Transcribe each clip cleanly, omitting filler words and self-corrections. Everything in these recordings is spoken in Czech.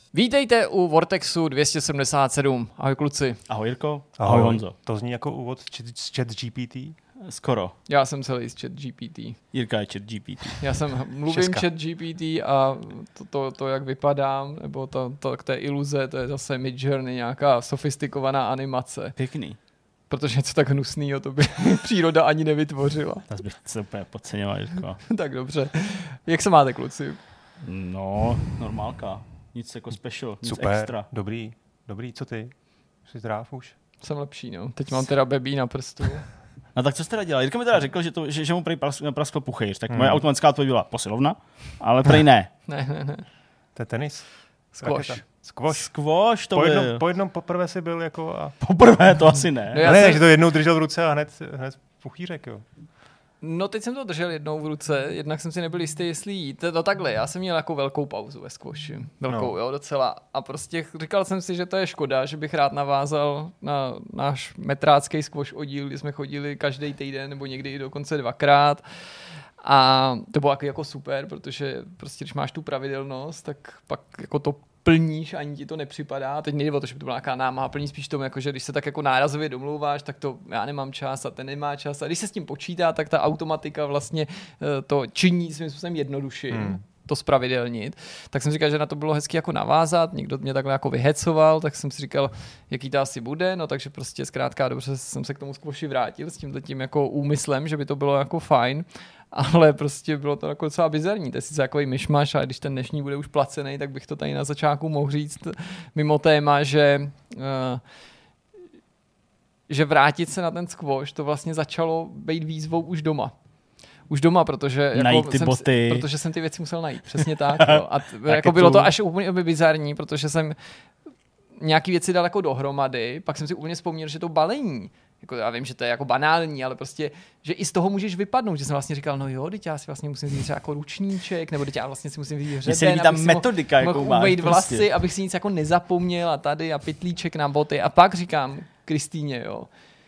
Vítejte u Vortexu 277. Ahoj kluci. Ahoj Jirko. Ahoj Honzo. To zní jako úvod z ChatGPT? Skoro. Já jsem celý z ChatGPT. Jirka je ChatGPT. Já mluvím ChatGPT a to, jak vypadám, nebo to k té iluze, to je zase Midjourney, nějaká sofistikovaná animace. Pěkný. Protože něco tak hnusného to by příroda ani nevytvořila. To bych se úplně podceňoval, Jirko. Tak dobře. Jak se máte, kluci? No, normálka. Nic jako special, nic super, extra. Dobrý. Co ty? Jsi zdrav už? Jsem lepší, no. Teď mám teda bebí na prstu. No tak co jsi teda dělal? Jirka mi teda řekl, že mu prej praskl puchejř, tak moje automatická odpověď byla posilovna, ale prej ne. Ne. To je tenis? Squash to byl. Po jednom poprvé si byl jako a... Poprvé to asi ne. No ne, že to jednou držel v ruce a hned puchýřek, jo. No teď jsem to držel jednou v ruce, jednak jsem si nebyl jistý, jestli jít. No takhle, já jsem měl jako velkou pauzu ve squashi. Velkou, jo, docela. A prostě říkal jsem si, že to je škoda, že bych rád navázal na náš metrácký squash oddíl, kdy jsme chodili každý týden nebo někdy i dokonce 2krát. A to bylo jako super, protože prostě když máš tu pravidelnost, tak pak jako to plníš, ani ti to nepřipadá. Teď nejde o to, že by to byla nějaká námaha, plní spíš tomu, jako, že když se tak jako nárazově domlouváš, tak to já nemám čas a ten nemá čas. A když se s tím počítá, tak ta automatika vlastně to činí svým způsobem jednodušším. To spravidelnit. Tak jsem říkal, že na to bylo hezky jako navázat, někdo mě takhle jako vyhecoval, tak jsem si říkal, jaký to asi bude, no takže prostě zkrátka dobře jsem se k tomu squashi vrátil s tím jako úmyslem, že by to bylo jako fajn, ale prostě bylo to jako docela bizarní, to je sice takový myšmaš, a když ten dnešní bude už placený, tak bych to tady na začátku mohl říct mimo téma, že vrátit se na ten squash, to vlastně začalo být výzvou už doma, protože protože jsem ty věci musel najít. Přesně tak. Jo. A jako bylo to až úplně bizarní, protože jsem nějaký věci dal jako dohromady, pak jsem si úplně vzpomněl, že to balení, jako já vím, že to je jako banální, ale prostě, že i z toho můžeš vypadnout, že jsem vlastně říkal, no jo, teď já si vlastně musím vzít třeba jako ručníček, nebo teď já vlastně si musím vzít hřeben, ta metodika, jako máš umýt vlasy, prostě. Abych si nic jako nezapomněl a tady a pytlíček na boty. A pak říkám Kristýně, jo,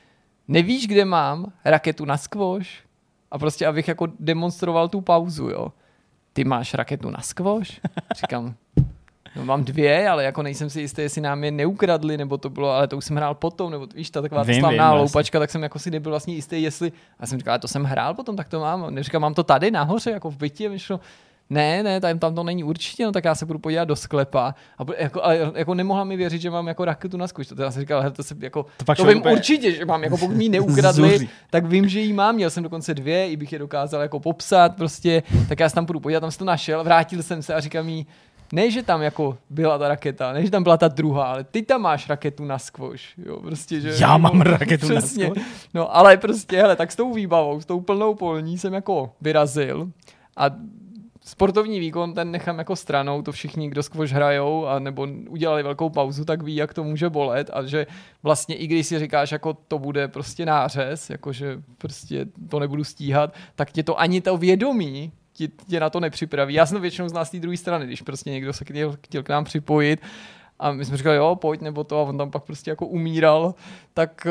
nevíš, kde mám raketu na squash? A prostě abych jako demonstroval tu pauzu, jo. Ty máš raketu na squash? Říkám, no mám 2, ale jako nejsem si jistý, jestli nám je neukradli, nebo to bylo, ale to už jsem hrál potom, nebo víš, ta taková slavná loupačka, tak jsem jako si nebyl vlastně jistý, jestli, a jsem říkal, to jsem hrál potom, tak to mám. Neříkám, mám to tady nahoře, jako v bytě, myšlo, ne, tam to není určitě, no tak já se budu podívat do sklepa. A jako nemohla mi věřit, že mám jako raketu na squash. To já jsem říkal, to se jako to vím určitě, že mám, jako pokud mi ji neukradli, tak vím, že ji mám. Měl jsem dokonce 2, i bych je dokázal jako popsat prostě. Tak já se tam budu podívat, tam jsem to našel, vrátil jsem se a říkám jí, ne, že tam jako byla ta raketa, ne, že tam byla ta druhá, ale ty tam máš raketu na squash, jo, prostě, že... Já mám raketu přesně. Na squash? No, ale prostě, hele, tak s tou výbavou, s tou plnou polní jsem jako vyrazil a sportovní výkon ten nechám jako stranou, to všichni, kdo squash hrajou a nebo udělali velkou pauzu, tak ví, jak to může bolet a že vlastně i když si říkáš, jako to bude prostě nářez, jakože prostě to nebudu stíhat, tak tě to ani to vědomí tě na to nepřipraví. Já jsem to většinou znal z té druhé strany, když prostě někdo se chtěl k nám připojit a my jsme říkali, jo, pojď, nebo to a on tam pak prostě jako umíral, tak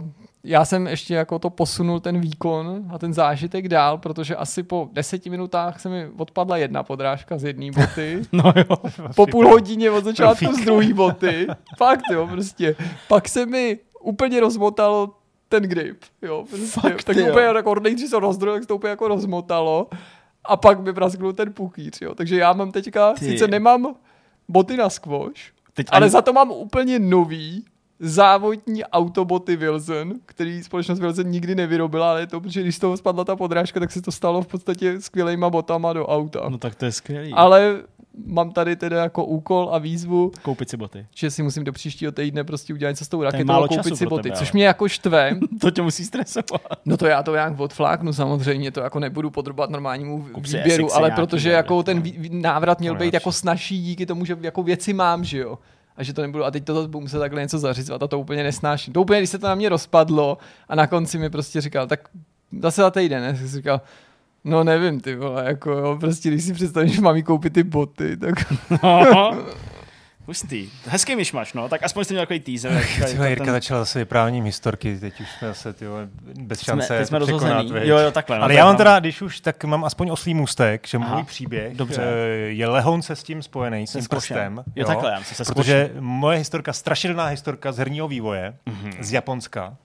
já jsem ještě jako to posunul ten výkon a ten zážitek dál, protože asi po 10 minutách se mi odpadla jedna podrážka z jedné boty. No jo. Po půl hodině od začátku z druhé boty. Fakt jo, prostě. Pak se mi úplně rozmotalo ten grip. Jo, prostě. Fakt, tak úplně jako nejdřív se rozdrojil, tak se to úplně jako rozmotalo. A pak mi prasknul ten pukýř, jo. Takže já mám teďka, sice nemám boty na squash, ale za to mám úplně nový závodní autoboty Wilson, který společnost Wilson nikdy nevyrobila, ale je to, protože když z toho spadla ta podrážka, tak se to stalo v podstatě skvělejma botama do auta. No tak to je skvělý. Ale mám tady teda jako úkol a výzvu koupit si boty. Že si musím do příštího týdne prostě udělat něco s tou raketou a koupit si boty, což mě jako štve. To tě musí stresovat. No to já to nějak odfláknu samozřejmě, to jako nebudu podrobovat normálnímu výběru, ale protože jako ten návrat měl být jako snazší díky tomu, že jako věci mám, že jo. A že to nebudu, a teď to budu muset takhle něco zařizovat a to úplně nesnáším. To úplně, když se to na mě rozpadlo a na konci mi prostě říkal, tak zase za týden, ne? Jsem si říkal, no nevím, ty vole, jako jo, prostě když si představíš, že mám jí koupit ty boty, tak... Hustý. Hezký myšmaš, no. Tak aspoň jste měl takový teaser. Jirka začala zase vyprávěním historky, teď už jsme zase bez šance teď jsme překonat. Jo, takhle. No, ale já mám teda, když už, tak mám aspoň oslý můstek, že můj příběh je lehonce s tím spojený, s tím prstem. Jo, takhle, protože moje historka, strašidelná historka z herního vývoje, z Japonska,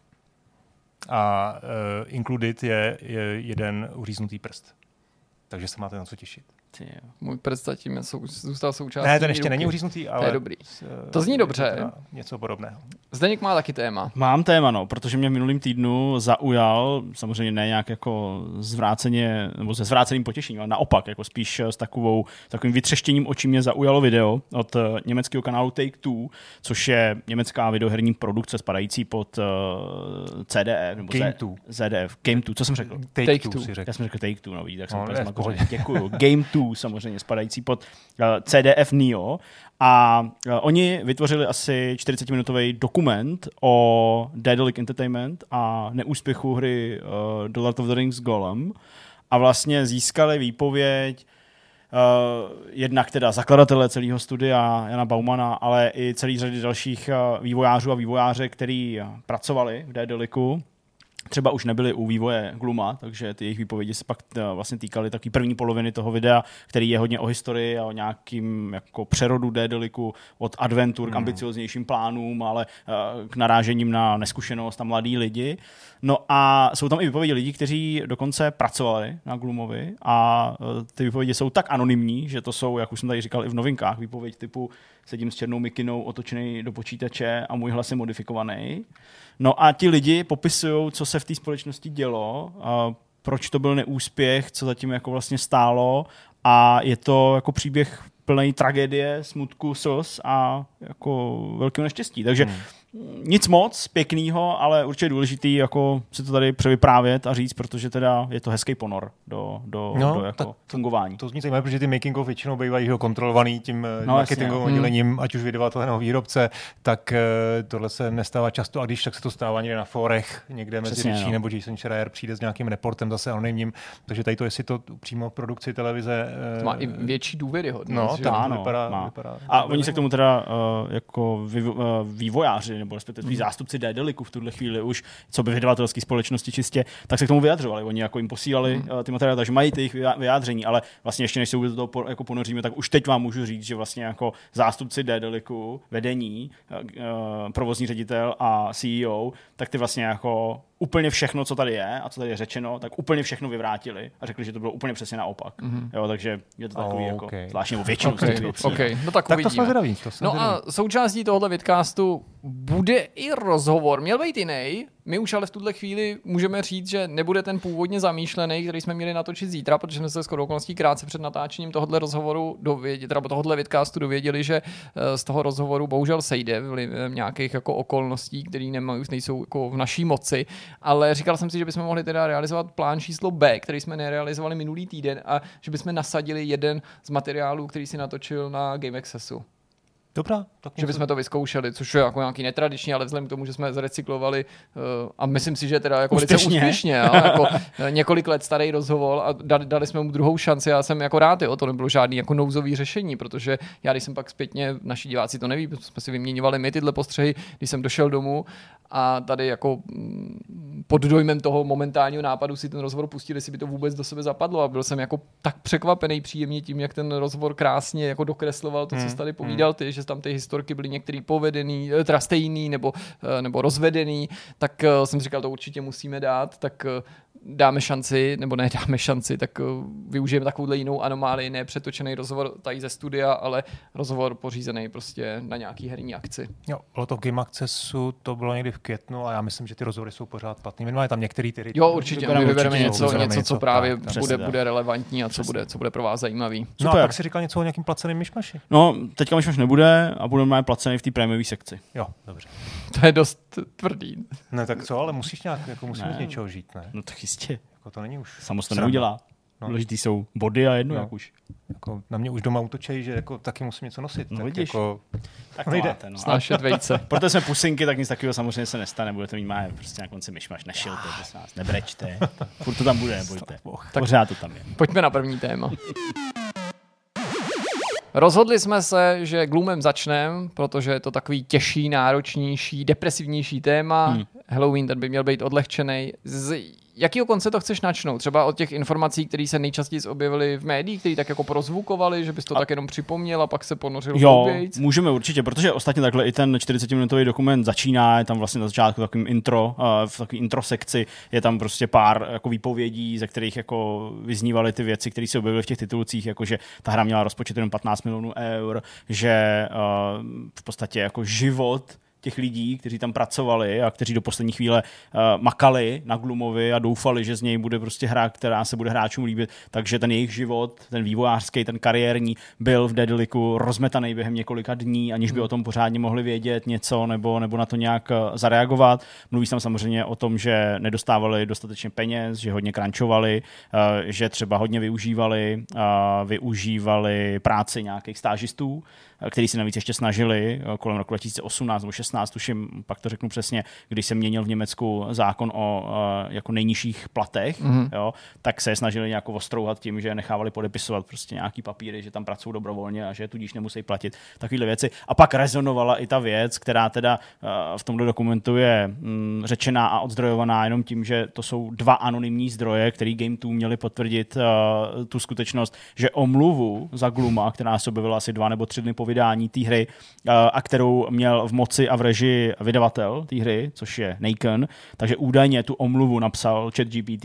a Included je jeden uříznutý prst. Takže se máte na co těšit. Můj prst zatím zůstal součástí. Ne, ten ještě není uříznutý, ale... To je dobrý. To zní dobře. Něco podobného. Zdeněk má taky téma. Mám téma, no, protože mě v minulým týdnu zaujal, samozřejmě ne nějak jako zvráceně, nebo se zvráceným potěšením, ale naopak, jako spíš s takovým vytřeštěním očí mě zaujalo video od německého kanálu Take-Two, což je německá videoherní produkce spadající pod CDE, nebo ZDF. Game2, co jsem řekl? Take-Two. Já jsem řekl Take-Two, no vidíte, tak jsem úplně děkuju. Game2 samozřejmě spadající pod CDF Neo a oni vytvořili asi 40-minutový dokument o Daedalic Entertainment a neúspěchu hry The Lord of the Rings Golem a vlastně získali výpověď jednak teda zakladatele celého studia Jana Baumana, ale i celý řady dalších vývojářů a vývojáře, kteří pracovali v Daedalicu. Třeba už nebyli u vývoje Gluma, takže ty jejich výpovědi se pak vlastně týkaly taky první poloviny toho videa, který je hodně o historii a o nějakým jako přerodu Daedalicu od adventur k ambicioznějším plánům, ale k narážením na neskušenost a mladý lidi. No a jsou tam i výpovědi lidí, kteří dokonce pracovali na Glumovi a ty výpovědi jsou tak anonymní, že to jsou, jak už jsem tady říkal i v novinkách, výpověď typu sedím s černou mikinou otočený do počítače a můj hlas je modifikovaný. No a ti lidi popisují, co se v té společnosti dělo, proč to byl neúspěch, co zatím jako vlastně stálo a je to jako příběh plný tragédie, smutku, slz a jako velkého neštěstí. Takže nic moc pěknýho, ale určitě důležitý jako si to tady převyprávět a říct, protože teda je to hezký ponor do jako fungování. To zní zajímavé, protože ty making of většinou bývají kontrolovaný tím marketingovým oddělením, ať už vydavatelného výrobce, tak tohle se nestává často a když tak se to stává někde na fórech, někde mezi řečí, nebo Jason Schreier přijde s nějakým reportem zase anonymním, takže tady to, jestli to přímo v produkci televize... To má i větší důvěryhodnost. No, to vypadá. A oni se k tomu teda jako vývojáři nebo respektive zástupci Daedalicu v tuhle chvíli už, co by vydavatelské společnosti čistě, tak se k tomu vyjadřovali. Oni jako jim posílali ty materiály, takže mají ty jejich vyjádření, ale vlastně ještě než se do toho jako ponoříme, tak už teď vám můžu říct, že vlastně jako zástupci Daedalicu, vedení, provozní ředitel a CEO, tak ty vlastně jako úplně všechno, co tady je a co tady je řečeno, tak úplně všechno vyvrátili a řekli, že to bylo úplně přesně naopak. Jo, takže je to takový jako zvláštní většinu věcí. No tak uvidíme. To jsme zvědaví. A součástí tohohle vidcastu bude i rozhovor. Měl být jiný. My už ale v tuhle chvíli můžeme říct, že nebude ten původně zamýšlený, který jsme měli natočit zítra, protože jsme se shodou okolností krátce před natáčením tohohle rozhovoru tohohle vidcastu dověděli, že z toho rozhovoru bohužel sejde vlivem nějakých jako okolností, které nejsou jako v naší moci, ale říkal jsem si, že bychom mohli teda realizovat plán číslo B, který jsme nerealizovali minulý týden a že bychom nasadili jeden z materiálů, který si natočil na Game Accessu. Dobrá. Že bychom to vyzkoušeli, což je jako nějaký netradiční, ale vzhledem k tomu, že jsme zrecyklovali a myslím si, že teda jako velice úspěšně jako několik let starý rozhovor a dali jsme mu druhou šanci. Já jsem jako rád, to nebylo žádný jako nouzový řešení, protože já, když jsem pak zpětně, naši diváci to neví, jsme si vyměňovali my tyhle postřehy, když jsem došel domů a tady jako pod dojmem toho momentálního nápadu si ten rozhovor pustili, jestli by to vůbec do sebe zapadlo a byl jsem jako tak překvapený příjemně tím, jak ten rozhovor krásně jako dokresloval to, co jsi tady povídal ty, že tam ty historky byly některý povedený, teda stejný nebo rozvedený, tak jsem říkal, to určitě musíme dát, tak dáme šanci, nebo ne dáme šanci, tak využijeme takovouhle jinou anomálii, ne přetočený rozhovor tady ze studia, ale rozhovor pořízený prostě na nějaký herní akci. Jo, bylo to v Game Accessu, to bylo někdy v květnu a já myslím, že ty rozhovory jsou pořád platný. Minimálně tam některý ty... Jo, určitě, my vybereme něco, co právě bude relevantní a co bude pro vás zajímavý. No a pak si říkal něco o nějakým placeným myšmaši. No, teďka myšmaš nebude a budeme placený v té prémiové sekci. Jo, dobře. To je dost tvrdý. Ne, tak co, ale musíš nějak, jako musíme z něčeho žít, ne? No tak jistě. Jako to není už. Samo se to neudělá. Důležitý jsou body a jedno, jak už. Jako na mě už doma útočí, že jako taky musím něco nosit. No tak vidíš. Jako, tak to máte, no. Snášet vejce. Proto jsme pusinky, tak nic takového samozřejmě se nestane. Budete mít prostě na konci myšmaš, nešilte, nás nebrečte. Furt to tam bude, nebojte. Pořád to tam je. Pojďme na první téma. Rozhodli jsme se, že Gloomem začneme, protože je to takový těžší, náročnější, depresivnější téma. Halloween ten by měl být odlehčený. Z jakého konce to chceš načnout? Třeba od těch informací, které se nejčastěji objevily v médiích, které tak jako prozvukovaly, že bys to tak jenom připomněl a pak se ponořil hloubějc? Jo, můžeme určitě, protože ostatně takhle i ten 40-minutový dokument začíná, je tam vlastně na začátku takovým intro, v takový intro sekci, je tam prostě pár jako výpovědí, ze kterých jako vyznívaly ty věci, které se objevily v těch titulcích, jako že ta hra měla rozpočet jenom 15 milionů eur, že v podstatě jako život těch lidí, kteří tam pracovali a kteří do poslední chvíle makali na Gloomovi a doufali, že z něj bude prostě hra, která se bude hráčům líbit, takže ten jejich život, ten vývojářský, ten kariérní, byl v Daedalicu rozmetaný během několika dní, aniž by o tom pořádně mohli vědět něco nebo na to nějak zareagovat. Mluví se tam samozřejmě o tom, že nedostávali dostatečně peněz, že hodně crunchovali, že třeba hodně využívali práci nějakých stážistů, který se navíc ještě snažili kolem roku 2018 nebo 16, tuším, pak to řeknu přesně, když se měnil v Německu zákon o jako nejnižších platech, jo, tak se snažili nějak ostrouhat tím, že nechávali podepisovat prostě nějaký papíry, že tam pracují dobrovolně a že tudíž nemusí platit takovéhle věci. A pak rezonovala i ta věc, která teda v tomto dokumentu je řečená a odzdrojovaná jenom tím, že to jsou 2 anonymní zdroje, který Game2 měli potvrdit tu skutečnost, že omluvu za Glooma, která se objevila asi 2 nebo 3 dny po vydání té hry a kterou měl v moci a v režii vydavatel té hry, což je Nacon, takže údajně tu omluvu napsal ChatGPT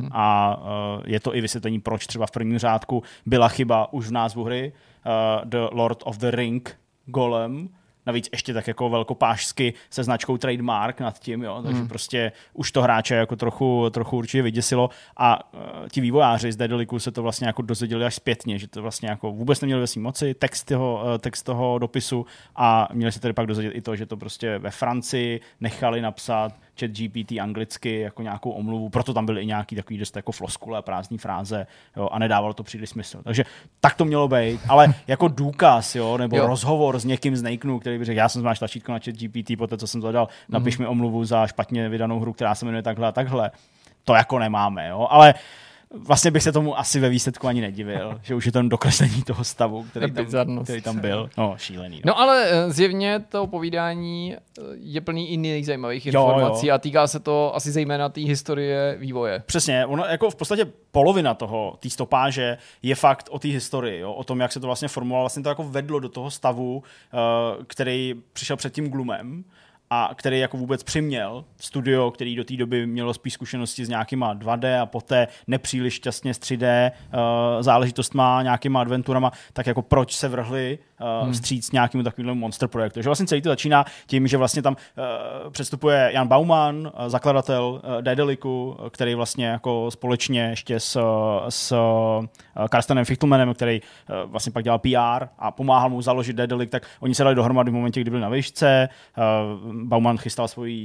a je to i vysvětlení, proč třeba v prvním řádku byla chyba už v názvu hry The Lord of the Ring Golem, navíc ještě tak jako velkopášsky se značkou trademark nad tím, jo, takže prostě už to hráče jako trochu určitě vyděsilo a ti vývojáři z Daedalicu se to vlastně jako dozvěděli až zpětně, že to vlastně jako vůbec neměli ve svým moci text toho dopisu a měli se tedy pak dozvědět i to, že to prostě ve Francii nechali napsat ChatGPT anglicky jako nějakou omluvu, proto tam byly i nějaký takový dost jako floskule a prázdný fráze, jo, a nedávalo to příliš smysl. Takže tak to mělo být, ale jako důkaz, jo, nebo rozhovor s někým z Nakenu, který by řekl, já jsem zmáš tlačítko na ChatGPT, poté co jsem zadal, napiš mi omluvu za špatně vydanou hru, která se jmenuje takhle a takhle. To jako nemáme, jo, ale vlastně bych se tomu asi ve výsledku ani nedivil, že už je to dokreslení toho stavu, který tam byl. No, šílený. Jo. No ale zjevně to povídání je plný i jiných zajímavých informací a týká se to asi zejména té historie vývoje. Přesně, ono jako v podstatě polovina té stopáže je fakt o té historii, jo, o tom, jak se to vlastně formovalo, vlastně to jako vedlo do toho stavu, který přišel před tím Gloomem, a který jako vůbec přiměl studio, který do té doby mělo spíš zkušenosti s nějakýma 2D a poté nepříliš šťastně s 3D záležitostma, nějakýma adventurama, tak jako proč se vrhli vstříc nějakému takovému monster projektu. Že vlastně celý to začíná tím, že vlastně tam předstupuje Jan Bauman, zakladatel Daedalicu, který vlastně jako společně ještě s Karstenem Fichtelmanem, který vlastně pak dělal PR a pomáhal mu založit Daedalic, tak oni se dali dohromady v momentě, kdy byli na výšce. Bauman chystal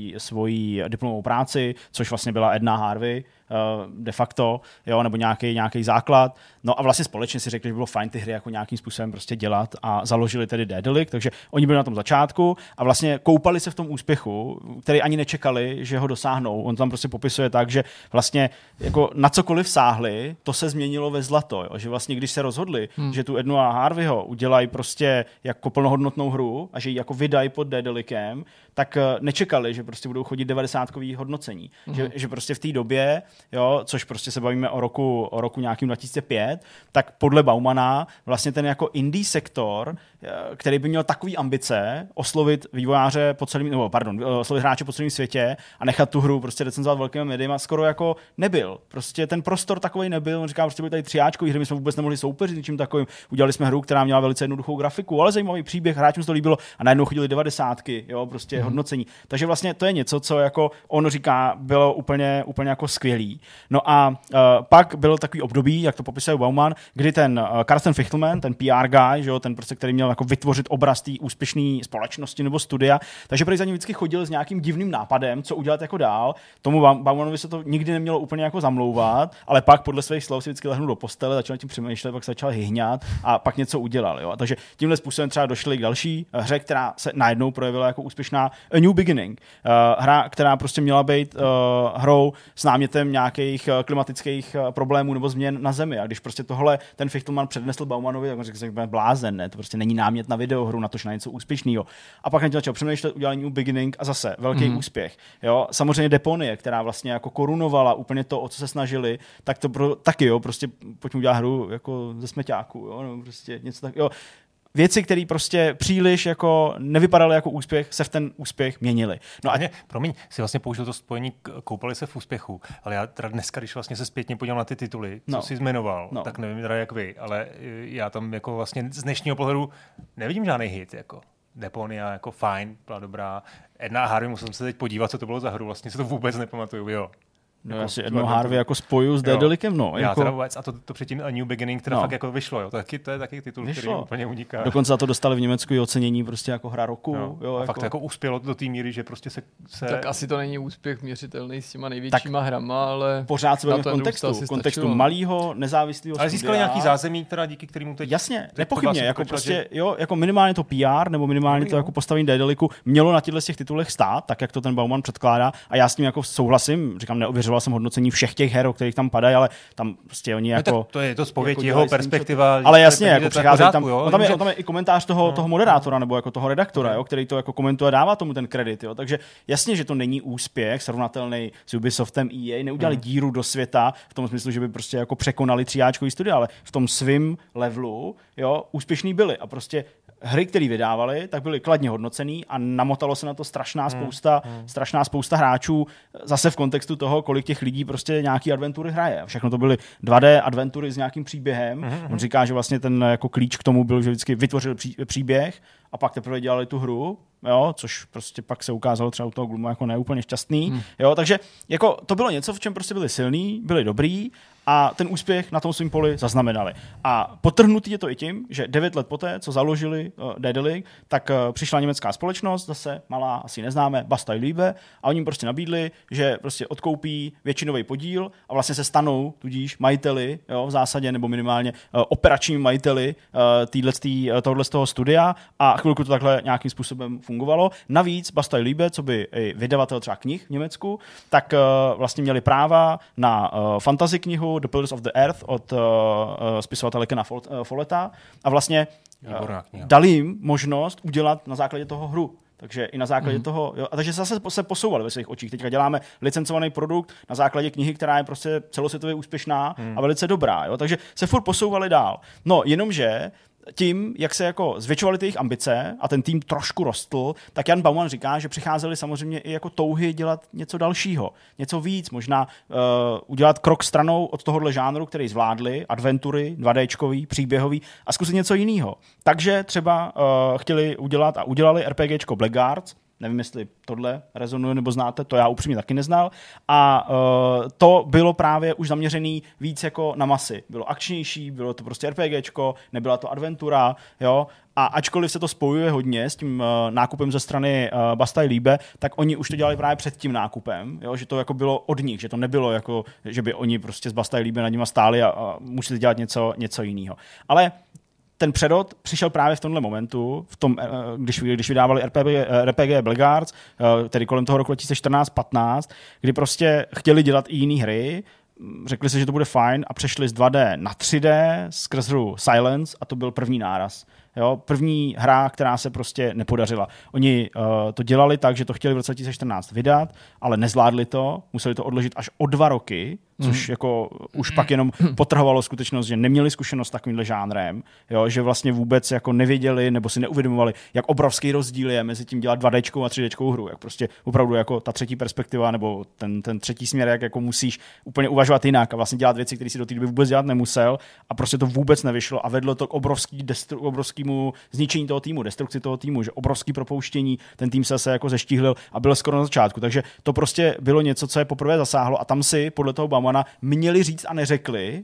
svoji diplomovou práci, což vlastně byla Edna Harvey de facto, jo, nebo nějaký základ. No a vlastně společně si řekli, že bylo fajn ty hry jako nějakým způsobem prostě dělat a založili tedy Daedalic, takže oni byli na tom začátku a vlastně koupali se v tom úspěchu, který ani nečekali, že ho dosáhnou. On tam prostě popisuje tak, že vlastně jako na cokoliv sáhli, to se změnilo ve zlato, jo, že vlastně když se rozhodli, že tu Ednu a Harveyho udělají prostě jako plnohodnotnou hru a že ji jako vydají pod Daedalicem, tak nečekali, že prostě budou chodit 90kový hodnocení. Že prostě v té době, jo, což prostě se bavíme o roku nějakým 2005, tak podle Baumana vlastně ten jako indie sektor, který by měl takový ambice oslovit vývojáře oslovit hráče po celém světě a nechat tu hru prostě recenzovat velkými médiama, skoro jako nebyl. Prostě ten prostor takový nebyl. On říká, prostě byly tady 3áčkový hry, my jsme vůbec nemohli soupeřit ničím takovým. Udělali jsme hru, která měla velice jednoduchou grafiku, ale zajímavý příběh, hráčům se to líbilo a najednou chodili 90ky, jo, prostě hodnocení. Takže vlastně to je něco, co jako on říká, bylo úplně jako skvělý. No a pak bylo takový období, jak to popisuje Bauman, kdy ten Karsten Fichtelman, ten PR guy, že jo, ten prostě, který měl jako vytvořit obraz té úspěšné společnosti nebo studia, takže prý za ním vždycky chodil s nějakým divným nápadem, co udělat jako dál. Tomu Baumanovi se to nikdy nemělo úplně jako zamlouvat, ale pak podle svých slov si vždycky lehnul do postele, začal nad tím přemýšlet, pak se začal hyhňat a pak něco udělal, jo. Takže tímhle způsobem třeba došli k další hře, která se najednou projevila jako úspěšná A New Beginning. Hra, která prostě měla být hrou s námětem nějakých klimatických problémů nebo změn na Zemi. A když prostě tohle ten Fichtelman přednesl Baumanovi, tak on řekl, že je blázen, ne? To prostě není námět na videohru, na to, na něco úspěšného. A pak na to začal přemýšlet, udělal New Beginning a zase velký úspěch. Jo? Samozřejmě Deponie, která vlastně jako korunovala úplně to, o co se snažili, tak to taky, jo, prostě pojďme udělat hru jako ze smeťáku, jo, no, prostě něco tak, jo. Věci, které prostě příliš jako nevypadaly jako úspěch, se v ten úspěch měnily. No a promiň, si vlastně použil to spojení koupali se v úspěchu, ale já teda dneska, když vlastně se zpětně podívám na ty tituly, co jsi jmenoval, tak nevím teda jak vy, ale já tam jako vlastně z dnešního pohledu nevidím žádný hit, jako Deponia, jako fajn, byla dobrá. Edna Harvey, musím se teď podívat, co to bylo za hru, vlastně se to vůbec nepamatuju, jo. No, já si Edno Harvey jako spoju s Daedalikem, no. Já jako... teda vůbec, a to předtím A New Beginning, teda fakt jako vyšlo, jo. To je taky titul, který úplně uniká. Dokonce za to dostali v Německu i ocenění prostě jako hra roku. Jo, a fakt to jako uspělo do té míry, že prostě se... Tak asi to není úspěch měřitelný s těma největšíma hrama, ale... Pořád se bavíme v kontextu malýho, nezávislého ale získali nějaký zázemí, teda díky kterému teď... Jasně, nepochybně, jako prostě, jo, jako minimálně to PR, nebo minimálně to jako postavení Daedaliku mělo na těchto titulech stát, tak jak to ten Bauman předkládá, a já s tím jako souhlasím, říkám, neověřoval jsem hodnocení všech těch her, o kterých tam padají, ale tam prostě oni jako... To je to zpověď jako jeho perspektiva. Ale jasně, jako přicházejí tam... Tam je i komentář toho moderátora, nebo jako toho redaktora, jo, který to jako komentuje a dává tomu ten kredit. Jo. Takže jasně, že to není úspěch srovnatelný s Ubisoftem, EA, neudělali díru do světa v tom smyslu, že by prostě jako překonali 3áčkový studia, ale v tom svým levelu, jo, úspěšný byli a prostě hry, které vydávali, tak byly kladně hodnocený a namotalo se na to strašná spousta hráčů zase v kontextu toho, kolik těch lidí prostě nějaký adventury hraje. Všechno to byly 2D adventury s nějakým příběhem. On říká, že vlastně ten jako klíč k tomu byl, že vždycky vytvořil příběh a pak teprve dělali tu hru, jo, což prostě pak se ukázalo třeba u toho Gluma jako neúplně šťastný. Jo, takže jako to bylo něco, v čem prostě byli silní, byli dobrý a ten úspěch na tom svým poli zaznamenali. A podtrhnutý je to i tím, že 9 let poté, co založili Daedalic, tak přišla německá společnost, zase malá, asi neznáme, Bastei Liebe, a oni jim prostě nabídli, že prostě odkoupí většinový podíl a vlastně se stanou tudíž majiteli, jo, v zásadě, nebo minimálně operačními majiteli tohohle z toho studia a chvilku to takhle nějakým způsobem fungovalo. Navíc Bastei Liebe, co by i vydavatel třeba knih v Německu, tak vlastně měli práva na fantasy knihu The Pillars of the Earth od spisovatele Kena Folletta a vlastně dali jim možnost udělat na základě toho hru. Takže i na základě toho, jo, a takže zase se posouvali ve svých očích. Teďka děláme licencovaný produkt na základě knihy, která je prostě celosvětově úspěšná a velice dobrá, jo, takže se furt posouvali dál. No, jenomže tím, jak se jako zvětšovaly ty jejich ambice a ten tým trošku rostl, tak Jan Bauman říká, že přicházeli samozřejmě i jako touhy dělat něco dalšího, něco víc, možná udělat krok stranou od tohohle žánru, který zvládli, adventury, 2Dčkový, příběhový a zkusit něco jiného. Takže třeba chtěli udělat a udělali RPGčko Blackguards, nevím, jestli tohle rezonuje nebo znáte, to já upřímně taky neznal. A to bylo právě už zaměřený víc jako na masy. Bylo akčnější, bylo to prostě RPGčko, nebyla to adventura, jo. A ačkoliv se to spojuje hodně s tím nákupem ze strany Bastei Liebe, tak oni už to dělali právě před tím nákupem, jo? Že to jako bylo od nich, že to nebylo jako, že by oni prostě z Bastei Liebe nad nima stáli a museli dělat něco jiného. Ale ten předod přišel právě v tomhle momentu, v tom, když vydávali RPG Blackguards, tedy kolem toho roku 2014-15, kdy prostě chtěli dělat i jiné hry, řekli si, že to bude fajn a přešli z 2D na 3D skrz hru Silence a to byl první náraz. Jo, první hra, která se prostě nepodařila. Oni to dělali tak, že to chtěli v roce 2014 vydat, ale nezvládli to, museli to odložit až o 2 roky, což jako už pak jenom potrhovalo skutečnost, že neměli zkušenost s takovýmhle žánrem, jo, že vlastně vůbec jako nevěděli nebo si neuvědomovali, jak obrovský rozdíl je mezi tím dělat 2Dčkou a 3Dčkou hru, jak prostě opravdu jako ta třetí perspektiva nebo ten třetí směr, jak jako musíš úplně uvažovat jinak a vlastně dělat věci, které si do té doby vůbec dělat nemusel a prostě to vůbec nevyšlo a vedlo to k obrovskému zničení toho týmu, destrukci toho týmu, že obrovský propouštění, ten tým se jako zeštíhlil a byl skoro na začátku, takže to prostě bylo něco, co je poprvé zasáhlo a tam si podle toho Baumana měli říct a neřekli,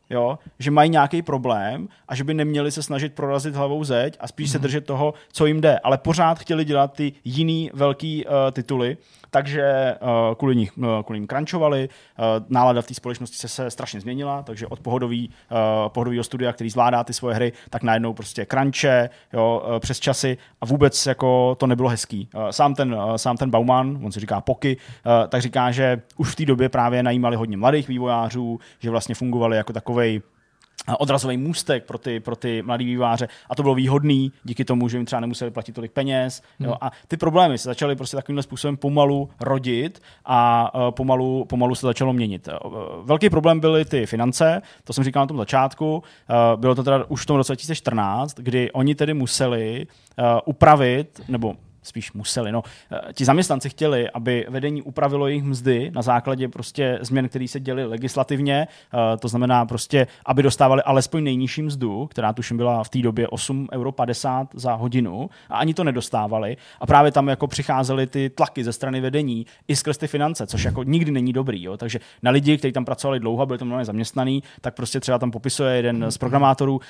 jo, že mají nějaký problém a že by neměli se snažit prorazit hlavou zeď a spíš se držet toho, co jim jde. Ale pořád chtěli dělat ty jiný velký tituly, takže kvůli ním crunchovali, nálada v té společnosti se strašně změnila, takže od pohodového studia, který zvládá ty svoje hry, tak najednou prostě crunche, jo, přes časy a vůbec jako to nebylo hezký. Sám ten Bauman, on si říká Poky, tak říká, že už v té době právě najímali hodně mladých vývojářů, že vlastně fungovali jako takovej odrazový můstek pro ty mladý vývojáře a to bylo výhodný díky tomu, že jim třeba nemuseli platit tolik peněz. Jo, a ty problémy se začaly prostě takovýmhle způsobem pomalu rodit a pomalu se začalo měnit. Velký problém byly ty finance, to jsem říkal na tom začátku, bylo to teda už v tom roce 2014, kdy oni tedy museli upravit, nebo spíš museli. No. Ti zaměstnanci chtěli, aby vedení upravilo jejich mzdy na základě prostě změn, které se děly legislativně, to znamená prostě, aby dostávali alespoň nejnižší mzdu, která tuším byla v té době 8,50 € za hodinu a ani to nedostávali a právě tam jako přicházely ty tlaky ze strany vedení i skrz ty finance, což jako nikdy není dobrý. Jo. Takže na lidi, kteří tam pracovali dlouho, byli tam normálně zaměstnaný, tak prostě třeba tam popisuje jeden z programátorů,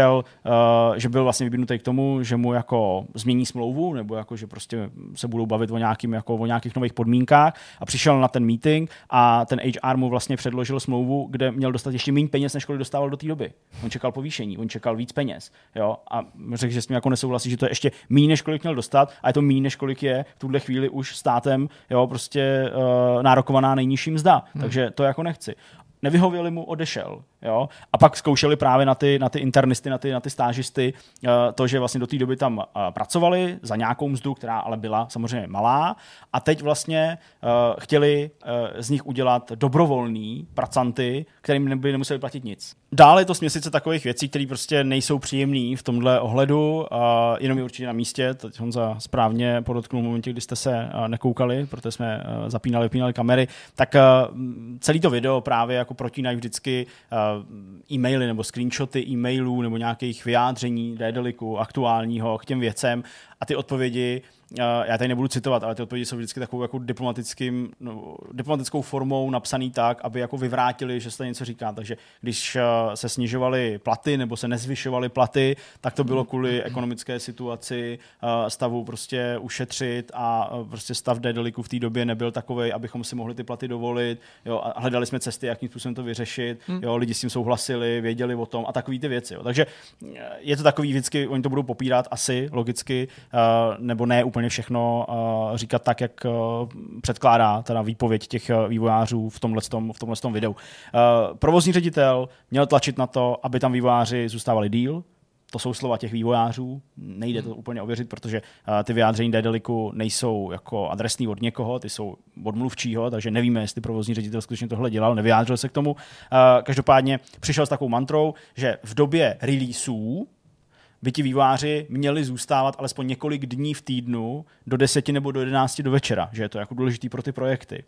že byl vlastně vybídnutý k tomu, že mu jako změní smlouvu nebo jako že prostě se budou bavit o nějakých nových podmínkách a přišel na ten meeting a ten HR mu vlastně předložil smlouvu, kde měl dostat ještě méně peněz, než kolik dostával do té doby. On čekal povýšení, on čekal víc peněz, jo? A řekl, že s tím jako nesouhlasí, že to je ještě méně, než kolik měl dostat a je to méně, než kolik je v tuhle chvíli už státem, jo, prostě nárokovaná nejnižší mzda. Takže to jako nechci. Nevyhověli mu, odešel. Jo? A pak zkoušeli právě na ty internisty, na ty stážisty, to, že vlastně do té doby tam pracovali za nějakou mzdu, která ale byla samozřejmě malá a teď vlastně chtěli z nich udělat dobrovolný pracanty, kterým by nemuseli platit nic. Dále je to směsice takových věcí, které prostě nejsou příjemné v tomhle ohledu, jenom je určitě na místě, teď Honza správně podotknul v momentě, kdy jste se nekoukali, protože jsme vypínali kamery, tak celý to video právě jako protínají vždycky e-maily nebo screenshoty e-mailů nebo nějakých vyjádření Daedalicu aktuálního k těm věcem a ty odpovědi, já tady nebudu citovat, ale ty odpovědi jsou vždycky takovou jako diplomatickou formou napsaný tak, aby jako vyvrátili, že se tady něco říká. Takže když se snižovaly platy nebo se nezvyšovaly platy, tak to bylo kvůli ekonomické situaci, stavu prostě ušetřit a prostě stav Daedalicu v té době nebyl takovej, abychom si mohli ty platy dovolit. Jo, a hledali jsme cesty, jakým způsobem to vyřešit. Jo, lidi s tím souhlasili, věděli o tom a takové ty věci. Jo. Takže je to takový vždycky, oni to budou popírat asi logicky, nebo ne úplně všechno říkat tak, jak předkládá teda výpověď těch vývojářů v tomhletom videu. Provozní ředitel měl tlačit na to, aby tam vývojáři zůstávali díl. To jsou slova těch vývojářů, nejde to úplně ověřit, protože ty vyjádření Daedalicu nejsou jako adresný od někoho, ty jsou od mluvčího, takže nevíme, jestli provozní ředitel skutečně tohle dělal, nevyjádřil se k tomu. Každopádně přišel s takovou mantrou, že v době releaseů by ti vývojáři měli zůstávat alespoň několik dní v týdnu do 10 nebo do 11 do večera, že je to jako důležitý pro ty projekty.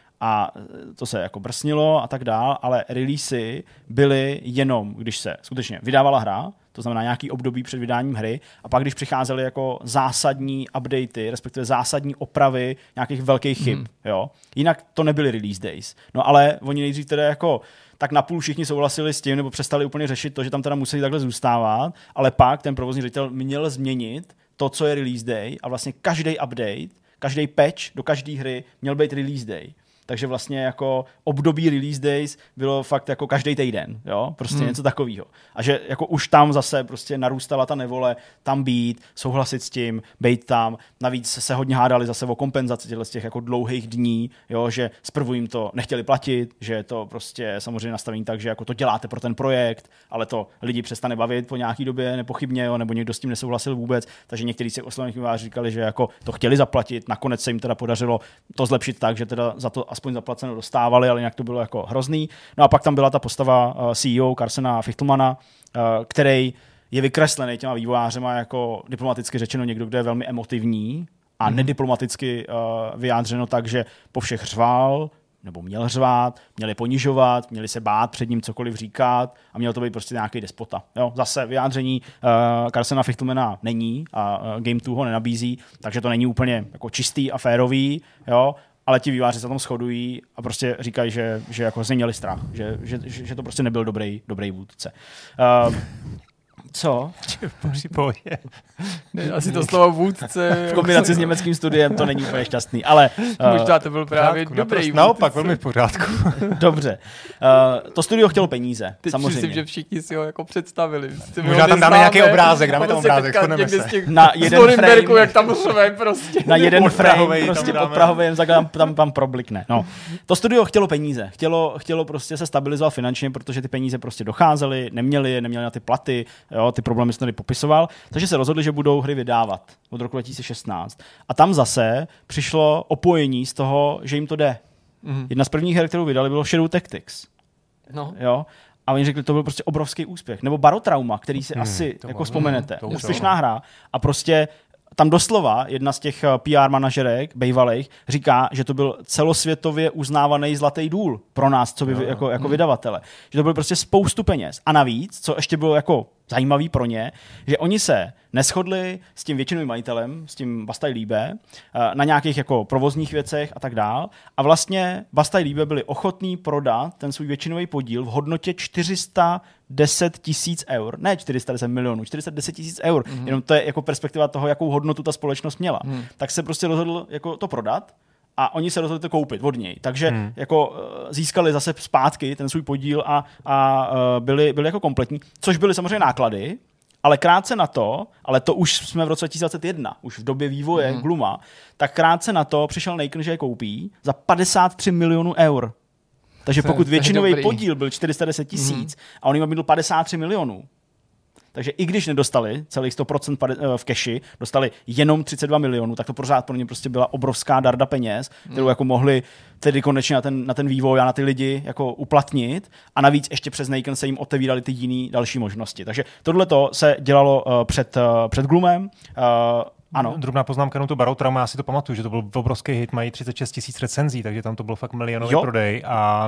A to se jako brsnilo a tak dál, ale releasy byly jenom, když se skutečně vydávala hra, to znamená nějaký období před vydáním hry, a pak když přicházely jako zásadní updaty, respektive zásadní opravy nějakých velkých chyb. Jo? Jinak to nebyly release days. No ale oni nejdřív teda jako tak napůl všichni souhlasili s tím, nebo přestali úplně řešit to, že tam teda museli takhle zůstávat, ale pak ten provozní ředitel měl změnit to, co je release day a vlastně každý update, každý patch do každé hry měl být release day. Takže vlastně jako období release days bylo fakt jako každý týden, jo? Prostě něco takového. A že jako už tam zase prostě narůstala ta nevole tam být, souhlasit s tím, bejt tam. Navíc se hodně hádali zase o kompenzaci těch jako dlouhých dní, jo? Že zprvu jim to nechtěli platit, že je to prostě samozřejmě nastavení tak, že jako to děláte pro ten projekt, ale to lidi přestane bavit po nějaký době nepochybně, jo? Nebo někdo s tím nesouhlasil vůbec, takže někteří si oslovených vývojáři říkali, že jako to chtěli zaplatit, nakonec se jim teda podařilo to zlepšit tak, že teda za to aspoň zaplaceno dostávali, ale jinak to bylo jako hrozný. No a pak tam byla ta postava CEO Carsona Fichtelmana, který je vykreslený těma vývojářema jako diplomaticky řečeno někdo, kdo je velmi emotivní a nediplomaticky vyjádřeno tak, že po všech řval, nebo měl řvát, měli ponižovat, měli se bát před ním cokoliv říkat a měl to být prostě nějaký despota. Jo, zase vyjádření Carsona Fichtelmana není a Game 2 ho nenabízí, takže to není úplně jako čistý a férový, jo. ale ti vývojáři se tam shodují a prostě říkají, že jako z něj měli strach, že to prostě nebyl dobrý vůdce. Co? Asi to slovo vůdce. V kombinaci s německým studiem to není úplně šťastný, ale... Možná to byl právě dobrý vůdce. Naopak, velmi v pořádku. Dobře. To studio chtělo peníze, teď samozřejmě. Teď myslím, že všichni si ho jako představili. Možná tam dáme nějaký obrázek, shodneme se. Na jeden frame, jak tam šové prostě. Na jeden frame, prostě pod Prahovým, tam problikne. No. To studio chtělo peníze. Chtělo prostě se stabilizovat finančně, protože ty peníze prostě docházely, neměli na ty platy, jo, ty problémy jsem tady popisoval, takže se rozhodli, že budou hry vydávat od roku 2016. A tam zase přišlo opojení z toho, že jim to jde. Jedna z prvních her, kterou vydali, bylo Shadow Tactics. No. Jo? A oni řekli, to byl prostě obrovský úspěch. Nebo Barotrauma, který si asi jako vzpomenete. Úspěšná hra. A prostě tam doslova jedna z těch PR manažerek bývalých říká, že to byl celosvětově uznávaný zlatý důl pro nás, co by jako vydavatele. Že to bylo prostě spoustu peněz. A navíc, co ještě bylo jako zajímavý pro ně, že oni se neshodli s tím většinovým majitelem, s tím Bastei Liebe, na nějakých jako provozních věcech a tak dál. A vlastně Bastei Liebe byli ochotní prodat ten svůj většinový podíl v hodnotě 410 tisíc eur. Ne 410 milionů, 410 tisíc eur. Jenom to je jako perspektiva toho, jakou hodnotu ta společnost měla. Tak se prostě rozhodl jako to prodat. A oni se rozhodli to koupit od něj. Takže jako získali zase zpátky ten svůj podíl a byli jako kompletní, což byly samozřejmě náklady, ale krátce na to, ale to už jsme v roce 2021, už v době vývoje Gluma, tak krátce na to přišel Nacon, že je koupí za 53 milionů eur. Takže pokud většinový podíl byl 410 tisíc a on jim byl 53 milionů, takže i když nedostali celých 100% v keši, dostali jenom 32 milionů, tak to pořád pro ně prostě byla obrovská darda peněz, kterou jako mohli tedy konečně na ten vývoj a na ty lidi jako uplatnit a navíc ještě přes Nacon se jim otevíraly ty jiné další možnosti. Takže tohleto se dělalo před Glumem. Ano. Drobná poznámka na to Barotrauma, já si to pamatuju, že to byl obrovský hit, mají 36 tisíc recenzí, takže tam to byl fakt milionový prodej a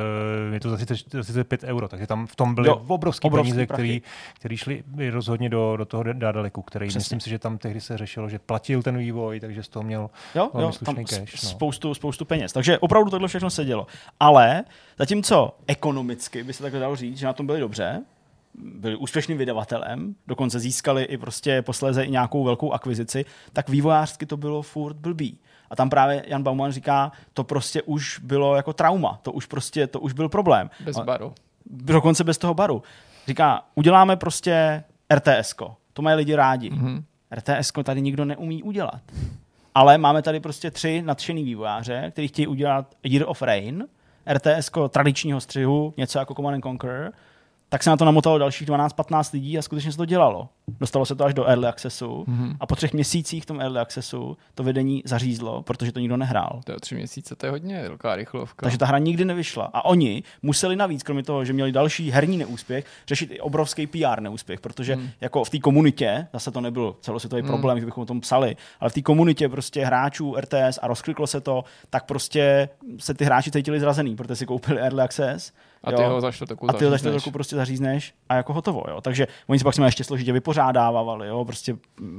je to za 35 euro, takže tam v tom byly obrovský peníze, který šli rozhodně do toho Daedalicu, který myslím si, že tam tehdy se řešilo, že platil ten vývoj, takže z toho měl velmi slušný cash. Spoustu peněz. Takže opravdu tohle všechno se dělo. Ale zatímco ekonomicky by se takhle dalo říct, že na tom byli dobře, byli úspěšným vydavatelem, dokonce získali i prostě posléze i nějakou velkou akvizici, tak vývojářsky to bylo furt blbý. A tam právě Jan Baumann říká, to prostě už bylo jako trauma, to už byl problém. Bez baru. Dokonce bez toho baru. Říká, uděláme prostě RTSko, to mají lidi rádi. RTSko tady nikdo neumí udělat. Ale máme tady prostě 3 nadšený vývojáře, kteří chtějí udělat Year of Rain, RTSko tradičního střihu, něco jako Command & Conquer, tak se na to namotalo dalších 12-15 lidí a skutečně se to dělalo. Dostalo se to až do Early Accessu a po 3 měsících v tom Early Accessu to vedení zařízlo, protože to nikdo nehrál. To je 3 měsíce, to je hodně velká rychlovka. Takže ta hra nikdy nevyšla. A oni museli navíc, kromě toho, že měli další herní neúspěch, řešit i obrovský PR neúspěch, protože jako v té komunitě, zase to nebyl celosvětový problém, že bychom o tom psali, ale v té komunitě prostě hráčů RTS a rozkliklo se to, tak prostě se ty hráči cítili zrazený, protože si koupili Early Access. A ty ho za čtvrtku prostě zařízneš a jako hotovo. Jo. Takže oni si pak jsme ještě složitě vypořádávali, jo. Prostě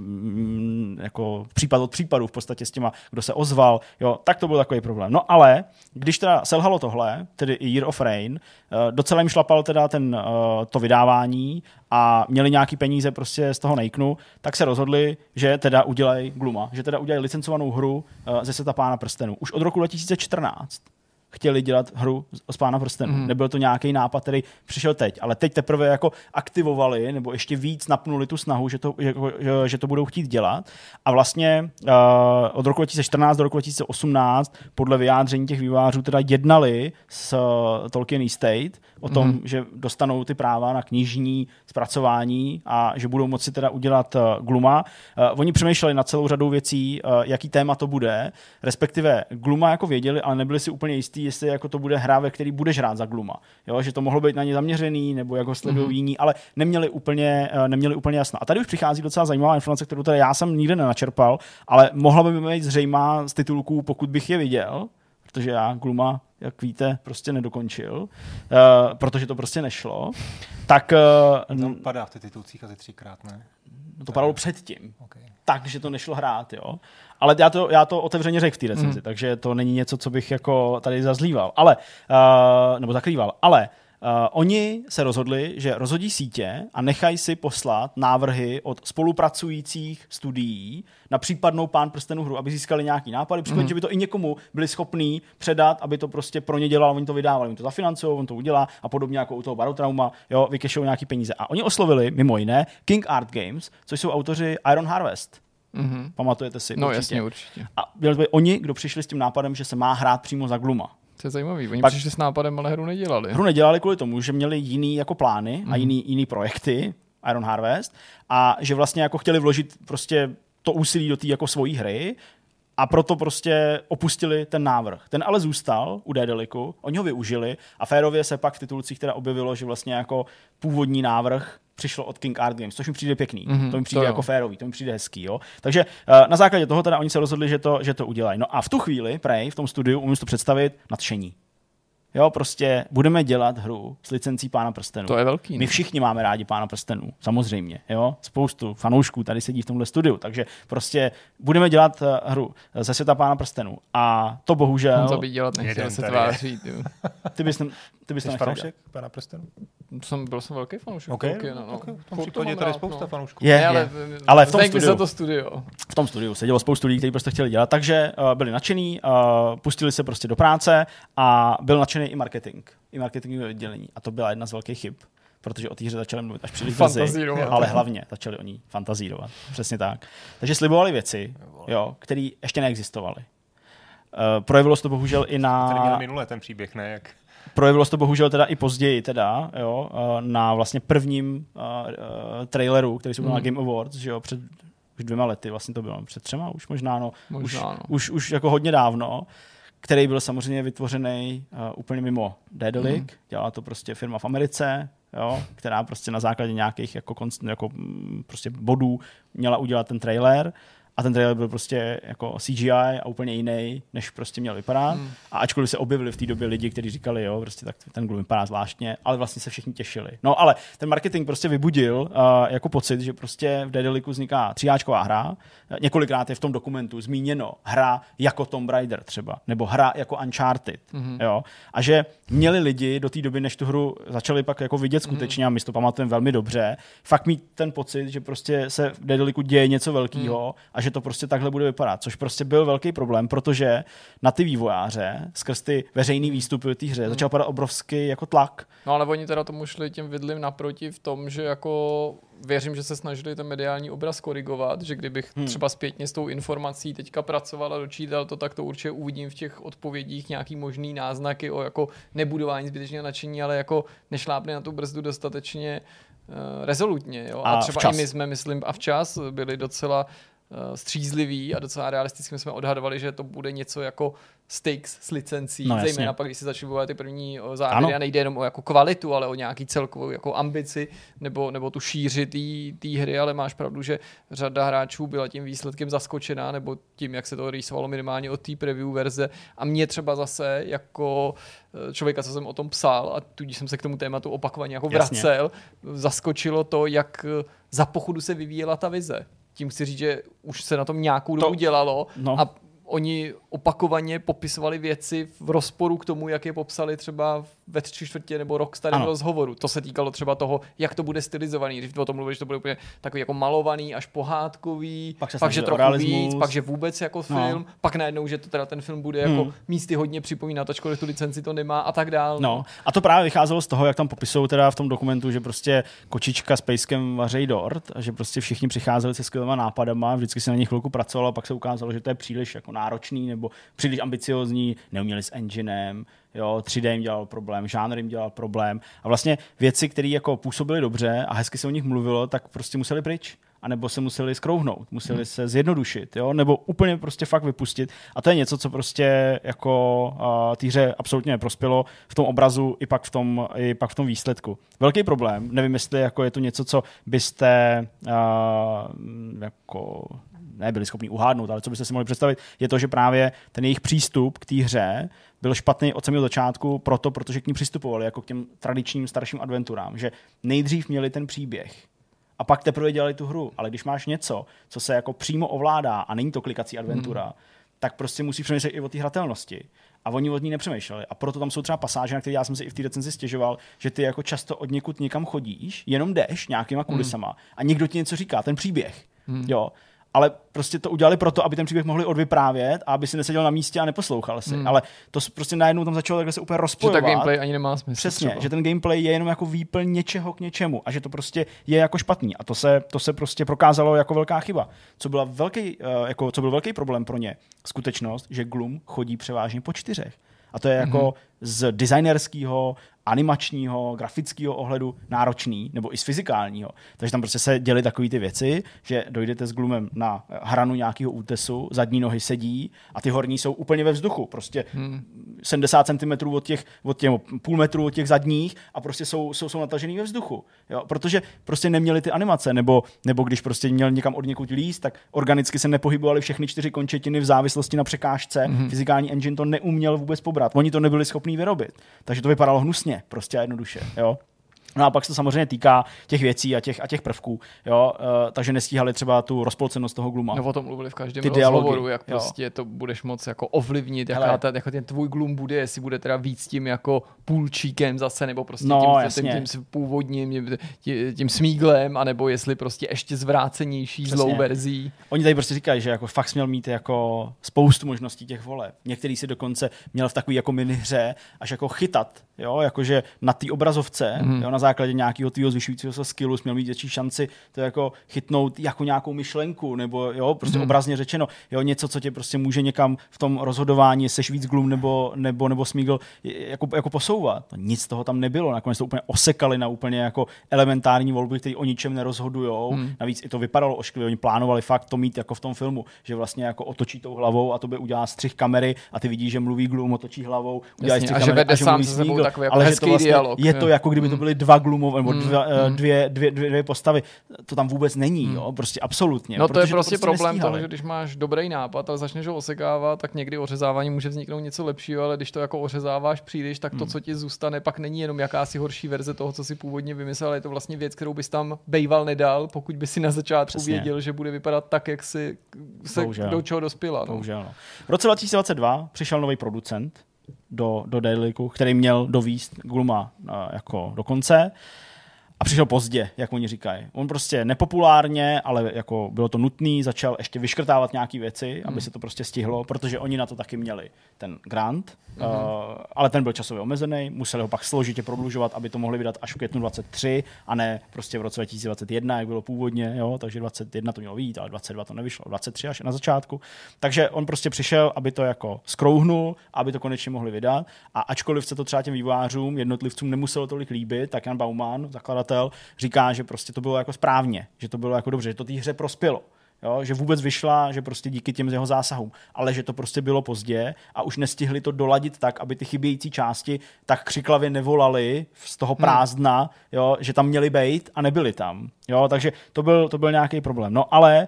jako případ od případu v podstatě s těma, kdo se ozval. Jo. Tak to byl takový problém. No ale, když teda selhalo tohle, tedy i Year of Rain, docela jim šlapalo teda to vydávání a měli nějaký peníze prostě z toho Naconu, tak se rozhodli, že teda udělají Gluma, že teda udělají licencovanou hru ze světa Pána prstenů. Už od roku 2014 chtěli dělat hru z Pána prstenů. Nebyl to nějaký nápad, který přišel teď, ale teď teprve jako aktivovali nebo ještě víc napnuli tu snahu, že to budou chtít dělat. A vlastně od roku 2014 do roku 2018 podle vyjádření těch vývojářů teda jednali s Tolkien Estate o tom, že dostanou ty práva na knižní zpracování a že budou moci teda udělat Gluma. Oni přemýšleli nad celou řadou věcí, jaký téma to bude, respektive Gluma jako věděli, ale nebyli si úplně jistí, jestli jako to bude hra, ve který budeš hrát za Gluma. Jo, že to mohlo být na ně zaměřený, nebo jako sledují jiní, ale neměli úplně jasno. A tady už přichází docela zajímavá informace, kterou tady já jsem nikde nenačerpal, ale mohla by být zřejmá z titulků, pokud bych je viděl, protože já Gluma, jak víte, prostě nedokončil, protože to prostě nešlo. Tak tam padá v těch titulcích asi 3krát, ne? to padalo předtím. Okay. Takže to nešlo hrát, jo. Ale já to otevřeně řekl v té recenzi, takže to není něco, co bych jako tady zazlíval, nebo zakrýval. Ale oni se rozhodli, že rozhodí sítě a nechají si poslat návrhy od spolupracujících studií na případnou Pán prstenů hru, aby získali nějaký nápady, případně, že by to i někomu byli schopní předat, aby to prostě pro ně dělal, oni to vydávali, oni to zafinancují, on to udělá a podobně jako u toho Barotrauma, jo, vykešou nějaký peníze. A oni oslovili mimo jiné King Art Games, což jsou autoři Iron Harvest. Pamatujete si? No určitě. Jasně, určitě. A byli to oni, kdo přišli s tím nápadem, že se má hrát přímo za Gluma. To je zajímavý. Oni přišli s nápadem, ale hru nedělali. Hru nedělali kvůli tomu, že měli jiný jako plány a jiný projekty, Iron Harvest, a že vlastně jako chtěli vložit prostě to úsilí do té jako svojí hry a proto prostě opustili ten návrh. Ten ale zůstal u Daedalicu, oni ho využili a férově se pak v titulcích teda objevilo, že vlastně jako původní návrh přišlo od King Art Games, což mi přijde pěkný. To mi přijde jako férový, to mi přijde hezký. Jo? Takže na základě toho teda oni se rozhodli, že to udělají. No a v tu chvíli, v tom studiu, umím si to představit, nadšení. Jo, prostě budeme dělat hru s licencí Pána prstenů. To je velký. My všichni máme rádi Pána prstenů, samozřejmě. Jo? Spoustu fanoušků tady sedí v tomhle studiu, takže prostě budeme dělat hru ze světa Pána prstenů. A to bohužel... To by dělat nechtěl se tvářit. Ty bys to fanoušek Pána prstenů? Byl jsem velký fanoušek. Okay. V tom případě tady spousta fanoušků. Ale v tom studiu sedělo spoustu lidí, kteří prostě chtěli dělat, takže byli nadšení, pustili se prostě do práce a byl nadšený i marketing. I marketingové oddělení. A to byla jedna z velkých chyb, protože o té hře začali mluvit až příliš brzy, ale hlavně začali o ní fantazírovat. Přesně tak. Takže slibovali věci, které ještě neexistovaly. Projevilo se to bohužel i na... Tady měla minulé ten příběh, ne? Jak... Projevilo se to bohužel teda i později teda, jo, na vlastně prvním traileru, který se byl na Game Awards, že jo, před už 2 lety, vlastně to bylo před 3 už možná, už jako hodně dávno, který byl samozřejmě vytvořený úplně mimo Daedalic, dělala to prostě firma v Americe, jo, která prostě na základě nějakých jako prostě bodů měla udělat ten trailer. A ten trailer byl prostě jako CGI a úplně jiný, než prostě měl vypadat. A ačkoliv se objevili v té době lidi, kteří říkali, jo, prostě tak ten Gloom vypadá zvláštně, ale vlastně se všichni těšili. No ale ten marketing prostě vybudil jako pocit, že prostě v Daedalicu vzniká 3áčková hra. Několikrát je v tom dokumentu zmíněno hra jako Tomb Raider třeba, nebo hra jako Uncharted. Jo? A že měli lidi do té doby, než tu hru začali pak jako vidět skutečně, a my si to pamatujeme velmi dobře, fakt mít ten pocit, že prostě se v Daedalicu děje něco velkého a že to prostě takhle bude vypadat, což prostě byl velký problém, protože na ty vývojáře skrz ty veřejný výstupy té hře začal padat obrovský jako tlak. No ale oni teda tomu šli tím vidlím naproti v tom, že jako věřím, že se snažili ten mediální obraz korigovat, že kdybych třeba zpětně s tou informací teďka pracoval a dočítal to, tak to určitě uvidím v těch odpovědích nějaký možný náznaky o jako nebudování zbytečného nadšení, ale jako nešlápli na tu brzdu dostatečně rezolutně. Jo? A třeba včas. I my jsme, myslím, a včas byli docela střízlivý a docela realisticky jsme odhadovali, že to bude něco jako stakes s licencí, zejména pak, když se začaly bojovat ty první závěry a nejde jenom o jako kvalitu, ale o nějaký celkovou jako ambici nebo tu šíři té hry, ale máš pravdu, že řada hráčů byla tím výsledkem zaskočená nebo tím, jak se to rýsovalo minimálně od té preview verze a mě třeba zase jako člověka, co jsem o tom psal a tudíž jsem se k tomu tématu opakovaně jako vracel, zaskočilo to, jak za pochodu se vyvíjela ta vize. Tím chci říct, že už se na tom nějakou dobu dělalo a oni opakovaně popisovali věci v rozporu k tomu, jak je popsali třeba ve 3/4 nebo rok starém rozhovoru. To se týkalo třeba toho, jak to bude stylizovaný. Když o tom mluvili, že to bude úplně takový jako malovaný, až pohádkový, pak že trochu víc, pak že vůbec jako film, pak najednou, že to teda ten film bude jako místy hodně připomínat, ačkoliv tu licenci to nemá a tak dál. No. A to právě vycházelo z toho, jak tam popisují teda v tom dokumentu, že prostě kočička s pejskem vařejí dort a že prostě všichni přicházeli se skvělýma nápadama, vždycky se na nich chvilku pracovalo, pak se ukázalo, že to je příliš jako náročný nebo příliš ambiciozní, neuměli s enginem, jo, 3D jim dělal problém, žánr jim dělal problém a vlastně věci, které jako působily dobře a hezky se o nich mluvilo, tak prostě museli pryč. A nebo se museli skrouhnout, museli se zjednodušit, jo? Nebo úplně prostě fakt vypustit. A to je něco, co prostě jako té hře absolutně neprospělo v tom obrazu i pak v tom výsledku. Velký problém, nevím, jestli jako je to něco, co byste jako nebyli schopni uhádnout, ale co byste si mohli představit, je to, že právě ten jejich přístup k té hře byl špatný od samého začátku protože k ní přistupovali jako k těm tradičním starším adventurám, že nejdřív měli ten příběh a pak teprve dělali tu hru. Ale když máš něco, co se jako přímo ovládá a není to klikací adventura, tak prostě musí přemýšlet i o té hratelnosti. A oni od ní nepřemýšleli. A proto tam jsou třeba pasáže, na které já jsem si i v té recenzi stěžoval, že ty jako často od někud někam chodíš, jenom jdeš nějakýma kulisama a někdo ti něco říká, ten příběh. Jo. Ale prostě to udělali proto, aby ten příběh mohli odvyprávět a aby si neseděl na místě a neposlouchal si. Ale to prostě najednou tam začalo takhle se úplně rozpojovat. Že ta gameplay ani nemá smysl. Přesně, třeba. Že ten gameplay je jenom jako výplň něčeho k něčemu a že to prostě je jako špatný. A to se prostě prokázalo jako velká chyba. Co byl velký problém pro ně, skutečnost, že Gloom chodí převážně po 4. A to je jako z designerského, animačního, grafického ohledu náročný, nebo i z fyzikálního. Takže tam prostě se děly takové ty věci, že dojdete s Gloomem na hranu nějakého útesu, zadní nohy sedí a ty horní jsou úplně ve vzduchu. Prostě 70 cm od těch půl metru od těch zadních a prostě jsou natažený ve vzduchu. Jo? Protože prostě neměli ty animace, nebo když prostě měl někam od někud líst, tak organicky se nepohybovaly všechny 4 končetiny v závislosti na překážce. Fyzikální engine to neuměl vůbec pobrat. Oni to nebyli schopní vyrobit. Takže to vypadalo hnusně, prostě a jednoduše, jo. No a pak se to samozřejmě týká těch věcí a těch prvků, jo, takže nestíhali třeba tu rozpolcenost toho Glooma. No o tom mluvili v každém rozhovoru, jak prostě to budeš moc jako ovlivnit, jako ten tvůj Gloom bude, jestli bude teda víc tím jako půlčíkem zase, nebo prostě tím původním, tím smíglem, anebo jestli prostě ještě zvrácenější zlou verzí. Oni tady prostě říkají, že jako fakt měl mít jako spoustu možností těch voleb. Některý si dokonce měl v takový jako minihře až jako chytat, jo, jakože na té obrazovce, jo, na základě nějakého tvýho zvyšujícího se skillu měl mít větší šanci to jako chytnout jako nějakou myšlenku, nebo jo, prostě obrazně řečeno, jo, něco, co tě prostě může někam v tom rozhodování, seš víc Gloom nebo Smeagol, jako posouvat. No, nic z toho tam nebylo, nakonec to úplně osekali na úplně jako elementární volby, které o ničem nerozhodujou. Navíc i to vypadalo ošklivě, oni plánovali fakt to mít jako v tom filmu, že vlastně jako otočí tou hlavou a to by udělá střih kamery a ty vidíš, že mluví Gloom, otočí hlavou, udělá střih kamery a že mluví Smeagol, ale že to vlastně je to jako kdyby to byly 2 Gloomové nebo dvě postavy. To tam vůbec není, jo, prostě absolutně. No to je prostě problém toho, že když máš dobrý nápad, ale začneš ho osekávat, tak někdy ořezávání může vzniknout něco lepšího, ale když to jako ořezáváš příliš, tak to, co ti zůstane, pak není jenom jakási horší verze toho, co si původně vymyslel, ale je to vlastně věc, kterou bys tam bejval nedal, pokud by si na začátku věděl, že bude vypadat tak, jak si se do čeho dospěla. No. Bohužel, no. V roce 2022 přišel nový producent do Daedalicu, který měl dovíst Glooma jako do konce. A přišel pozdě, jak oni říkají. On prostě nepopulárně, ale jako bylo to nutný, začal ještě vyškrtávat nějaké věci, aby se to prostě stihlo, protože oni na to taky měli ten grant, ale ten byl časově omezený, museli ho pak složitě prodlužovat, aby to mohli vydat až v květnu 23 a ne prostě v roce 2021, jak bylo původně, jo, takže 21 to mělo vyjít, ale 22 to nevyšlo, 23 až na začátku. Takže on prostě přišel, aby to jako skrouhnul, aby to konečně mohli vydat a ačkoliv se to třeba těm vývojářům, jednotlivcům nemuselo tolik líbit, tak Jan Bauman, zakladatel, říká, že prostě to bylo jako správně, že to bylo jako dobře, že to té hře prospělo. Jo, že vůbec vyšla, že prostě díky těm jeho zásahům, ale že to prostě bylo pozdě a už nestihli to doladit tak, aby ty chybějící části tak křiklavě nevolaly z toho prázdna, jo, že tam měly bejt a nebyly tam. Jo, takže to byl nějaký problém. No ale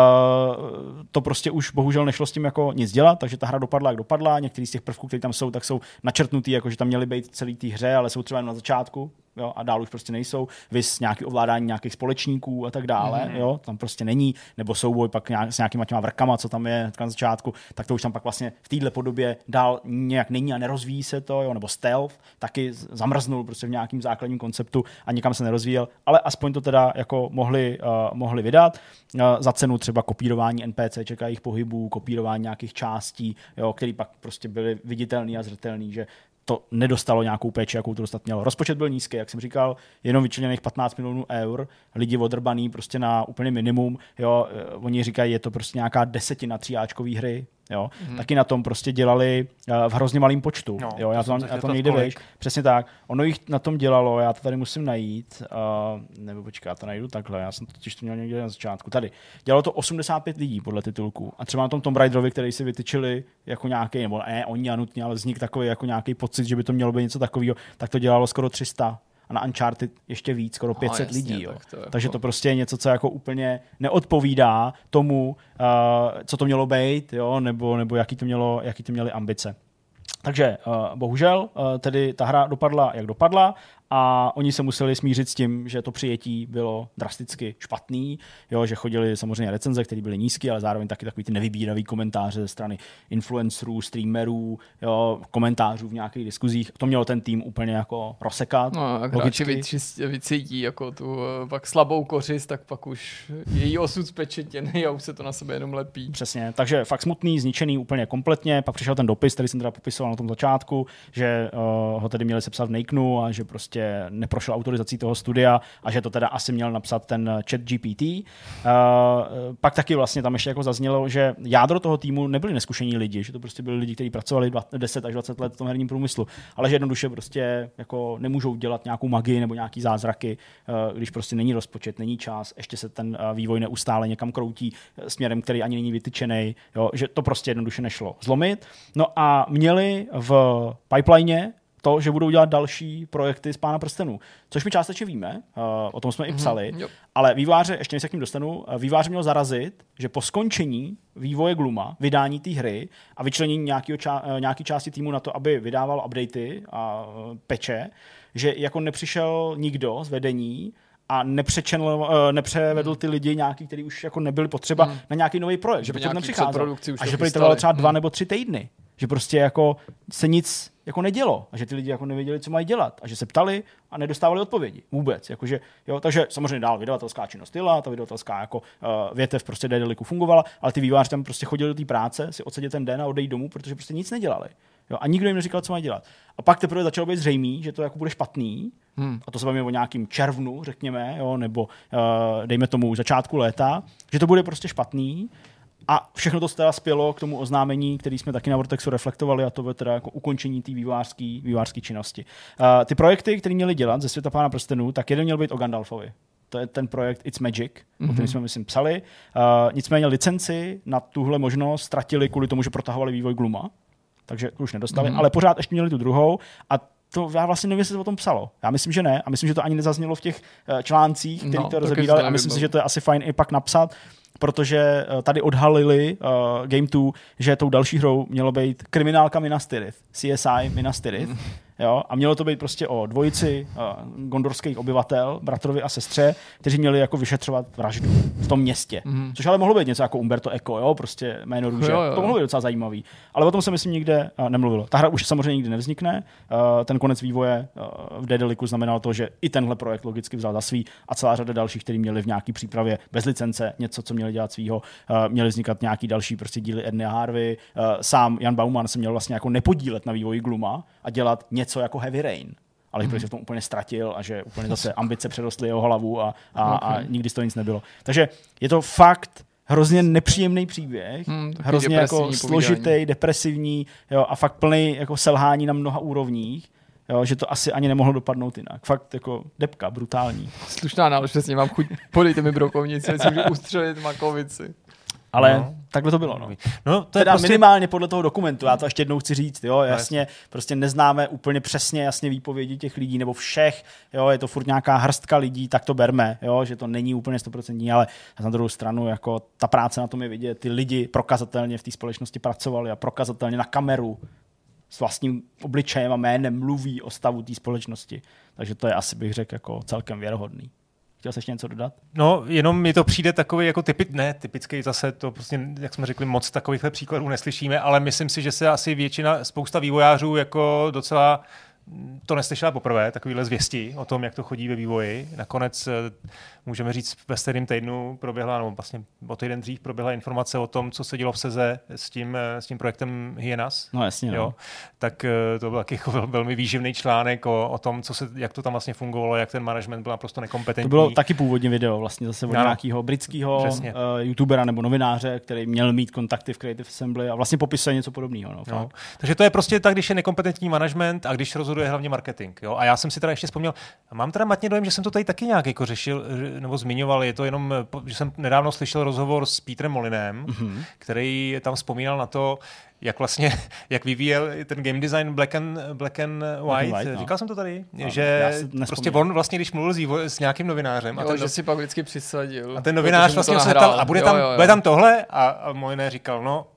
to prostě už bohužel nešlo s tím jako nic dělat, takže ta hra dopadla jak dopadla. Některý z těch prvků, které tam jsou, tak jsou načrtnutý, jako že tam měly být celý té hře, ale jsou třeba na začátku. Jo, a dál už prostě nejsou, vys nějaký ovládání nějakých společníků a tak dále, jo, tam prostě není, nebo souboj pak s nějakýma těma vrkama, co tam je na začátku, tak to už tam pak vlastně v téhle podobě dál nějak není a nerozvíjí se to, jo, nebo stealth taky zamrznul prostě v nějakým základním konceptu a nikam se nerozvíjel, ale aspoň to teda jako mohli vydat za cenu třeba kopírování NPCček a jejich pohybů, kopírování nějakých částí, jo, které pak prostě byly viditelný a zřetelný, že to nedostalo nějakou péči, jakou to dostat mělo. Rozpočet byl nízký, jak jsem říkal, jenom vyčleněných 15 milionů eur, lidi odrbaný prostě na úplně minimum, jo, oni říkají, je to prostě nějaká 10 3áčkový hry, jo. Taky na tom prostě dělali v hrozně malým počtu, no, jo, já to nejde vejš, přesně tak. Ono jich na tom dělalo, já to tady musím najít, nebo počkej, já to najdu takhle, já jsem totiž to měl někde na začátku, tady. Dělalo to 85 lidí podle titulku a třeba na tom Tomb Raiderovi, který si vytyčili jako nějaký, nebo ne, oni a nutně, ale vznik takový jako nějaký pocit, že by to mělo být něco takového, tak to dělalo skoro 300. A na Uncharted ještě víc, skoro 500 lidí. Jo. Takže to prostě je něco, co jako úplně neodpovídá tomu, co to mělo být, jo, nebo jaký to měly ambice. Takže bohužel tedy ta hra dopadla, jak dopadla a oni se museli smířit s tím, že to přijetí bylo drasticky špatný, jo, že chodili samozřejmě recenze, které byly nízké, ale zároveň taky takový ty nevybíravý komentáře ze strany influencerů, streamerů, jo, komentářů v nějakých diskuzích. To mělo ten tým úplně jako rozsekat. No, jak hráči vycítí jako tu pak slabou kořist, tak pak už její osud zpečetěný a už se to na sebe jenom lepí. Přesně, takže fakt smutný, zničený úplně kompletně. Pak přišel ten dopis, který jsem teda popisoval na tom začátku, že ho tedy měli sepsat v Nakenu a že prostě neprošel autorizací toho studia a že to teda asi měl napsat ten ChatGPT. Pak taky vlastně tam ještě jako zaznělo, že jádro toho týmu nebyli neskušení lidi, že to prostě byli lidi, kteří pracovali 10 až 20 let v tom herním průmyslu, ale že jednoduše prostě jako nemůžou dělat nějakou magii nebo nějaký zázraky, když prostě není rozpočet, není čas, ještě se ten vývoj neustále někam kroutí směrem, který ani není vytyčený, jo, že to prostě jednoduše nešlo zlomit. No a měli v pipeline to, že budou dělat další projekty z Pána prstenů. Což my částečně víme, o tom jsme i psali, ale vývojáře, ještě než se k ním dostanu, vývojáře měl zarazit, že po skončení vývoje Gluma, vydání té hry a vyčlenění nějaký části týmu na to, aby vydával updaty a patche, že jako nepřišel nikdo z vedení a nepřevedl ty lidi nějaký, kteří už jako nebyli potřeba na nějaký nový projekt, že to nepřicházel. A že trvalo třeba 2 nebo 3 týdny. Že prostě jako se nic jako nedělo a že ty lidi jako nevěděli, co mají dělat a že se ptali a nedostávali odpovědi vůbec. Jakože, jo, takže samozřejmě dál vydavatelská činnost byla, ta vydavatelská jako větev prostě Daedalicu fungovala, ale ty vývojáři tam prostě chodili do té práce, si odsedět ten den a odejít domů, protože prostě nic nedělali. Jo, a nikdo jim neříkal, co mají dělat. A pak teprve začalo být zřejmý, že to jako bude špatný. A to se bavíme o nějakým červnu, řekněme, jo, nebo dejme tomu začátku léta, že to bude prostě špatný. A všechno to teda spělo k tomu oznámení, který jsme taky na Vortexu reflektovali, a to bylo teda jako ukončení té vývojářské činnosti. Ty projekty, které měli dělat ze světa Pána prstenů, tak jeden měl být o Gandalfovi. To je ten projekt It's Magic, o kterém jsme, myslím, psali. Nicméně licenci na tuhle možnost ztratili kvůli tomu, že protahovali vývoj Gluma, takže už nedostali, ale pořád ještě měli tu druhou a to já vlastně nevím, jestli se o tom psalo. Já myslím, že ne a myslím, že to ani nezaznělo v těch článcích, který to rozebírali a myslím si, že to je asi fajn i pak napsat, protože tady odhalili Game 2, že tou další hrou mělo být kriminálka Minas Tirith, CSI Minas Tirith. Jo? A mělo to být prostě o dvojici gondorských obyvatel, bratrovi a sestře, kteří měli jako vyšetřovat vraždu v tom městě. Což ale mohlo být něco jako Umberto Eco, jo? Prostě jméno růže. To mohlo být docela zajímavý. Ale o tom se myslím nikde nemluvilo. Ta hra už samozřejmě nikdy nevznikne. Ten konec vývoje v Daedalicu znamenal to, že i tenhle projekt logicky vzal za svý a celá řada dalších, kteří měli v nějaký přípravě bez licence něco, co měli dělat svýho, měli vznikat nějaký další prostě díly Edny a Harvey. Sám Jan Bauman se měl vlastně jako nepodílet na vývoji Gluma a dělat něco jako Heavy Rain, ale že se v tom úplně ztratil a že úplně zase ambice přerostly jeho hlavu a nikdy z toho nic nebylo. Takže je to fakt hrozně nepříjemný příběh, hrozně jako složitý, depresivní, jo, a fakt plný jako selhání na mnoha úrovních. Jo, že to asi ani nemohlo dopadnout jinak. Fakt jako depka, brutální. Slušná nálož, přesně mám chuť, podejte mi brokovnici, myslím, že ustřelit makovici. Ale takhle to bylo. No to teda je prostě minimálně podle toho dokumentu, já to ještě jednou chci říct, jo, jasně, prostě neznáme úplně přesně jasně výpovědi těch lidí, nebo všech, jo, je to furt nějaká hrstka lidí, tak to berme, jo, že to není úplně 100%, ale na druhou stranu, jako ta práce na tom je vidět, ty lidi prokazatelně v té společnosti pracovali a prokazatelně na kameru s vlastním obličejem a jménem mluví o stavu té společnosti. Takže to je asi, bych řekl, jako celkem věrohodný. Chtěl jsi ještě něco dodat? No, jenom mi to přijde takový jako typický zase, to prostě, jak jsme řekli, moc takovýchhle příkladů neslyšíme, ale myslím si, že se asi spousta vývojářů jako docela to neslyšela poprvé, takovýhle zvěsti o tom, jak to chodí ve vývoji. Nakonec můžeme říct, ve stejném týdnu proběhla, nebo vlastně o týden dřív proběhla informace o tom, co se dělo v Seze s tím projektem Hyenas. No jasně, no. Jo. Tak to byl taky velmi výživný článek o tom, jak to tam vlastně fungovalo, jak ten management byl naprosto nekompetentní. To bylo taky původně video vlastně zase od nějakého britského youtubera nebo novináře, který měl mít kontakty v Creative Assembly a vlastně popisuje něco podobného. No. Takže to je prostě tak, když je nekompetentní management a když rozhoduje hlavně marketing. Jo? A já jsem si teda ještě vzpomněl, mám teda matně dojem, že jsem to tady taky nějak jako řešil nebo zmiňoval, je to jenom, že jsem nedávno slyšel rozhovor s Petrem Molinem, který tam vzpomínal na to, jak vyvíjel ten game design Black and White. No. Říkal jsem to tady, že prostě on vlastně, když mluvil s nějakým novinářem. Jo, že si pak vždycky přisadil. A ten novinář vlastně se ptal, a bude tam tohle? A Moliner říkal, no, to je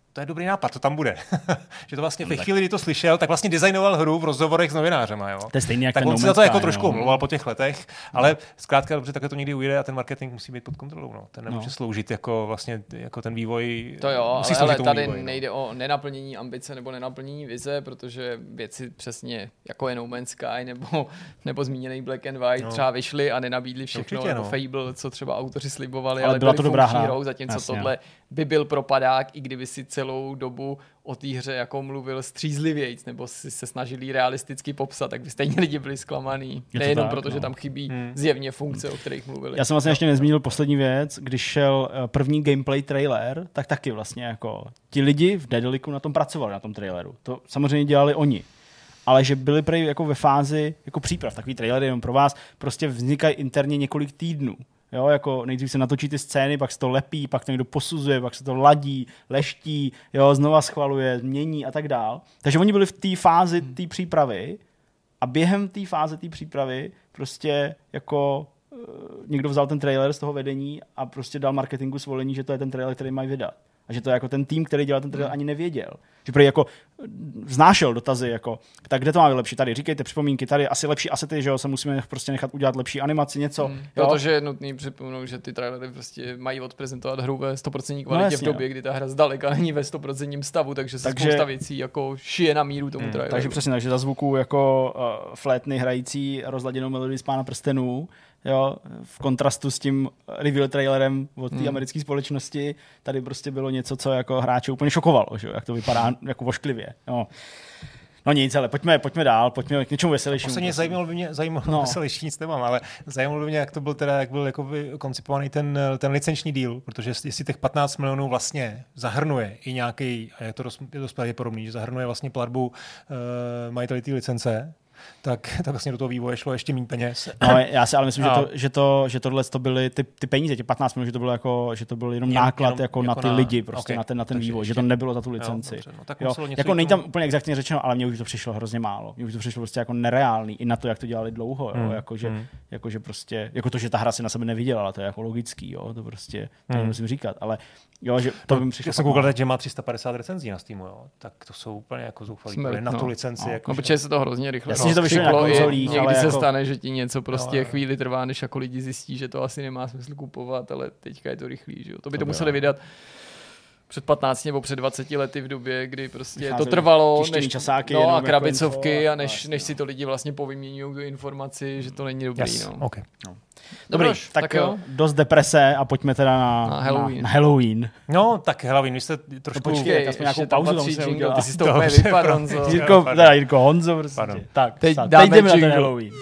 to je dobrý nápad, to tam bude. Že to vlastně ve chvíli, kdy to slyšel, tak vlastně designoval hru v rozhovorech s novinářema. Jo? To je stejný jak tak ten on se za to jako trošku omlouval po těch letech, ale zkrátka dobře, takhle to někdy ujde a ten marketing musí být pod kontrolou. No. Ten nemůže sloužit jako vlastně jako ten vývoj. To jo, musí ale tady vývoji, nejde o nenaplnění ambice nebo nenaplnění vize, protože věci přesně jako je No Man's Sky nebo zmíněný Black and White třeba vyšly a nenabídli všechno, určitě, nebo Fable, co třeba autoři slibovali, ale byla to dobrá hra. Zatímco tohle by byl propadák, i kdyby si celou dobu o té hře jako mluvil střízlivějc, nebo si se snažili realisticky popsat, tak by stejně lidi byli zklamaný. Nejenom proto, že tam chybí zjevně funkce, o kterých mluvili. Já jsem vlastně ještě nezmínil poslední věc, když šel první gameplay trailer, tak taky vlastně jako ti lidi v Daedalicu na tom pracovali, na tom traileru. To samozřejmě dělali oni. Ale že byli prej jako ve fázi jako příprav, takový trailer jenom pro vás, prostě vznikají interně několik týdnů. Jo, jako nejdřív se natočí ty scény, pak se to lepí, pak to někdo posuzuje, pak se to ladí, leští, jo, znova schvaluje, mění a tak dál. Takže oni byli v té fázi té přípravy a během té fáze té přípravy prostě jako někdo vzal ten trailer z toho vedení a prostě dal marketingu svolení, že to je ten trailer, který mají vydat. A že to je jako ten tým, který dělal ten trailer, ani nevěděl. Že prý jako vznášel dotazy, jako, tak kde to máme lepší? Tady říkejte připomínky, tady asi lepší asety, že jo, se musíme prostě nechat udělat lepší animaci, něco. Protože je nutný připomenout, že ty trailery prostě mají odprezentovat hru ve 100% kvalitě v době, kdy ta hra zdaleka není ve 100% stavu, takže se spousta věcí jako šije na míru tomu traileru. Takže přesně, takže za zvuku jako flétny hrající rozladěnou melodii z Pána prstenů, jo, v kontrastu s tím reveal trailerem od té americké společnosti, tady prostě bylo něco, co jako hráče úplně šokovalo, že jo, jak to vypadá jako vošklivě. Jo. No nic, ale pojďme dál, pojďme k něčemu veselějšímu. Posledně zajímalo veselější nic nemám, ale zajímalo by mě, jak to byl teda, jak byl jako koncipovaný ten licenční deal, protože jestli těch 15 milionů vlastně zahrnuje i nějaký, a je to dost pravděpodobný, že zahrnuje vlastně platbu majiteli té licence, tak vlastně do toho vývoje šlo ještě méně peněz. No, já si ale myslím, že tohle to byly ty peníze, těch 15 milionů, že to bylo jako, že to byl jenom náklad jako na ty lidi, prostě na ten vývoj, že to nebylo za tu licenci. Jo, dobře, tak jako není tam úplně exaktně řečeno, ale mně už to přišlo hrozně málo. Mně už to přišlo prostě jako nereálný i na to, jak to dělali dlouho, jakože prostě jako to, že ta hra si na sebe nevydělala, to je jako logický, jo, to prostě to nemusím říkat, ale jo, že to by mi přišlo. Já jsem koukal, že má 350 recenzí na Steamu, jo. Tak to jsou úplně jako zoufalí na tu licenci, jako protože se to hrozně rychle to vyšlo na konzolích, někdy se stane, že ti něco prostě chvíli trvá, než jako lidi zjistí, že to asi nemá smysl kupovat, ale teďka je to rychlý, že jo. To by to museli vydat před 15 nebo před 20 lety v době, kdy prostě to trvalo, a krabicovky a než si to lidi vlastně povyměňují tu informaci, že to není dobrý. Yes. No. Okay. No. Dobrý, tak jo. Dost deprese a pojďme teda na Halloween. No, tak Halloween, vy jste trošku... Počkej, aspoň nějakou pauzu tam musíme udělat. Ty jsi to úplně vypadl, Honzo. Jirko, Honzo prostě. Tak, teď jdeme na ten Halloween.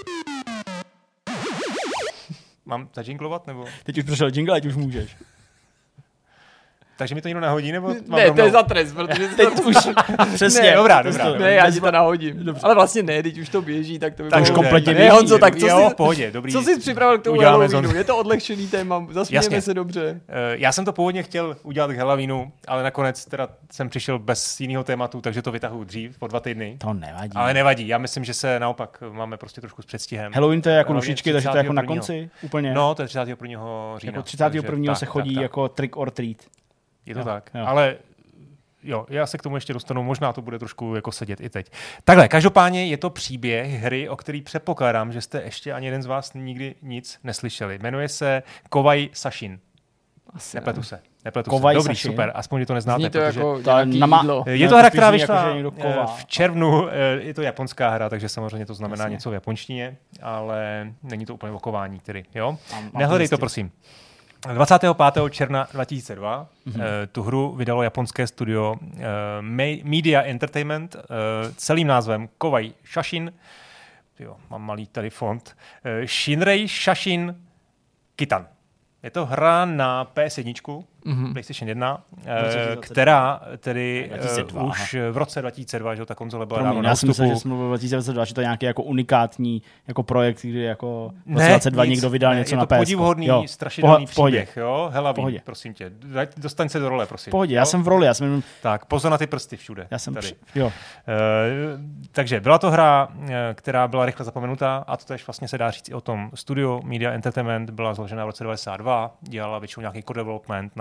Mám zajinglovat, nebo? Teď už přišel jingle, ať už můžeš. Takže mi to někdo nahodí, nebo? Ne, to je za trest, protože teď už přesně. Ne, dobrá. Ne, já si to nahodím. Dobře. Ale vlastně ne, teď už to běží, tak to by bylo. Tak už kompletně běží. Honzo, tak v pohodě, dobrý. Co jsi připravil k tomu Halloweenu? Je to odlehčený téma, zasmějeme se dobře. Já jsem to původně chtěl udělat k Halloweenu, ale nakonec teda jsem přišel bez jiného tématu, takže to vytahuji dřív, po 2 týdny. To nevadí. Ale nevadí, já myslím, že se naopak máme prostě trošku s předstihem. Halloween to je jako dušičky, takže to je jako na konci úplně. No, to je 31. října. Jako 31. se chodí jako trick or treat. Je to tak, ale jo, já se k tomu ještě dostanu, možná to bude trošku jako sedět i teď. Takhle, každopádně je to příběh hry, o který předpokládám, že jste ještě ani jeden z vás nikdy nic neslyšeli. Jmenuje se Kovai Sashin. Nepletu se. Dobrý, Sashin. Super, aspoň, že to neznáte. Zní to protože jako je to hra, která vyšla v červnu, je to japonská hra, takže samozřejmě to znamená něco v japonštině, ale není to úplně vokování tedy, jo? Nehledej to, prosím. 25. června 2002 tu hru vydalo japonské studio Media Entertainment celým názvem Kovai Sashin. Jo, mám malý tady font. Shinrei Sashin Kitan. Je to hra na PS1, PlayStation 1, která tedy 2002, už v roce 2002, že ta konzole byla dávno na ústupu. Já jsem myslel, že jsem mluvil 2022, že to je nějaký jako unikátní jako projekt, kdy jako v roce 2022 někdo vydal něco na PS. Je to podivhodný, strašidelný příběh, jo? Halloween, prosím tě. Dostaň se do role, prosím. Pohodě, já jsem v roli, Tak, pozor na ty prsty všude. Já jsem tady. Jo. Takže byla to hra, která byla rychle zapomenutá a to tež vlastně se dá říct i o tom studio Media Entertainment, byla založena v roce 92, dělala většinou nějaký core development na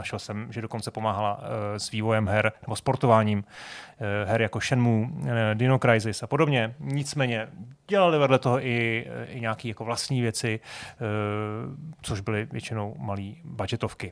našel jsem, že dokonce pomáhala s vývojem her nebo sportováním her jako Shenmue, Dino Crisis a podobně. Nicméně dělali vedle toho i nějaké jako vlastní věci, což byly většinou malý budgetovky.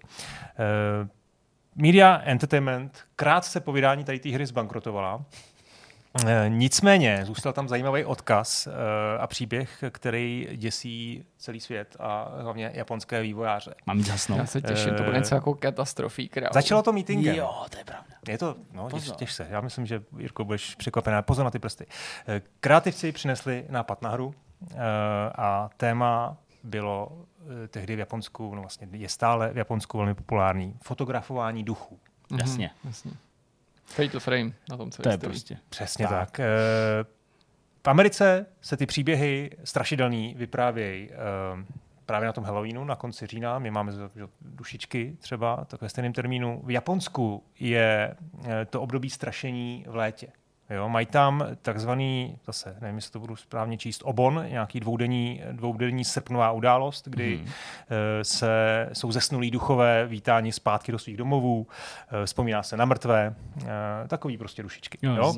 Media Entertainment krátce po vydání tady té hry zbankrotovala. Nicméně zůstal tam zajímavý odkaz a příběh, který děsí celý svět a hlavně japonské vývojáře. Mám jít zasnout. Já se těším, to bude něco jako katastrofík. Začalo to meetingem. Jo, to je pravda. Je to, no, těš se. Já myslím, že Jirko, budeš překvapená. Pozor na ty prsty. Kreativci přinesli nápad na hru a téma bylo tehdy v Japonsku, no vlastně je stále v Japonsku velmi populární, fotografování duchů. Jasně. Fatal Frame na tom celé. To je prostě. Přesně tak. V Americe se ty příběhy strašidelný vyprávějí právě na tom Halloweenu, na konci října. My máme dušičky třeba, tak ve stejném termínu. V Japonsku je to období strašení v létě. Jo, mají tam takzvaný, zase nevím, jestli to budu správně číst, obon, nějaký dvoudenní srpnová událost, kdy jsou zesnulí duchové vítáni zpátky do svých domovů, vzpomíná se na mrtvé, takový prostě dušičky. Jo?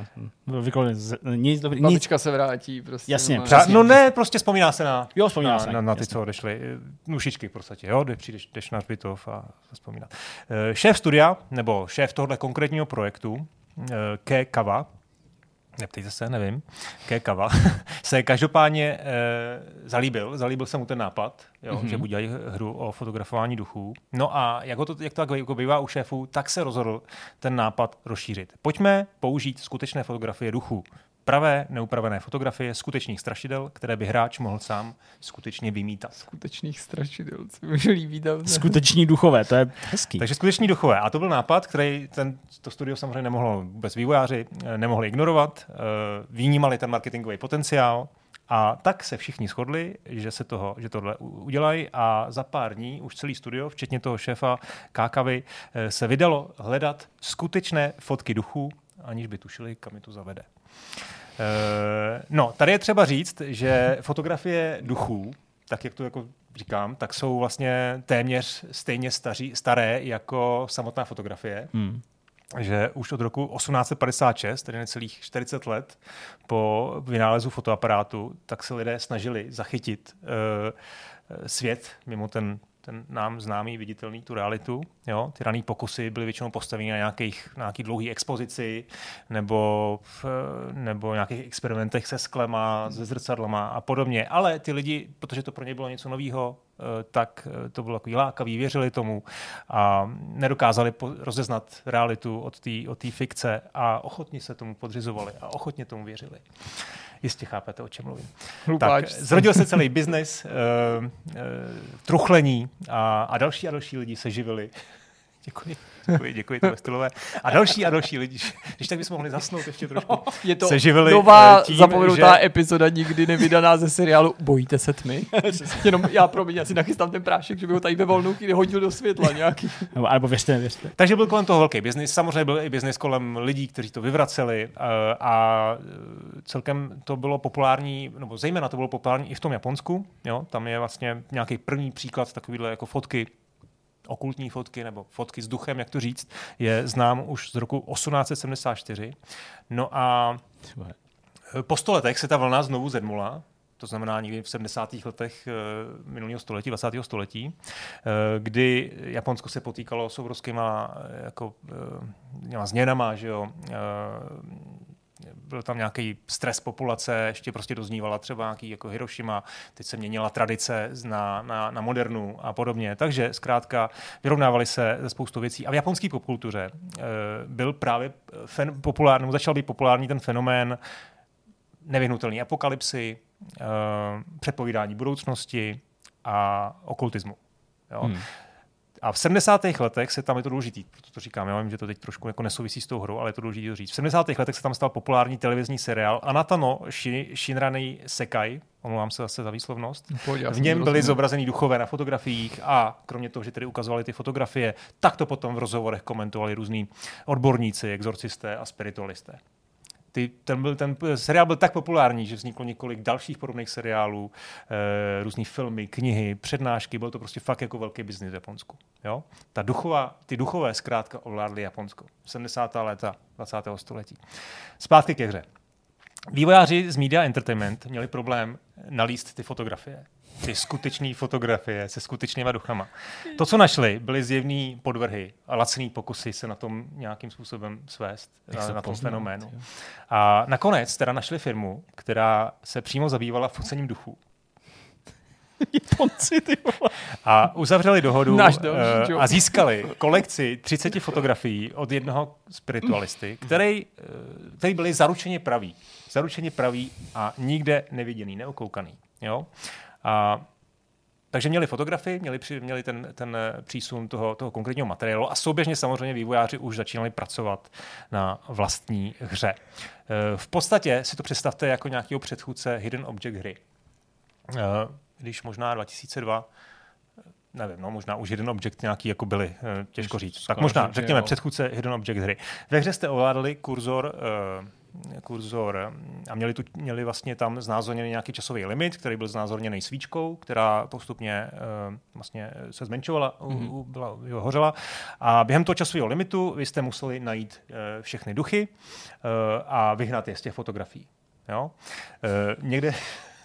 Babička se vrátí. Prostě, jasně. No ne, prostě vzpomíná se na ty, co odešli. Dušičky v podstatě, jo? Jdeš na hřbitov a vzpomínat. Šéf studia, nebo šéf tohoto konkrétního projektu, Ke Kawa, neptejte se, nevím, Ke Kawa, se každopádně zalíbil se mu ten nápad, jo, že udělají hru o fotografování duchů. No a jak to jako bývá u šéfů, tak se rozhodl ten nápad rozšířit. Pojďme použít skutečné fotografie duchů. Pravé, neupravené fotografie skutečných strašidel, které by hráč mohl sám skutečně vymítat. Skutečných strašidel, co mi líbí tam. Skuteční duchové, to je hezký. Takže skuteční duchové. A to byl nápad, který to studio samozřejmě nemohlo vůbec vývojáři, nemohli ignorovat, vnímali ten marketingový potenciál a tak se všichni shodli, že tohle udělají a za pár dní už celý studio, včetně toho šéfa Kákavy, se vydalo hledat skutečné fotky duchů, aniž by tušili, kam je to zavede. No, tady je třeba říct, že fotografie duchů, tak jak to jako říkám, tak jsou vlastně téměř stejně staré jako samotná fotografie. Že už od roku 1856, tedy necelých 40 let po vynálezu fotoaparátu, tak se lidé snažili zachytit svět mimo ten nám známý, viditelný, tu realitu. Jo? Ty raný pokusy byly většinou postaveny na nějaký dlouhý expozici nebo nějakých experimentech se sklema, se zrcadlama a podobně. Ale ty lidi, protože to pro ně bylo něco nového, tak to bylo takový lákavý, věřili tomu a nedokázali rozeznat realitu od té fikce a ochotně se tomu podřizovali a ochotně tomu věřili. Jistě chápete, o čem mluvím. Tak, zrodil se celý biznis, truchlení a další lidi se živili. Děkuji, to je stylové. A další lidi, když tak bychom mohli zasnout ještě trošku, je to se živili nová tím, zapomenutá epizoda nikdy nevydaná ze seriálu Bojíte se tmy? Jenom já si nachystám ten prášek, že by ho tady ve volnou chvíli hodil do světla nějaký. Alebo věřte. Takže byl kolem toho velký biznis. Samozřejmě byl i biznis kolem lidí, kteří to vyvraceli a celkem to bylo populární, nebo zejména to bylo populární i v tom Japonsku. Jo? Tam je vlastně nějaký první příklad takovýhle jako fotky, okultní fotky nebo fotky s duchem, jak to říct, je znám už z roku 1874. No a po 100 letech se ta vlna znovu zedmula, to znamená někdy v 70. letech minulého století, 20. století, kdy Japonsko se potýkalo s obrovskýma změnama, že jo, byl tam nějaký stres populace, ještě prostě doznívala třeba nějaký jako Hirošima, teď se měnila tradice na modernu a podobně. Takže zkrátka vyrovnávali se ze spoustou věcí. A v japonské popkultuře byl právě začal být populární ten fenomén nevyhnutelné apokalypsy, předpovídání budoucnosti a okultismu. Jo? A v 70. letech se tam, je to důležitý, proto to říkám, já vím, že to teď trošku jako nesouvisí s tou hrou, ale je to důležité to říct. V 70. letech se tam stal populární televizní seriál Anata no Shinranei Sekai, omlouvám se zase za výslovnost. V něm byly zobrazený duchové na fotografiích a kromě toho, že tedy ukazovali ty fotografie, tak to potom v rozhovorech komentovali různí odborníci, exorcisté a spiritualisté. Ten seriál byl tak populární, že vzniklo několik dalších podobných seriálů, různý filmy, knihy, přednášky, bylo to prostě fakt jako velký biznis v Japonsku. Jo? Ty duchové zkrátka ovládly Japonsko. 70. léta 20. století. Zpátky ke hře. Vývojáři z Media Entertainment měli problém nalíst ty fotografie. Ty skutečné fotografie se skutečnýma duchama. To, co našli, byly zjevný podvrhy a laciný pokusy se na tom nějakým způsobem svést, na tom fenoménu. A nakonec teda našli firmu, která se přímo zabývala focením duchů. Japonci, ty vole. A uzavřeli dohodu a získali kolekci 30 fotografií od jednoho spiritualisty, který byli zaručeně praví a nikde neviděný, neokoukaný. Jo? Takže měli fotografii, měli ten přísun toho konkrétního materiálu a souběžně samozřejmě vývojáři už začínali pracovat na vlastní hře. V podstatě si to představte jako nějakého předchůdce Hidden Object hry. Když možná 2002, nevím, možná už Hidden Object nějaký jako byli, těžko říct. Tak možná, řekněme, předchůdce Hidden Object hry. Ve hře jste ovládali kurzor a měli vlastně tam znázorněný nějaký časový limit, který byl znázorněný svíčkou, která postupně vlastně se zmenšovala, hořela. A během toho časového limitu vy jste museli najít všechny duchy a vyhnat je z těch fotografií. Jo? Někde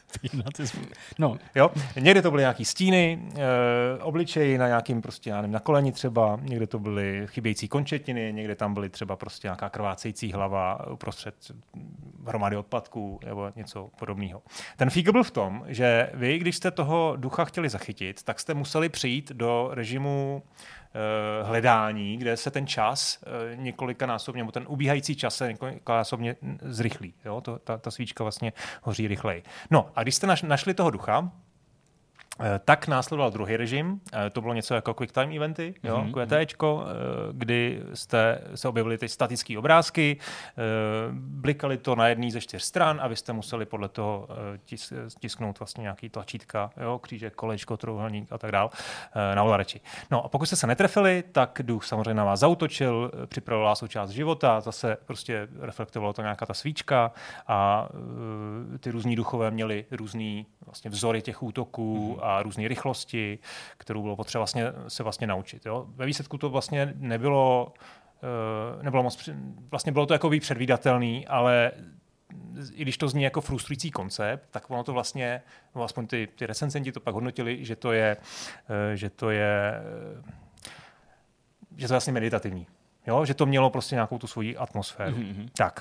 někde to byly nějaký stíny, obličeji na nějakým prostě, já nevím, na koleni třeba, někde to byly chybějící končetiny, někde tam byly třeba prostě nějaká krvácející hlava uprostřed hromady odpadků nebo něco podobného. Ten fígl byl v tom, že vy, když jste toho ducha chtěli zachytit, tak jste museli přijít do režimu hledání, kde se ten čas několikanásobně, nebo ten ubíhající čas se několikanásobně zrychlí. Jo? Ta svíčka vlastně hoří rychleji. No a když jste našli toho ducha, tak následoval druhý režim, to bylo něco jako quick time eventy, QTEčko, kdy se objevily ty statické obrázky, blikaly to na jedný ze 4 stran a vy jste museli podle toho tisknout vlastně nějaký tlačítka, křížek, kolečko, trojúhelník a tak dál na ovladači. No a pokud jste se netrefili, tak duch samozřejmě na vás zaútočil, připravoval součást života, zase prostě reflektovalo to nějaká ta svíčka a ty různí duchové měli různý vlastně vzory těch útoků a různé rychlosti, kterou bylo potřeba se naučit. Jo? Ve výsledku to vlastně nebylo moc, vlastně bylo to jako předvídatelný, ale i když to zní jako frustrující koncept, tak ono to vlastně, aspoň ty recenzenti to pak hodnotili, že to je vlastně meditativní. Jo? Že to mělo prostě nějakou tu svoji atmosféru. Tak.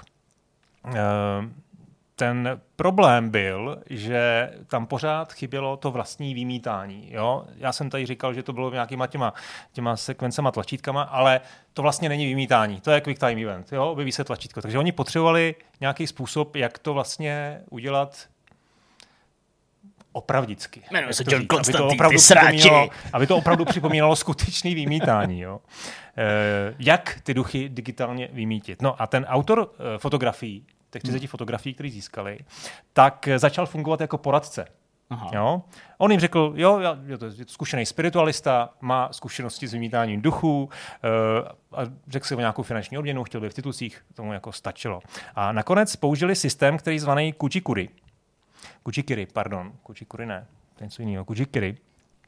Ten problém byl, že tam pořád chybělo to vlastní vymítání. Jo? Já jsem tady říkal, že to bylo nějakýma těma sekvencema, tlačítkama, ale to vlastně není vymítání. To je quick time event. Jo? Objeví se tlačítko. Takže oni potřebovali nějaký způsob, jak to vlastně udělat opravdicky. Jmenuje se John Konstantin, ty sráči. Aby to opravdu připomínalo skutečný vymítání. Jo? Jak ty duchy digitálně vymítit? No a ten autor fotografií, těch 30 fotografií, které získali, tak začal fungovat jako poradce. Jo? On jim řekl, je to zkušený spiritualista, má zkušenosti s vymítáním duchů, a řekl si o nějakou finanční odměnu, chtěl by v titulcích, tomu jako stačilo. A nakonec použili systém, který je zvaný Kuchikuri, ne, to je něco jiného, Kuchikuri.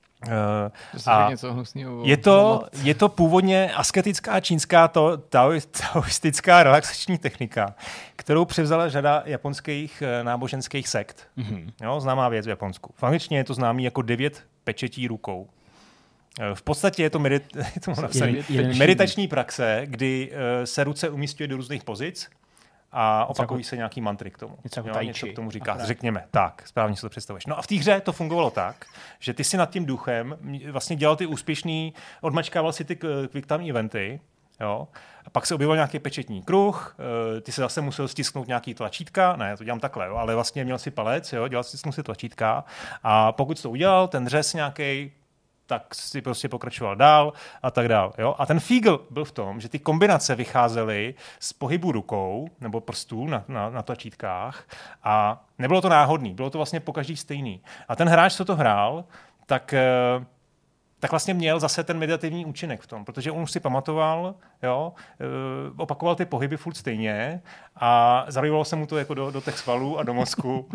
Je to původně asketická čínská taoistická relaxační technika, kterou převzala řada japonských náboženských sekt. Jo, známá věc v Japonsku. V angličtině je to známý jako 9 pečetí rukou. V podstatě je to meditační praxe, kdy se ruce umísťuje do různých pozic a opakují se nějaký mantry k tomu. Něco k tomu říká, řekněme. Tak, správně si to představuješ. No a v té hře to fungovalo tak, že ty si nad tím duchem vlastně dělal ty úspěšný, odmačkával si ty quick time eventy, jo, a pak se objevil nějaký pečetní kruh, ty se zase musel stisknout nějaký tlačítka, ne, to dělám takhle, jo, ale vlastně měl si palec, jo, stisknul si tlačítka a pokud jsi to udělal, ten řez nějaký, tak si prostě pokračoval dál a tak dál. Jo? A ten fígl byl v tom, že ty kombinace vycházely z pohybu rukou nebo prstů na tlačítkách a nebylo to náhodný, bylo to vlastně pokaždý stejný. A ten hráč, co to hrál, tak tak vlastně měl zase ten meditativní účinek v tom, protože on už si pamatoval, jo, opakoval ty pohyby furt stejně a zalivalo se mu to jako do těch svalů a do mozku.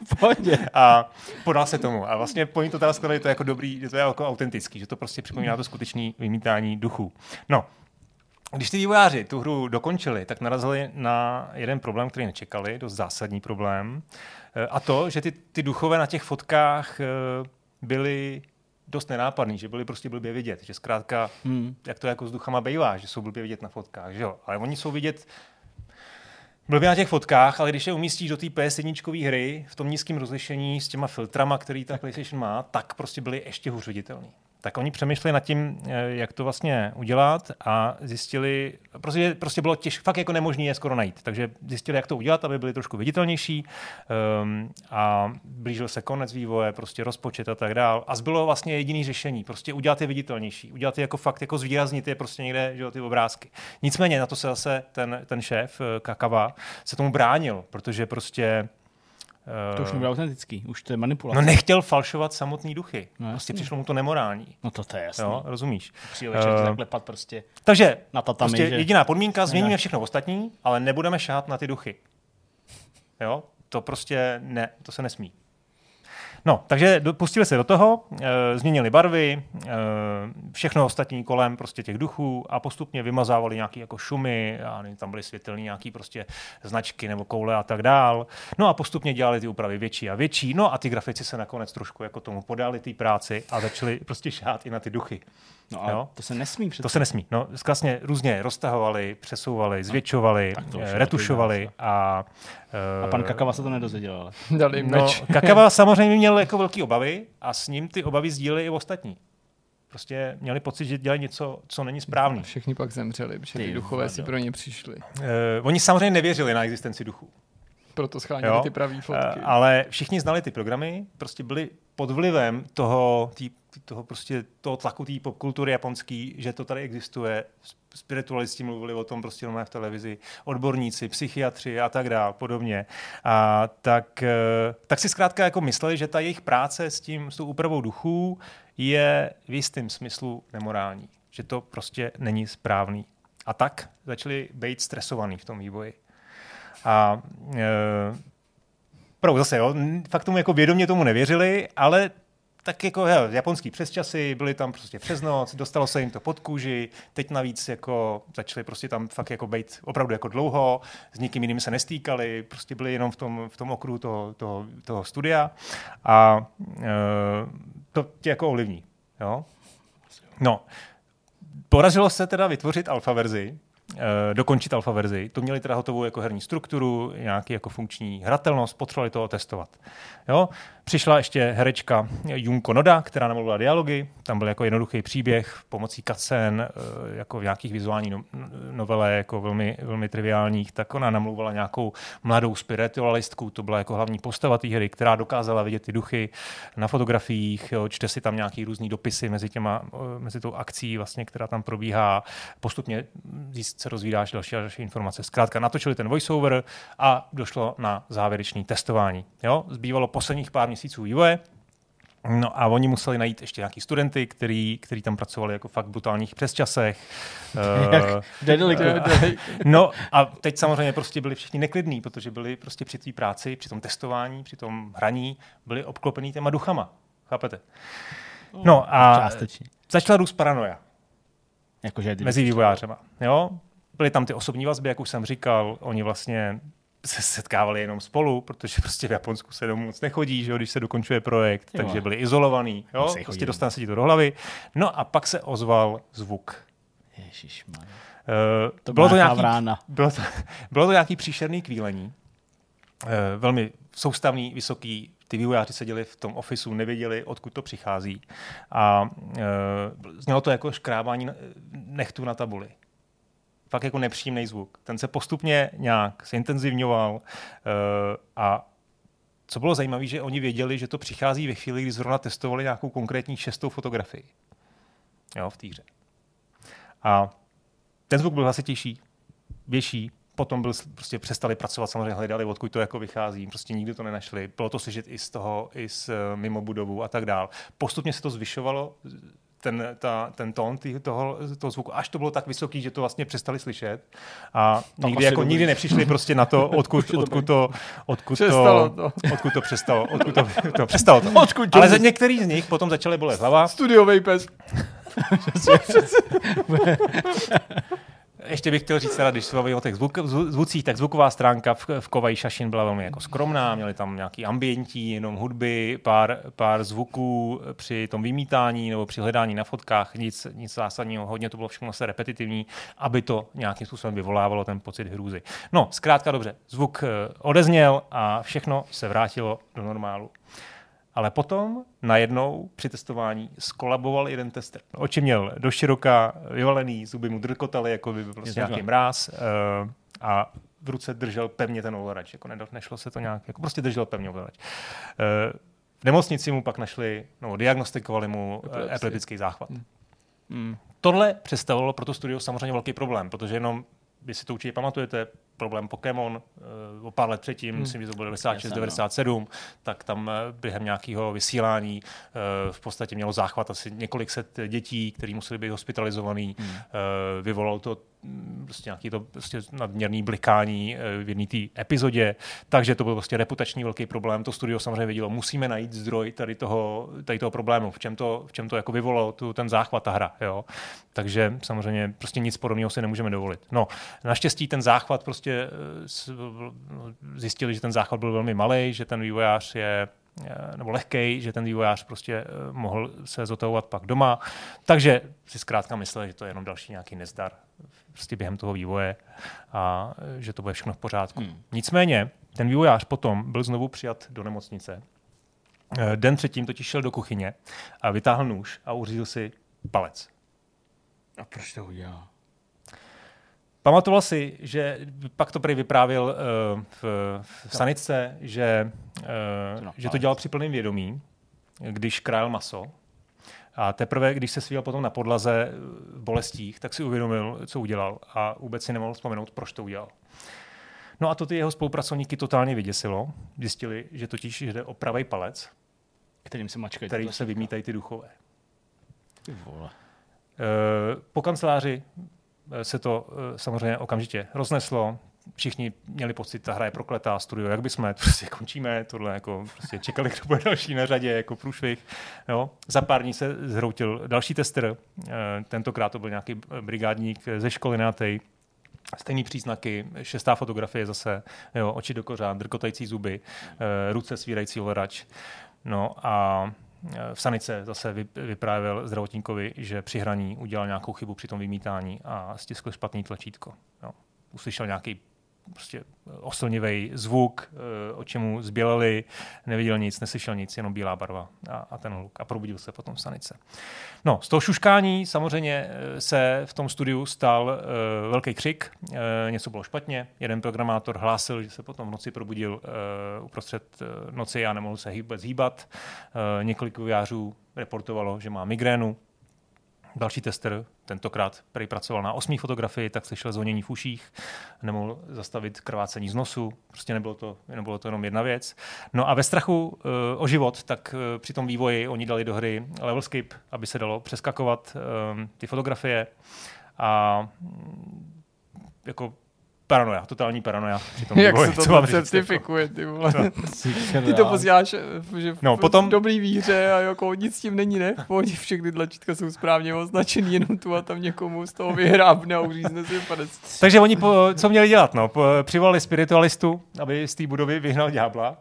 A podal se tomu. A vlastně point to teda skladali, to je jako dobrý, to je jako autentický, že to prostě připomíná to skutečné vymítání duchů. No, když ty vývojáři tu hru dokončili, tak narazili na jeden problém, který nečekali, dost zásadní problém. A to, že ty duchové na těch fotkách byly dost nenápadný, že byli prostě blbě vidět, že zkrátka, jak to jako s duchama bejvá, že jsou blbě vidět na fotkách, že jo? Ale oni jsou vidět blbě na těch fotkách, ale když je umístíš do té PS1 hry v tom nízkém rozlišení s těma filtrama, který ta PlayStation má, tak prostě byli ještě hůř viditelný. Tak oni přemýšleli nad tím, jak to vlastně udělat a zjistili, prostě bylo těžké, fakt jako nemožné je skoro najít. Takže zjistili, jak to udělat, aby byly trošku viditelnější a blížil se konec vývoje, prostě rozpočet a tak dál. A zbylo vlastně jediné řešení, prostě udělat je viditelnější, udělat je jako fakt, jako zvýraznit je prostě někde, že ty obrázky. Nicméně na to se zase ten šéf Kakava se tomu bránil, protože prostě to už nebylo autentický, už to je manipulace. No nechtěl falšovat samotný duchy. No, prostě přišlo mu to nemorální. No to je jasný. Jo, rozumíš? Přijel večer takhle pat prostě. Takže na tatami, prostě jediná podmínka, změníme všechno ostatní, ale nebudeme šát na ty duchy. Jo? To prostě ne, to se nesmí. No, takže pustili se do toho, změnili barvy, všechno ostatní kolem prostě těch duchů a postupně vymazávali nějaký jako šumy, a tam byly světelné nějaký prostě značky nebo koule a tak dál. No a postupně dělali ty úpravy větší a větší. No a ty grafici se nakonec trošku jako tomu podali té práci a začali prostě šát i na ty duchy. No a to se nesmí přece. To se nesmí. No, vlastně různě roztahovali, přesouvali, zvětšovali, retušovali a pan Kakava se to nedozvěděl. Dali meč. No, Kakava samozřejmě měl jako velký obavy a s ním ty obavy sdíleli i ostatní. Prostě měli pocit, že dělají něco, co není správný. Všichni pak zemřeli, protože ty duchové si pro ně přišli. Oni samozřejmě nevěřili na existenci duchů. Proto schánili ty pravý fotky. Ale všichni znali ty programy, prostě byli pod vlivem toho tlaku té popkultury japonský, že to tady existuje. Spiritualisti mluvili o tom prostě v televizi, odborníci, psychiatři a tak dále, podobně. A tak si zkrátka jako mysleli, že ta jejich práce s tou úpravou duchů je v jistém smyslu nemorální. Že to prostě není správný. A tak začali být stresovaný v tom vývoji. A zase, jo, fakt tomu jako vědomě tomu nevěřili, ale tak jako japonský přesčasy, byli tam prostě přes noc, dostalo se jim to pod kůži, teď navíc jako začali prostě tam fakt jako být opravdu jako dlouho, s někým jiným se nestýkali, prostě byli jenom v tom okruhu toho studia a to tě jako ovlivní. Jo? No, podařilo se teda vytvořit alfa verzi, dokončit alfa verzi. To měli teda hotovou jako herní strukturu, nějaký jako funkční hratelnost, potřebovali toho testovat. Jo? Přišla ještě herečka Junko Noda, která namluvila dialogy, tam byl jako jednoduchý příběh pomocí cutscén, jako v nějakých vizuálních novele, jako velmi, velmi triviálních, tak ona namluvala nějakou mladou spiritualistku, to byla jako hlavní postava té hry, která dokázala vidět ty duchy na fotografiích, jo? Čte si tam nějaký různý dopisy mezi tou akcí, vlastně, která tam probíhá, postupně se rozvídáš další a další informace. Zkrátka natočili ten voiceover a došlo na závěrečné testování. Jo? Zbývalo posledních pár měsíců vývoje. No a oni museli najít ještě nějaký studenty, který tam pracovali jako fakt v brutálních přesčasech. No a teď samozřejmě prostě byli všichni neklidní, protože byli prostě při té práci, při tom testování, při tom hraní, byli obklopení těma duchama. Chápete? No a začala růst paranoja. Mezi vývojářema. Jo? Byly tam ty osobní vazby, jak už jsem říkal, oni vlastně se setkávali jenom spolu, protože prostě v Japonsku se domů moc nechodí, že jo, když se dokončuje projekt, takže byli izolovaní, jo? Prostě dostane se ti to do hlavy. No a pak se ozval zvuk. Ježišmarja. Bylo to nějaký příšerný kvílení. Velmi soustavný, vysoký. Ty vývojáři seděli v tom ofisu, nevěděli, odkud to přichází. A znělo to jako škrábání nechtů na tabuli. Fakt jako nepříjemný zvuk. Ten se postupně nějak zintenzivňoval a co bylo zajímavé, že oni věděli, že to přichází ve chvíli, kdy zrovna testovali nějakou konkrétní 6. fotografii. Jo, v té hře. A ten zvuk byl hlasitější, větší, potom prostě přestali pracovat, samozřejmě hledali, odkud to jako vychází, prostě nikdy to nenašli. Bylo to slyšet i z mimo budovu a tak dál. Postupně se to zvyšovalo, ten tón toho zvuku, až to bylo tak vysoký, že to vlastně přestali slyšet. A nikdy nepřišli prostě na to, odkud to přestalo. Ale za některý z nich potom začaly bolet hlava. Studiovej pes. Ještě bych chtěl říct, teda, když se bavíme o těch zvucích, tak zvuková stránka v Kovaj Šašin byla velmi jako skromná, měli tam nějaký ambientí, jenom hudby, pár zvuků při tom vymítání nebo při hledání na fotkách, nic zásadního, hodně to bylo všechno se repetitivní, aby to nějakým způsobem vyvolávalo ten pocit hrůzy. No, zkrátka dobře, zvuk odezněl a všechno se vrátilo do normálu. Ale potom najednou při testování skolaboval jeden tester. Oči měl doširoka vyvalený, zuby mu drkotaly, jako by byl prostě nějaký mráz a v ruce držel pevně ten ovladač. Jako nešlo se to nějak, jako prostě držel pevně ovladač. V nemocnici mu pak našli, diagnostikovali mu epileptický záchvat. Tohle představovalo pro to studio samozřejmě velký problém, protože jenom, vy si to určitě pamatujete, problém Pokémon o pár let předtím, myslím, že to bylo 96, 97, tak tam během nějakého vysílání v podstatě mělo záchvat asi několik set dětí, kteří museli být hospitalizovaný. Vyvolalo to prostě nějaký to prostě nadměrný blikání v jedné té epizodě, takže to byl prostě reputační velký problém. To studio samozřejmě vědělo, musíme najít zdroj tady toho problému, v čem to jako vyvolalo ten záchvat, ta hra. Jo? Takže samozřejmě prostě nic podobného si nemůžeme dovolit. No, naštěstí ten záchvat prostě zjistili, že ten záchvat byl velmi malej, že ten vývojář nebo lehkej, že ten vývojář prostě mohl se zotavovat pak doma. Takže si zkrátka mysleli, že to je jenom další nějaký nezdar prostě během toho vývoje a že to bude všechno v pořádku. Nicméně ten vývojář potom byl znovu přijat do nemocnice. Den předtím totiž šel do kuchyně a vytáhl nůž a uřízl si palec. A proč to udělal? Pamatoval si, že pak to prý vyprávěl v sanitce, že to dělal při plném vědomí, když krájel maso. A teprve, když se svíjel potom na podlaze v bolestích, tak si uvědomil, co udělal a vůbec si nemohl vzpomenout, proč to udělal. No a to ty jeho spolupracovníky totálně vyděsilo. Zjistili, že totiž jde o pravý palec, kterým se vymítají ty duchové. Ty vole. Po kanceláři se to samozřejmě okamžitě rozneslo. Všichni měli pocit, ta hra je prokletá, studio, jak bychom, prostě končíme, tohle jako prostě čekali, kdo bude další na řadě, jako průšvih. Jo. Za pár dní se zhroutil další tester, tentokrát to byl nějaký brigádník ze školy natej. Stejný příznaky, 6. fotografie zase, jo, oči do kořán, drkotající zuby, ruce svírající ovladač. No a v sanice zase vyprávěl zdravotníkovi, že při hraní udělal nějakou chybu při tom vymítání a stiskl špatný tlačítko. Jo. Uslyšel nějaký prostě oslnivý zvuk, oči mu zbělely, neviděl nic, neslyšel nic, jenom bílá barva a ten hluk. A probudil se potom v sanice. No, z toho šuškání samozřejmě se v tom studiu stal velký křik, něco bylo špatně. Jeden programátor hlásil, že se potom v noci probudil uprostřed noci a nemohl se vůbec hýbat. Několik vývojářů reportovalo, že má migrénu. Další tester, tentokrát prý pracoval na 8. fotografii, tak slyšel zvonění v uších, nemohl zastavit krvácení z nosu, prostě nebylo to jenom jedna věc. No a ve strachu o život, tak při tom vývoji oni dali do hry Levelscape, aby se dalo přeskakovat ty fotografie a jako paranoja, totální paranoja. Jak se to certifikuje, ty vole. Ty to posíláš že potom dobrý víře a jako nic s tím není, ne? V pohodě všechny tlačítka jsou správně označený, jenom tu a tam někomu z toho vyhrábne a uřízne si 50. Takže oni co měli dělat? No? Přivolali spiritualistu, aby z té budovy vyhnal ďábla.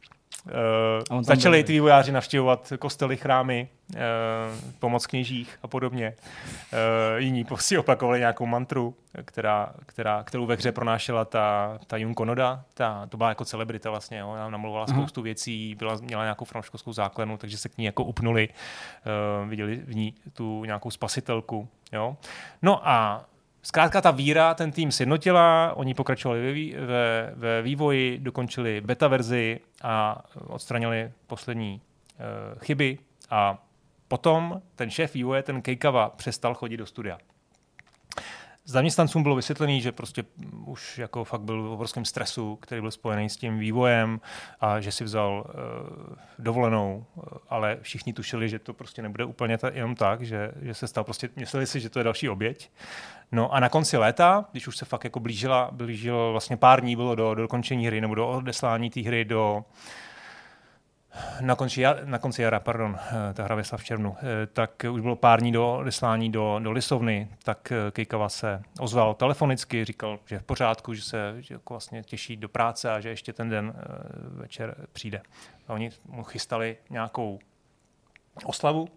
Začali ty vývojáři navštěvovat kostely, chrámy, pomoc kněžích a podobně. Jiní si opakovali nějakou mantru, kterou ve hře pronášela ta Junko Noda. To byla jako celebrita vlastně, jo. Namluvala spoustu věcí, měla nějakou fanouškovskou základnu, takže se k ní jako upnuli, viděli v ní tu nějakou spasitelku. Jo. No a zkrátka ta víra, ten tým sjednotila, oni pokračovali ve vývoji, dokončili beta verzi a odstranili poslední chyby a potom ten šéf vývoje, ten Keikawa, přestal chodit do studia. Zaměstnancům bylo vysvětlené, že prostě už jako fakt byl v obrovském stresu, který byl spojený s tím vývojem a že si vzal dovolenou, ale všichni tušili, že to prostě nebude úplně jenom tak, že se stal prostě, mysleli si, že to je další oběť. No a na konci léta, když už se fakt jako blížilo vlastně pár dní bylo do dokončení hry nebo do odeslání té hry na konci jara, ta hra vyšla v červnu, tak už bylo pár dní do odeslání do lisovny, tak Kejkava se ozval telefonicky, říkal, že je v pořádku, že se jako vlastně těší do práce a že ještě ten den večer přijde. A oni mu chystali nějakou oslavu.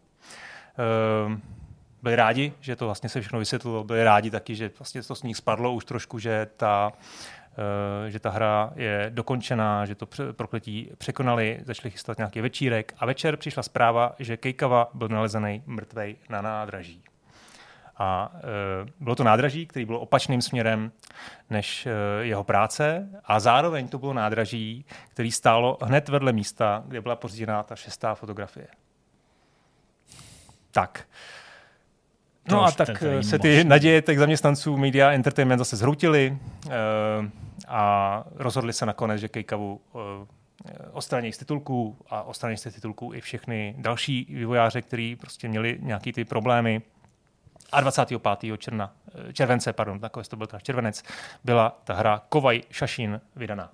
Byli rádi, že to vlastně se všechno vysvětlilo, byli rádi taky, že vlastně to z nich spadlo už trošku, že ta hra je dokončená, že to prokletí překonali, začali chystat nějaký večírek a večer přišla zpráva, že Kejkava byl nalezený mrtvej na nádraží. A bylo to nádraží, který bylo opačným směrem než jeho práce a zároveň to bylo nádraží, který stálo hned vedle místa, kde byla pořízená ta 6. fotografie. Tak. No a tak se ty naděje těch zaměstnanců Media Entertainment zase zhroutily a rozhodli se nakonec, že Kejkavu odstraní z titulků a odstraní z titulků i všechny další vývojáře, kteří prostě měli nějaký ty problémy. A 25. července, takové to byl červenec, byla ta hra Kovaj Shashin vydaná.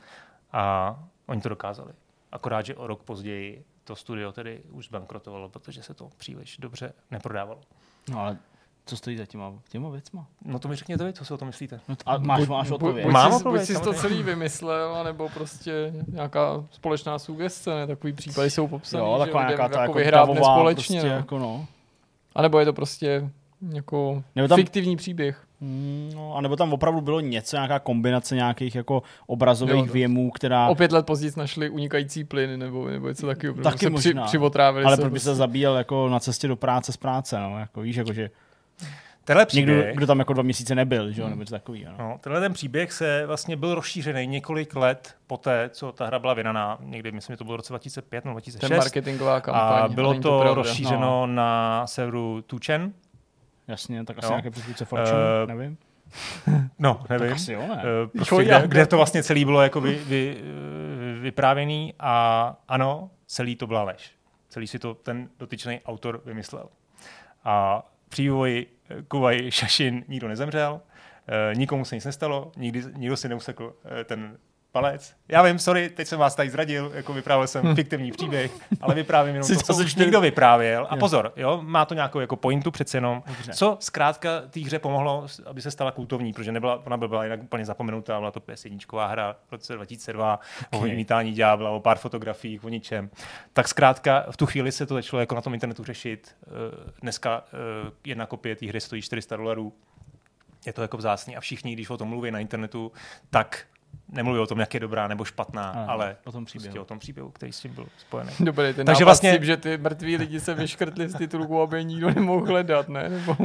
A oni to dokázali. Akorát, že o rok později to studio tedy už zbankrotovalo, protože se to příliš dobře neprodávalo. No ale co stojí za těma věcma? No to mi řekněte vy, co si o tom myslíte. No a máš odpověď. Buď jsi to celý vymyslel, nebo prostě nějaká společná sugestce, ne? Takový případy jsou popsaný, jo, taková nějaká ta jako vyhrávne společně. Prostě jako no. A nebo je to prostě jako fiktivní příběh. No, a nebo tam opravdu bylo něco, nějaká kombinace nějakých jako obrazových věmů, která... O 5 let později našli unikající plyn, nebo něco takového. Taky možná. Ale proč by se zabíjel jako na cestě do práce z práce, no, jako víš, jakože... Někdo, kdo tam jako 2 měsíce nebyl, že jo, nebo něco takový. No, tenhle ten příběh se vlastně byl rozšířený několik let poté, co ta hra byla vydaná, někdy, myslím, že to bylo v roce 2005 nebo 2006. Ten marketingová kampaň. A bylo to rozšířeno na serveru 2chan. Jasně, tak asi nějaké předchůdce Fortune, nevím. No, nevím. Tak asi jo, ne? Prostě, kde to vlastně celý bylo jako vyprávěný a ano, celý to byla lež. Celý si to ten dotyčný autor vymyslel. A při vývoji Kovaj Shashin nikdo nezemřel, nikomu se nic nestalo, nikdo si neusekl ten palec. Já vím, sorry, teď jsem vás tady zradil, jako vyprávěl jsem fiktivní příběh, ale vyprávím jenom to, co už někdo vyprávěl. A pozor, jo, má to nějakou jako pointu přece jenom, co zkrátka té hře pomohlo, aby se stala kultovní, protože ona byla jinak úplně zapomenutá, byla to PS1 hra v roce 2002, o vymítání ďábla, o pár fotografiích, o ničem. Tak zkrátka v tu chvíli se to začalo jako na tom internetu řešit. Dneska jedna kopie té hry stojí $400. Je to jako vzácný a všichni, když o tom mluví na internetu, tak nemluví o tom, jak je dobrá nebo špatná, ale o tom příběhu, který s tím byl spojený. Dobrý, ten takže vlastně že ty mrtví lidi se vyškrtli z titulku, aby nikdo nemohl hledat, ne? Nebo...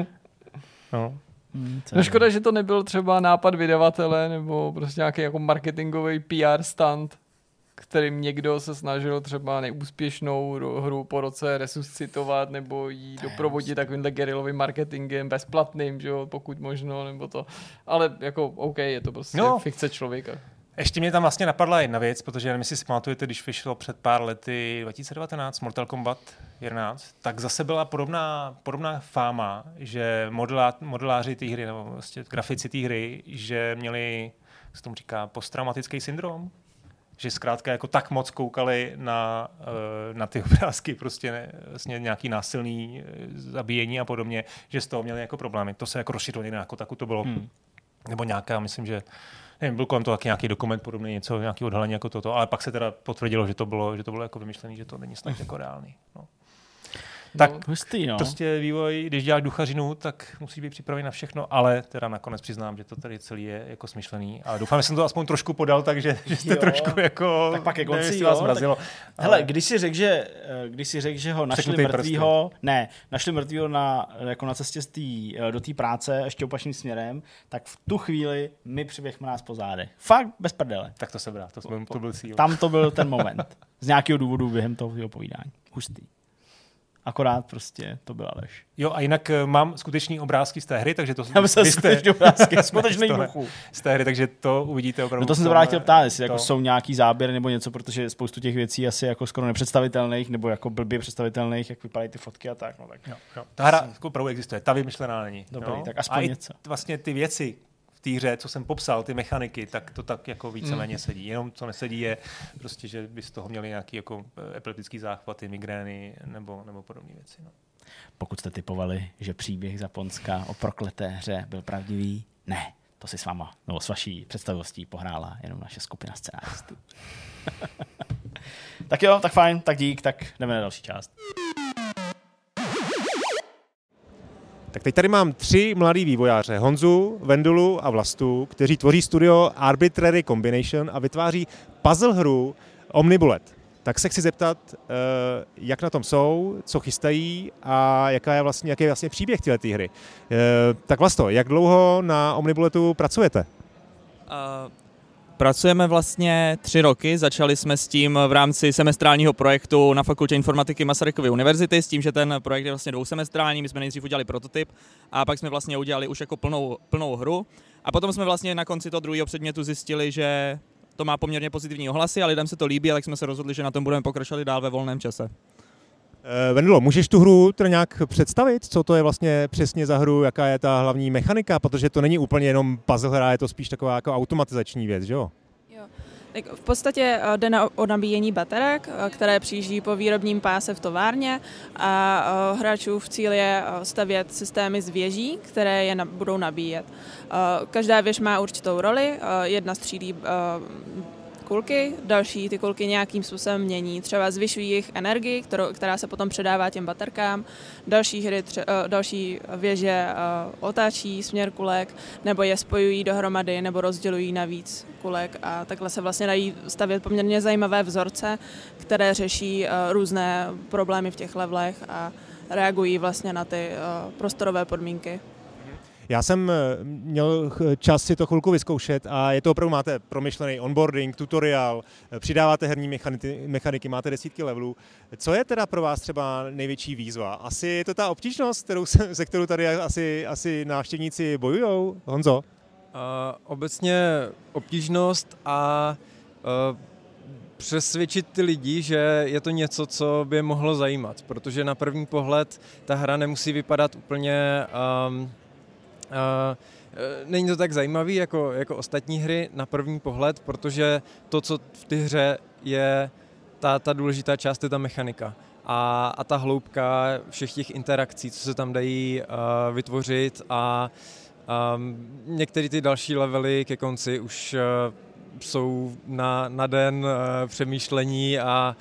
No škoda, že to nebyl třeba nápad vydavatele nebo prostě nějaký jako marketingový PR stunt, kterým někdo se snažil třeba neúspěšnou hru po roce resuscitovat nebo jí doprovodit takovýmhle guerilovým marketingem bezplatným, že jo, pokud možno, nebo to. Ale jako OK, je to prostě fikce člověka. Ještě mě tam vlastně napadla jedna věc, protože nevím, jestli si pamatujete, když vyšlo před pár lety 2019 Mortal Kombat 11, tak zase byla podobná fáma, že modeláři té hry, nebo vlastně grafici té hry, že měli, jak se tomu říká, posttraumatický syndrom, že zkrátka jako tak moc koukali na ty obrázky, prostě vlastně nějaký násilný zabíjení a podobně, že z toho měli jako problémy. To se jako rozšířilo někde jako taku to bylo, nebo nějaká, myslím, že nevím, byl kolem toho taky nějaký dokument podobný, něco, nějaký odhalení jako toto, ale pak se teda potvrdilo, že to bylo jako vymyšlený, že to není snad jako reálný. No. Tak prostě vývoj, když děláš duchařinu, tak musí být připravený na všechno, ale teda nakonec přiznám, že to tady celý je jako smyšlený. Ale doufám, že jsem to aspoň trošku podal, takže jste trošku jako... Tak pak je konci, vás mrazilo. Hele, když si řekl, že ho našli mrtvýho, našli mrtvýho jako na cestě do té práce ještě opačným směrem, tak v tu chvíli mi přiběhme nás po zádech. Fakt bez prdele. Tak to se brá, to byl cíl. Tam to byl ten moment. Z nějakého důvodu během toho povídání. Hustý. Akorát prostě to byla lež. Jo, a jinak mám skutečný obrázky z té hry, takže to jsou skutečný obrázky, skutečný duchu. Z té hry, takže to uvidíte opravdu. No to jsem se právě chtěl ptát, jestli jako jsou nějaký záběry nebo něco, protože spoustu těch věcí asi jako skoro nepředstavitelných nebo jako blbě představitelných, jak vypadají ty fotky a tak. No, tak. Jo. Ta hra opravdu existuje, ta vymyšlená není. Dobrý, tak aspoň něco. Vlastně ty věci v té hře, co jsem popsal, ty mechaniky, tak to tak jako víceméně sedí. Jenom co nesedí je prostě, že by z toho měli nějaký jako epileptický záchvaty, migrény nebo podobné věci. No. Pokud jste typovali, že příběh z Japonska o prokleté hře byl pravdivý, ne, to si s váma, nebo s vaší představivostí pohrála jenom naše skupina scénáristů. Tak jo, tak fajn, tak dík, tak jdeme na další část. Tak teď tady mám 3 mladý vývojáře, Honzu, Vendulu a Vlastu, kteří tvoří studio Arbitrary Combination a vytváří puzzle hru Omnibullet. Tak se chci zeptat, jak na tom jsou, co chystají a jaký je vlastně příběh této hry. Tak Vlasto, jak dlouho na Omnibulletu pracujete? Pracujeme vlastně 3 roky, začali jsme s tím v rámci semestrálního projektu na Fakultě informatiky Masarykovy univerzity, s tím, že ten projekt je vlastně dvousemestrální, my jsme nejdřív udělali prototyp a pak jsme vlastně udělali už jako plnou hru a potom jsme vlastně na konci toho druhého předmětu zjistili, že to má poměrně pozitivní ohlasy a lidem se to líbí, a tak jsme se rozhodli, že na tom budeme pokračovat dál ve volném čase. Vendilo, můžeš tu hru teda nějak představit, co to je vlastně přesně za hru, jaká je ta hlavní mechanika, protože to není úplně jenom puzzle hra, je to spíš taková jako automatizační věc, že jo? Tak v podstatě jde o nabíjení baterek, které přijíždí po výrobním páse v továrně a hráčův cíl je stavět systémy z věží, které je budou nabíjet. Každá věž má určitou roli, jedna střílí kulky, další ty kulky nějakým způsobem mění, třeba zvyšují jejich energii, která se potom předává těm baterkám, další věže otáčí směr kulek, nebo je spojují dohromady, nebo rozdělují na víc kulek a takhle se vlastně dají stavět poměrně zajímavé vzorce, které řeší různé problémy v těch levelech a reagují vlastně na ty prostorové podmínky. Já jsem měl čas si to chvilku vyzkoušet a je to opravdu, máte promyšlený onboarding, tutoriál, přidáváte herní mechaniky, máte desítky levelů. Co je teda pro vás třeba největší výzva? Asi je to ta obtížnost, se kterou tady asi návštěvníci bojujou? Honzo? Obecně obtížnost a přesvědčit ty lidi, že je to něco, co by je mohlo zajímat, protože na první pohled ta hra nemusí vypadat úplně... není to tak zajímavý jako ostatní hry na první pohled, protože to, co v té hře je, ta důležitá část je ta mechanika a ta hloubka všech těch interakcí, co se tam dají vytvořit a některé ty další levely ke konci už jsou na den přemýšlení a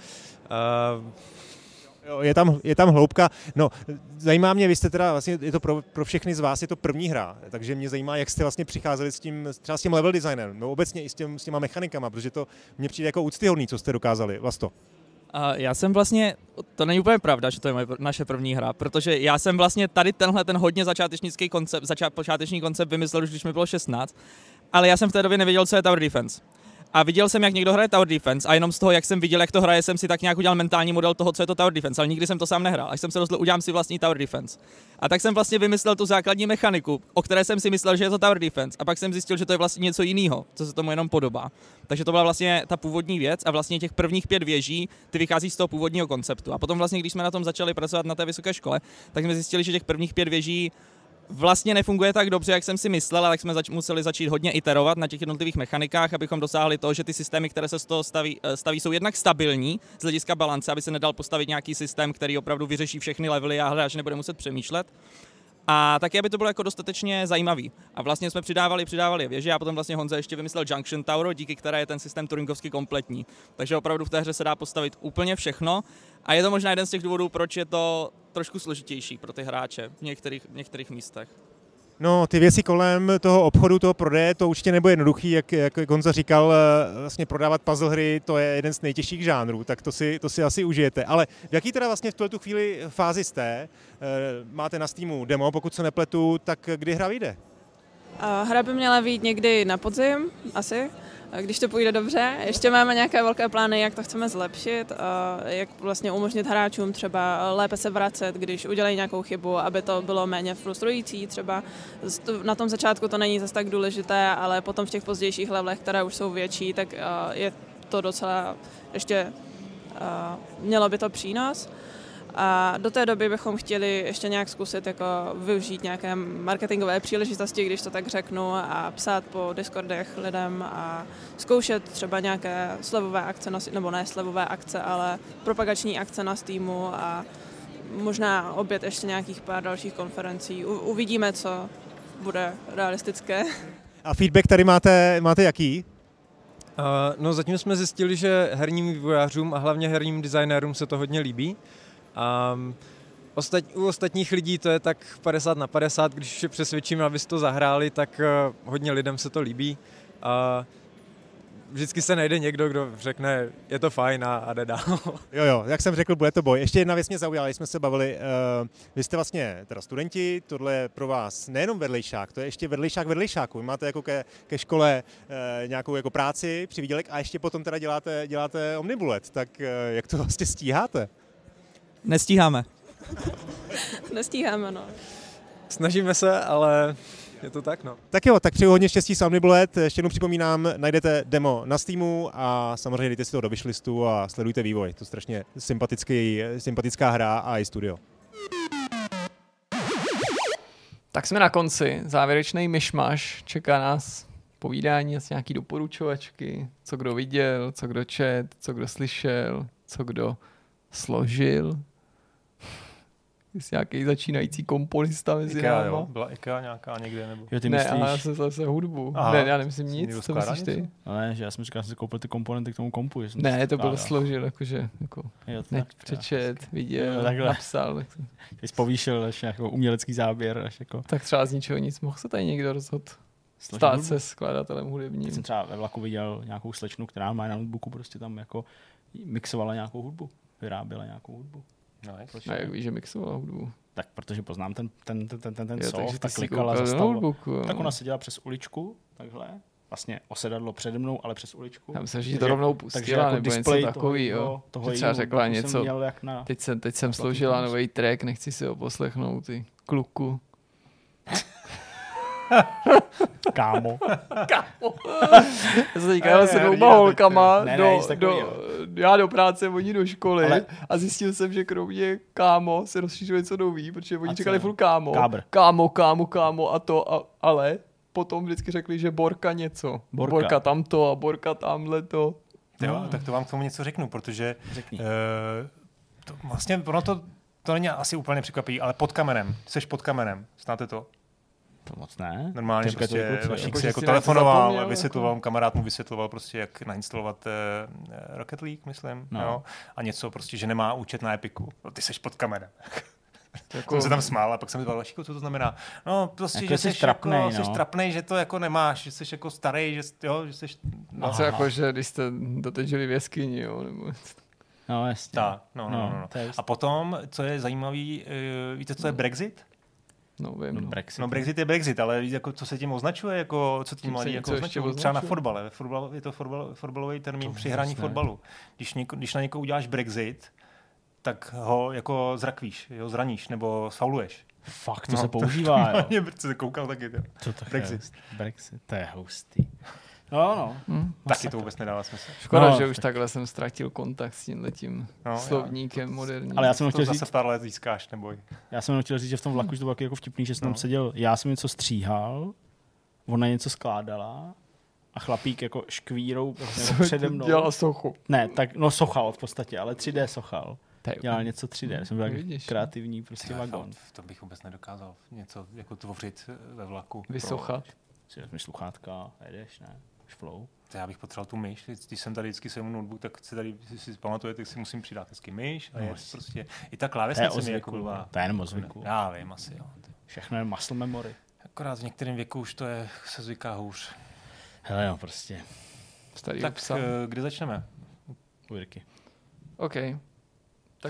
je tam hloubka. No, zajímá mě, vy jste teda vlastně, je to pro všechny z vás je to první hra, takže mě zajímá, jak jste vlastně přicházeli třeba s tím level designem, no obecně i s těma mechanikama, protože to mně přijde jako úctyhodný, co jste dokázali. Vlasto. Já jsem vlastně, to není úplně pravda, že to je naše první hra, protože já jsem vlastně tady ten hodně počáteční koncept vymyslel už, když mi bylo 16, ale já jsem v té době nevěděl, co je Tower Defense. A viděl jsem, jak někdo hraje Tower Defense a jenom z toho, jak jsem viděl, jak to hraje, jsem si tak nějak udělal mentální model toho, co je to Tower Defense, ale nikdy jsem to sám nehrál. Až jsem se rozhodl, udělám si vlastní Tower Defense. A tak jsem vlastně vymyslel tu základní mechaniku, o které jsem si myslel, že je to Tower Defense, a pak jsem zjistil, že to je vlastně něco jiného, co se tomu jenom podobá. Takže to byla vlastně ta původní věc a vlastně těch prvních 5 věží, ty vychází z toho původního konceptu. A potom vlastně, když jsme na tom začali pracovat na té vysoké škole, tak jsme zjistili, že těch prvních 5 věží vlastně nefunguje tak dobře, jak jsem si myslel, ale tak jsme museli začít hodně iterovat na těch jednotlivých mechanikách, abychom dosáhli toho, že ty systémy, které se z toho staví, jsou jednak stabilní z hlediska balance, aby se nedal postavit nějaký systém, který opravdu vyřeší všechny levely a hráč nebude muset přemýšlet. A taky, aby to bylo jako dostatečně zajímavý. A vlastně jsme přidávali věže a potom vlastně Honza ještě vymyslel Junction Tower, díky které je ten systém turingovsky kompletní. Takže opravdu v té hře se dá postavit úplně všechno a je to možná jeden z těch důvodů, proč je to trošku složitější pro ty hráče v některých místech. No, ty věci kolem toho obchodu, toho prodeje, to určitě nebude jednoduchý, jak Honza říkal, vlastně prodávat puzzle hry, to je jeden z nejtěžších žánrů, tak to si asi užijete. Ale v jaký teda vlastně v tuto chvíli fázi jste? Máte na Steamu demo, pokud se nepletu, tak kdy hra vyjde? Hra by měla vyjít někdy na podzim, asi. když to půjde dobře. Ještě máme nějaké velké plány, jak to chceme zlepšit, jak vlastně umožnit hráčům třeba lépe se vracet, když udělají nějakou chybu, aby to bylo méně frustrující. Třeba na tom začátku to není zase tak důležité, ale potom v těch pozdějších levelech, které už jsou větší, tak je to docela ještě mělo by to přínos. A do té doby bychom chtěli ještě nějak zkusit jako využít nějaké marketingové příležitosti, když to tak řeknu, a psát po Discordech lidem a zkoušet třeba nějaké slevové akce, nebo ne slevové akce, ale propagační akce na Steamu a možná obět ještě nějakých pár dalších konferencí. Uvidíme, co bude realistické. A feedback tady máte jaký? No zatím jsme zjistili, že herním vývojářům a hlavně herním designérům se to hodně líbí. U ostatních lidí to je tak 50/50, když je přesvědčíme, aby si to zahráli, tak hodně lidem se to líbí. Vždycky se najde někdo, kdo řekne, je to fajn a jde dál. Jo, jak jsem řekl, bude to boj. Ještě jedna věc mě zaujala, jsme se bavili, vy jste vlastně teda studenti, tohle je pro vás nejenom vedlejšák, to je ještě vedlejšák vedlejšáku. Vy máte jako ke škole nějakou jako práci, přivýdělek a ještě potom teda děláte Omnibullet, tak jak to vlastně stíháte? Nestíháme. Nestíháme, no. Snažíme se, ale je to tak, no. Tak jo, tak přeju hodně štěstí s Omnibullet. Ještě jednou připomínám, najdete demo na Steamu a samozřejmě dejte si to do wishlistu a sledujte vývoj. To je strašně sympatická hra a i studio. Tak jsme na konci. Závěrečný myšmaš. Čeká nás povídání, asi nějaký doporučovačky, co kdo viděl, co kdo čet, co kdo slyšel, co kdo složil. Jsi nějaký začínající komponista mezi IKEA, náma. jo? Byla IKEA nějaká někde? Nebo? Jo, ty ne, myslíš... ale já jsem zase hudbu. Aha. Ne, já nemyslím nic, co myslíš ty? něco? Ne, že já jsem říkal, že jsem si koupil ty komponenty k tomu kompu. Ne, to bylo složil, jakože jako, ne, přečet, viděl, napsal. Tak ty jsi povýšil až jako umělecký záběr. Až jako... Tak třeba z ničeho nic. Mohl se tady někdo rozhodl stát se skladatelem hudebním. Teď jsem třeba ve vlaku viděl nějakou slečnu, která má na notebooku prostě tam jako mixovala nějakou hudbu. Vyráběla nějakou hudbu. A jak víš, že mixovala hudbu? Tak protože poznám ten jo, soft, tak klikala, zastavila. Tak ona seděla přes uličku, takhle. Vlastně osedadlo přede mnou, ale přes uličku. Já myslím, že to rovnou pustila, jako nebo něco takový, jo. Toho třeba řekla něco, teď jsem složila nový track, nechci si ho poslechnout, ty kluku. Kámo. Já jsem říkal, se dvouma holkama já do práce, oni do školy a zjistil jsem, že kromě kámo se rozšířilo něco nový, protože oni říkali furt kámo. Kámo a to, ale potom vždycky řekli, že Borka něco. Borka tamto a Borka tamhleto. Jo, tak to vám k tomu něco řeknu, protože to vlastně ono to není asi úplně překvapí, ale pod kamenem. Jseš pod kamenem. Znáte to? To moc ne. Normálně prostě Vašík si jako telefonoval, vysvětloval, kamarád mu vysvětloval prostě, jak nainstalovat Rocket League, myslím. No. Jo? A něco prostě, že nemá účet na Epiku. No, ty seš pod kamenem. Jako... Jsem se tam smál a pak jsem mi říkal, Vašíku, co to znamená? No prostě, jako že jsi trapnej, že to jako nemáš, že jsi jako starý, že jsi... No co jako, že když jste doteď žili v jeskyni, jo? Nebo... No jasně. Tak, no. A potom, co je zajímavý, víte, co je Brexit? No, vím. Brexit je Brexit, ale jako, co se tím označuje, jako, co tím mladí jako označuje? Třeba na fotbale. Je to fotbalový termín při hraní fotbalu. Když na někoho uděláš Brexit, tak ho jako zrakvíš, jo, zraníš nebo sfauluješ. Fakt, to se používá, jo. Mě se koukal taky, jo. Co to Brexit, to je hustý. No. Taky to vůbec nedává smysl. Škoda, že už takhle jsem ztratil kontakt s tímhletím slovníkem moderním. Ale já jsem chtěl říct, zase pár let získáš, neboj. Já jsem chtěl říct, že v tom vlaku už to bylo jako vtipný, že jsem tam seděl, já jsem něco stříhal, ona něco skládala a chlapík jako škvírou přede mnou. Dělal sochu. Ne, tak sochal v podstatě, ale 3D sochal. Dělal něco 3D, jsem byl kreativní prostě vagon. To bych vůbec nedokázal něco jako tvořit ve vlaku. Vysochat. Si vezmeš sluchátka, jedeš, ne? Flow. Já bych potřeboval tu myš, když jsem tady vždycky sejmu notebook, tak si tady si pamatuje, tak si musím přidat hezky myš a prostě i ta klávesnice mi jako byla. To je jenom o zvyku. Já vím asi, jo. Všechno je muscle memory. Akorát v některém věku už to se zvyká hůř. Hele jo, prostě. Tak kde začneme? U Jirky. OK. Tak jo.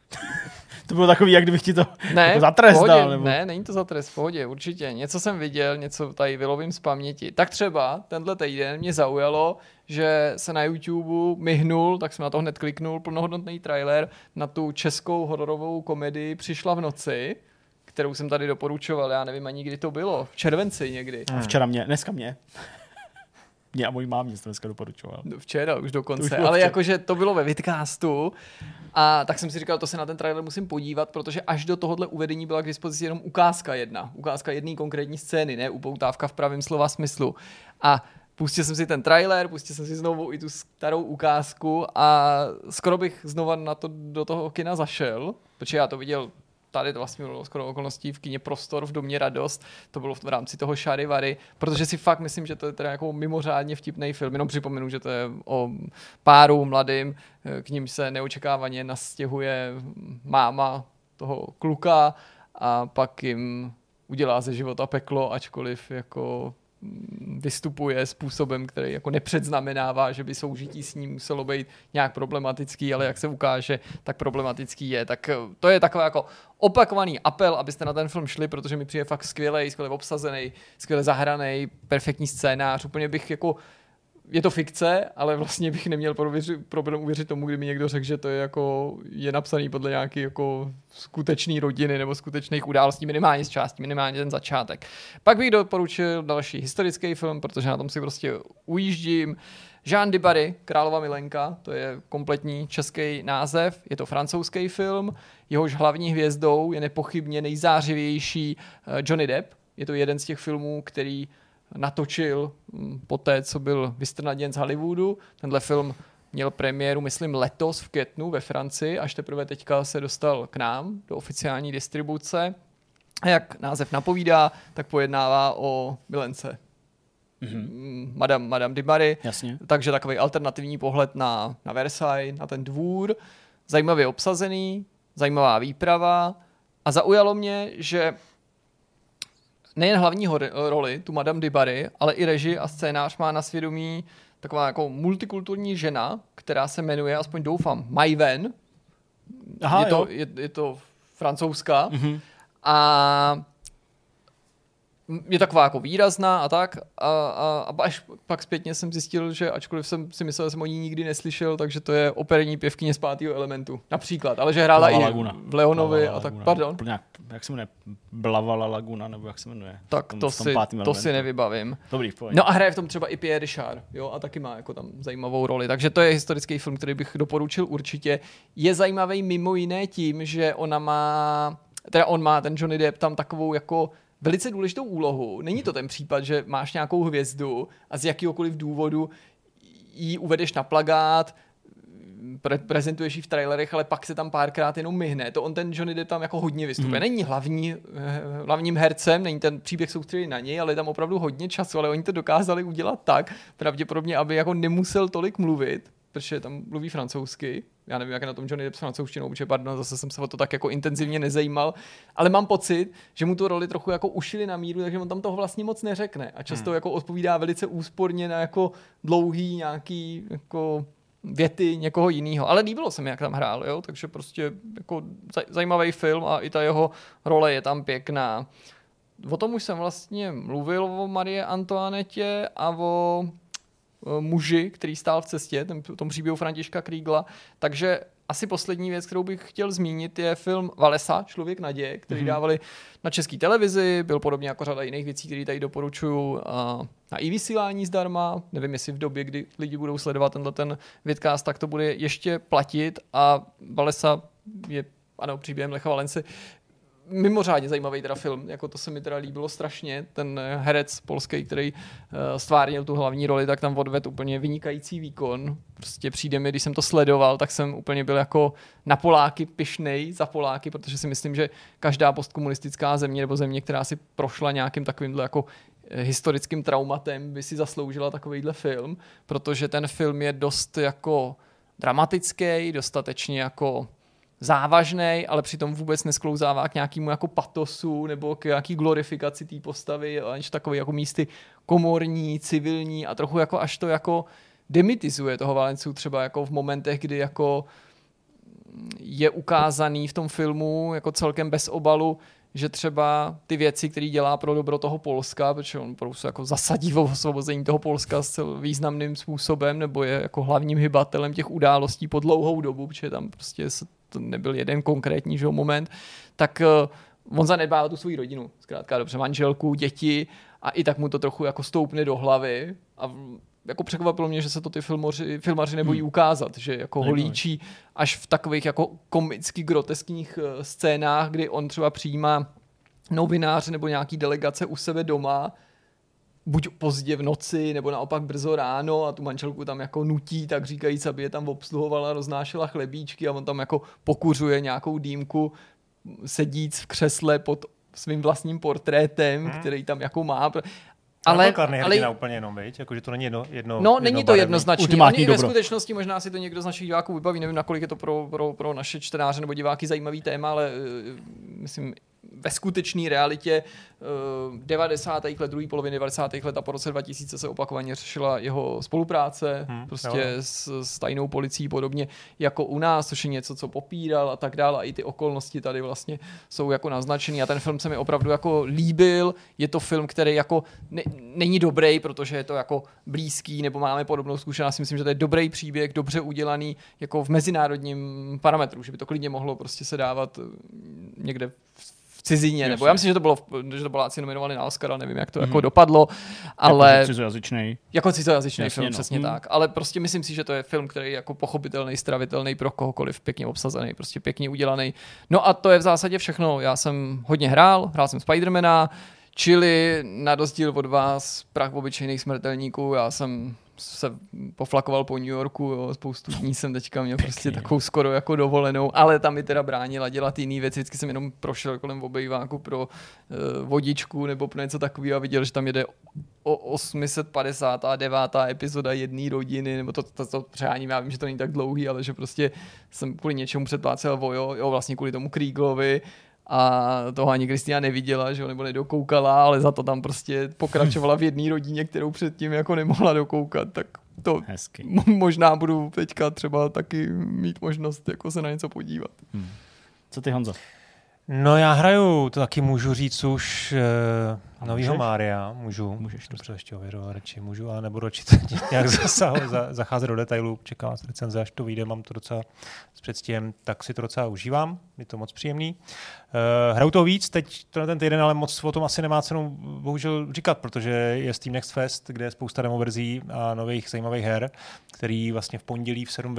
To bylo takový, jak kdybych ti to jako zatrestal. Nebo... Ne, není to za trest, v pohodě, určitě. Něco jsem viděl, něco tady vylovím z paměti. Tak třeba tenhle týden mě zaujalo, že se na YouTube myhnul, tak jsem na to hned kliknul, plnohodnotný trailer na tu českou hororovou komedii Přišla v noci, kterou jsem tady doporučoval, já nevím ani kdy to bylo, v červenci někdy. Včera dneska mě. Mě a můj mámě to dneska doporučoval. Včera už dokonce, ale jakože to bylo ve vidcastu a tak jsem si říkal, to se na ten trailer musím podívat, protože až do tohohle uvedení byla k dispozici jenom ukázka jedné konkrétní scény, ne upoutávka v pravém slova smyslu. A pustil jsem si ten trailer, pustil jsem si znovu i tu starou ukázku a skoro bych znova do toho kina zašel, protože já to viděl tady to vlastně bylo skoro okolností v kině Prostor v Domě Radost, to bylo v rámci toho Šarivary, protože si fakt myslím, že to je teda jako mimořádně vtipný film, jenom připomenu, že to je o páru mladým, k ním se neočekávaně nastěhuje máma toho kluka a pak jim udělá ze života peklo, ačkoliv jako vystupuje způsobem, který jako nepředznamenává, že by soužití s ním muselo být nějak problematický, ale jak se ukáže, tak problematický je. Tak to je takový jako opakovaný apel, abyste na ten film šli, protože mi přijde fakt skvělej, skvěle obsazený, skvěle zahraný, perfektní scénář. Úplně bych jako je to fikce, ale vlastně bych neměl problém uvěřit tomu, kdyby někdo řekl, že to je napsaný podle nějaké jako skutečné rodiny nebo skutečných událostí, minimálně z části, minimálně ten začátek. Pak bych doporučil další historický film, protože na tom si prostě ujíždím. Jean de Barry, Králova milenka, to je kompletní český název, je to francouzský film, jehož hlavní hvězdou je nepochybně nejzářivější Johnny Depp. Je to jeden z těch filmů, který natočil poté, co byl vystrnaděn z Hollywoodu. Tenhle film měl premiéru, myslím, letos v květnu ve Francii, až teprve teďka se dostal k nám do oficiální distribuce. A jak název napovídá, tak pojednává o milence. Madame de Barry. Jasně. Takže takový alternativní pohled na Versailles, na ten dvůr. Zajímavě obsazený, zajímavá výprava. A zaujalo mě, že nejen hlavní roli, tu Madame de Barry, ale i režii a scénář má na svědomí taková jako multikulturní žena, která se jmenuje, aspoň doufám, Mai Wen. Aha, je to francouzská. Mm-hmm. A je taková jako výrazná a tak. A až pak zpětně jsem zjistil, že ačkoliv jsem si myslel, že jsem o ní nikdy neslyšel, takže to je operní pěvkyně z 5. elementu. Například. Ale že hrála i v Leonovi a tak. Pardon. Jak se jmenuje? Blavala Laguna, nebo jak se jmenuje? Tak to si nevybavím. Dobrý, v no a hraje v tom třeba i Pierre Richard, jo, a taky má jako tam zajímavou roli. Takže to je historický film, který bych doporučil určitě. Je zajímavý mimo jiné tím, že on má ten Johnny Depp tam takovou jako velice důležitou úlohu. Není to ten případ, že máš nějakou hvězdu a z jakýhokoliv důvodu ji uvedeš na plakát, prezentuješ ji v trailerech, ale pak se tam párkrát jenom myhne. To on ten Johnny Depp tam jako hodně vystupuje. Není hlavním hercem, není ten příběh soustředěný na něj, ale je tam opravdu hodně času, ale oni to dokázali udělat tak, pravděpodobně, aby jako nemusel tolik mluvit, protože tam mluví francouzsky. Já nevím, jak je na tom Johnny Depp s francouzštinou, protože zase jsem se o to tak jako intenzivně nezajímal, ale mám pocit, že mu tu roli trochu jako ušili na míru, takže on tam toho vlastně moc neřekne a často jako odpovídá velice úsporně na jako dlouhý nějaký jako věty někoho jiného. Ale líbilo se mi, jak tam hrál, jo? Takže prostě jako zajímavý film a i ta jeho role je tam pěkná. O tom už jsem vlastně mluvil, o Marie Antoinetě a o muži, který stál v cestě, tom příběhu Františka Kriegla. Takže asi poslední věc, kterou bych chtěl zmínit, je film Walesa, Člověk naděje, který dávali na české televizi, byl podobně jako řada jiných věcí, které tady doporučuju na i-vysílání zdarma. Nevím, jestli v době, kdy lidi budou sledovat ten vidcast, tak to bude ještě platit a Walesa je, ano, příběhem Lecha Walesy, mimořádně zajímavý teda film, jako to se mi teda líbilo strašně, ten herec polský, který stvárnil tu hlavní roli, tak tam odvedl úplně vynikající výkon. Prostě přijde mi, když jsem to sledoval, tak jsem úplně byl jako na Poláky pyšnej za Poláky, protože si myslím, že každá postkomunistická země nebo země, která si prošla nějakým takovýmhle jako historickým traumatem, by si zasloužila takovýhle film, protože ten film je dost jako dramatický, dostatečně jako závažný, ale přitom vůbec nesklouzává k nějakému jako patosu nebo k nějaký glorifikaci té postavy, aniž takový jako místy komorní, civilní a trochu jako až to jako demitizuje toho Valencu třeba jako v momentech, kdy jako je ukázaný v tom filmu jako celkem bez obalu, že třeba ty věci, které dělá pro dobro toho Polska, protože on prostě jako zasadí o osvobození toho Polska s významným způsobem, nebo je jako hlavním hybatelem těch událostí po dlouhou dobu, protože tam prostě to nebyl jeden konkrétní moment, tak on zanedbává tu svou rodinu, zkrátka dobře, manželku, děti a i tak mu to trochu jako stoupne do hlavy a jako překvapilo mě, že se to ty filmaři nebojí ukázat, že jako ho líčí až v takových jako komicky groteskních scénách, kdy on třeba přijímá novináře nebo nějaký delegace u sebe doma, buď pozdě v noci, nebo naopak brzo ráno a tu manželku tam jako nutí, tak říkajíc, aby je tam obsluhovala, roznášela chlebíčky a on tam jako pokuřuje nějakou dýmku, sedíc v křesle pod svým vlastním portrétem, který tam jako má. Ale úplně jenom, viď? Jako, že to není jedno. No, není to jednoznačně. Ani ve skutečnosti možná si to někdo z našich diváků vybaví, nevím, nakolik je to pro naše čtenáře nebo diváky zajímavý téma, ale myslím, ve skutečné realitě 90. let, druhé poloviny 90. let a po roce 2000 se opakovaně řešila jeho spolupráce s tajnou policií podobně jako u nás, což je něco, co popíral a tak dále. A i ty okolnosti tady vlastně jsou jako naznačený a ten film se mi opravdu jako líbil. Je to film, který jako není dobrý, protože je to jako blízký nebo máme podobnou zkušenost. Myslím, že to je dobrý příběh, dobře udělaný jako v mezinárodním parametru, že by to klidně mohlo prostě se dávat někde v cizině, nebo já myslím, že to bylo asi nominovaný na Oscara, nevím, jak to jako dopadlo, ale... Jako cizojazyčný. Jako cizojazyčný film, přesně tak. Ale prostě myslím si, že to je film, který je jako pochopitelný, stravitelný pro kohokoliv, pěkně obsazený, prostě pěkně udělaný. No a to je v zásadě všechno. Já jsem hodně hrál jsem Spidermana, čili na rozdíl od vás, prach obyčejných smrtelníků, já jsem se poflakoval po New Yorku, jo, spoustu dní jsem teďka měl prostě takovou skoro jako dovolenou, ale tam mi teda bránila dělat jiný věci, vždycky jsem jenom prošel kolem obejváku pro vodičku nebo pro něco takového a viděl, že tam jede o 859. epizoda jedné rodiny, nebo to přeháním, já vím, že to není tak dlouhý, ale že prostě jsem kvůli něčemu předplácel vlastně kvůli tomu Krieglovi, a toho ani Kristina neviděla, že jo, nebo nedokoukala, ale za to tam prostě pokračovala v jedné rodině, kterou předtím jako nemohla dokoukat, tak to možná budu teďka třeba taky mít možnost jako se na něco podívat. Co ty, Honzo? No já hraju, to taky můžu říct už novýho Mária, můžeš to ještě ověřovat radši, můžu, ale nebudu nějak zacházet do detailů, čekám na recenze, až to vyjde, mám to docela s předstihem, tak si to docela užívám, je to moc příjemný. Hraju to víc, teď ten týden, ale moc o tom asi nemá cenu bohužel říkat, protože je Steam Next Fest, kde je spousta demoverzí a nových zajímavých her, který vlastně v pondělí v 7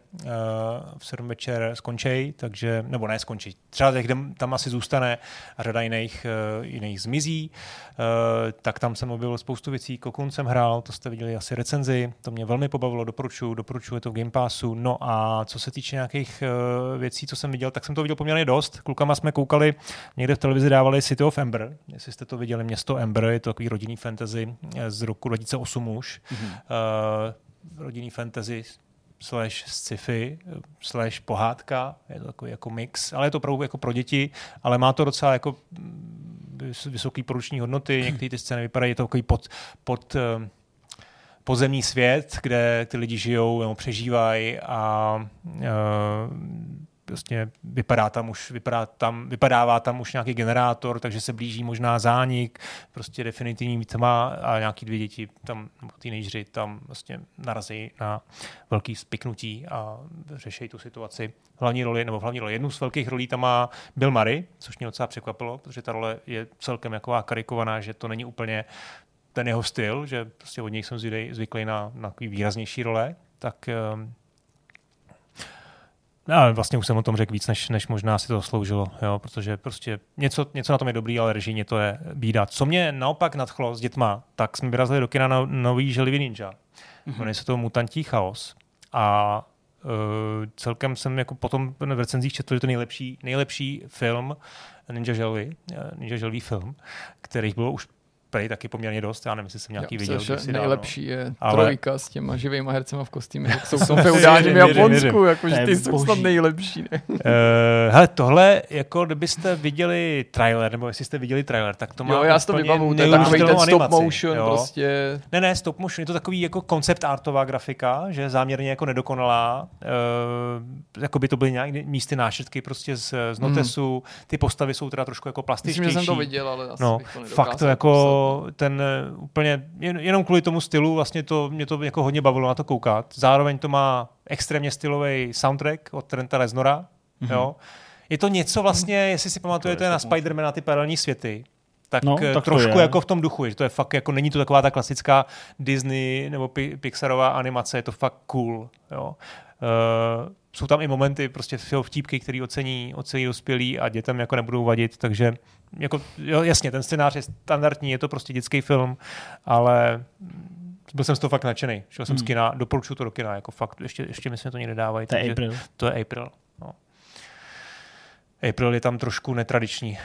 večer skončí, takže, nebo ne skončí, třeba tam asi zůstane a řada jiných zmizí, tak tam jsem objevil spoustu věcí, Cocoon jsem hrál, to jste viděli asi recenzi, to mě velmi pobavilo, doporučuji to v Game Passu, no a co se týče nějakých věcí, co jsem viděl, tak jsem to viděl poměrně dost, klukama jsme koukali, někde v televizi dávali City of Ember, jestli jste to viděli, Město Ember, je to takový rodinný fantasy z roku 2008 už, rodinný fantasy / sci-fi / pohádka, je to takový jako mix, ale je to opravdu jako pro děti, ale má to docela jako vysoký poruční hodnoty, některé ty scény vypadají, je to takový podzemní svět, kde ty lidi žijou nebo přežívají a prostě vypadává tam už nějaký generátor, takže se blíží možná zánik, prostě definitivní tma a nějaký 2 děti tam, teenageři tam vlastně narazí na velký spiknutí a řeší tu situaci. Hlavní roli, jednu z velkých rolí tam má Bill Murray, což mě docela překvapilo, protože ta role je celkem jako karikovaná, že to není úplně ten jeho styl, že prostě od něj jsem zvyklý na takový výraznější role, tak no, vlastně už jsem o tom řekl víc, než možná si to sloužilo, jo, protože prostě něco na tom je dobrý, ale režijně to je bída. Co mě naopak nadchlo s dětma, tak jsme vyrazili do kina na nový Želivý ninja. Jmenuje se to Mutantí chaos a celkem jsem jako potom v recenzích četl, že to nejlepší film Ninja Želvy film, kterých bylo už prej taky poměrně dost, já nevím, jestli jsem nějaký viděl. Nejlepší je trojka s těma živýma hercema v kostýmech, jak jsou v tom feudálním Japonsku, jakože ty jsou snad nejlepší. Hele, tohle, jako kdybyste viděli trailer, nebo jestli jste viděli trailer, tak to má jo, já si to vybavu, to je takový ten stop motion prostě. Ne, stop motion, je to takový jako koncept artová grafika, že záměrně jako nedokonalá, jako by to byly nějaké místy nášetky prostě z notesu, ty postavy jsou teda trošku jako plastičtější. Myslím, že jsem to viděl, ale asi bych to nedokázal. Fakt to jako ten úplně, jenom kvůli tomu stylu vlastně mě to jako hodně bavilo na to koukat. Zároveň to má extrémně stylový soundtrack od Trenta Reznora, jo. Je to něco vlastně, jestli si pamatujete na Spider-Mana ty paralelní světy, tak trošku jako v tom duchu, že to je fakt jako, není to taková ta klasická Disney nebo Pixarová animace, je to fakt cool, jo. Jsou tam i momenty, prostě vtípky, který ocení dospělí a dětem jako nebudou vadit, takže jako, jo, jasně, ten scénář je standardní, je to prostě dětský film, ale byl jsem z toho fakt nadšený. Šel jsem z kina, doporučuji to do kina, jako fakt, ještě myslím, že to někde dávají. To je April. To je April, no. April je tam trošku netradiční,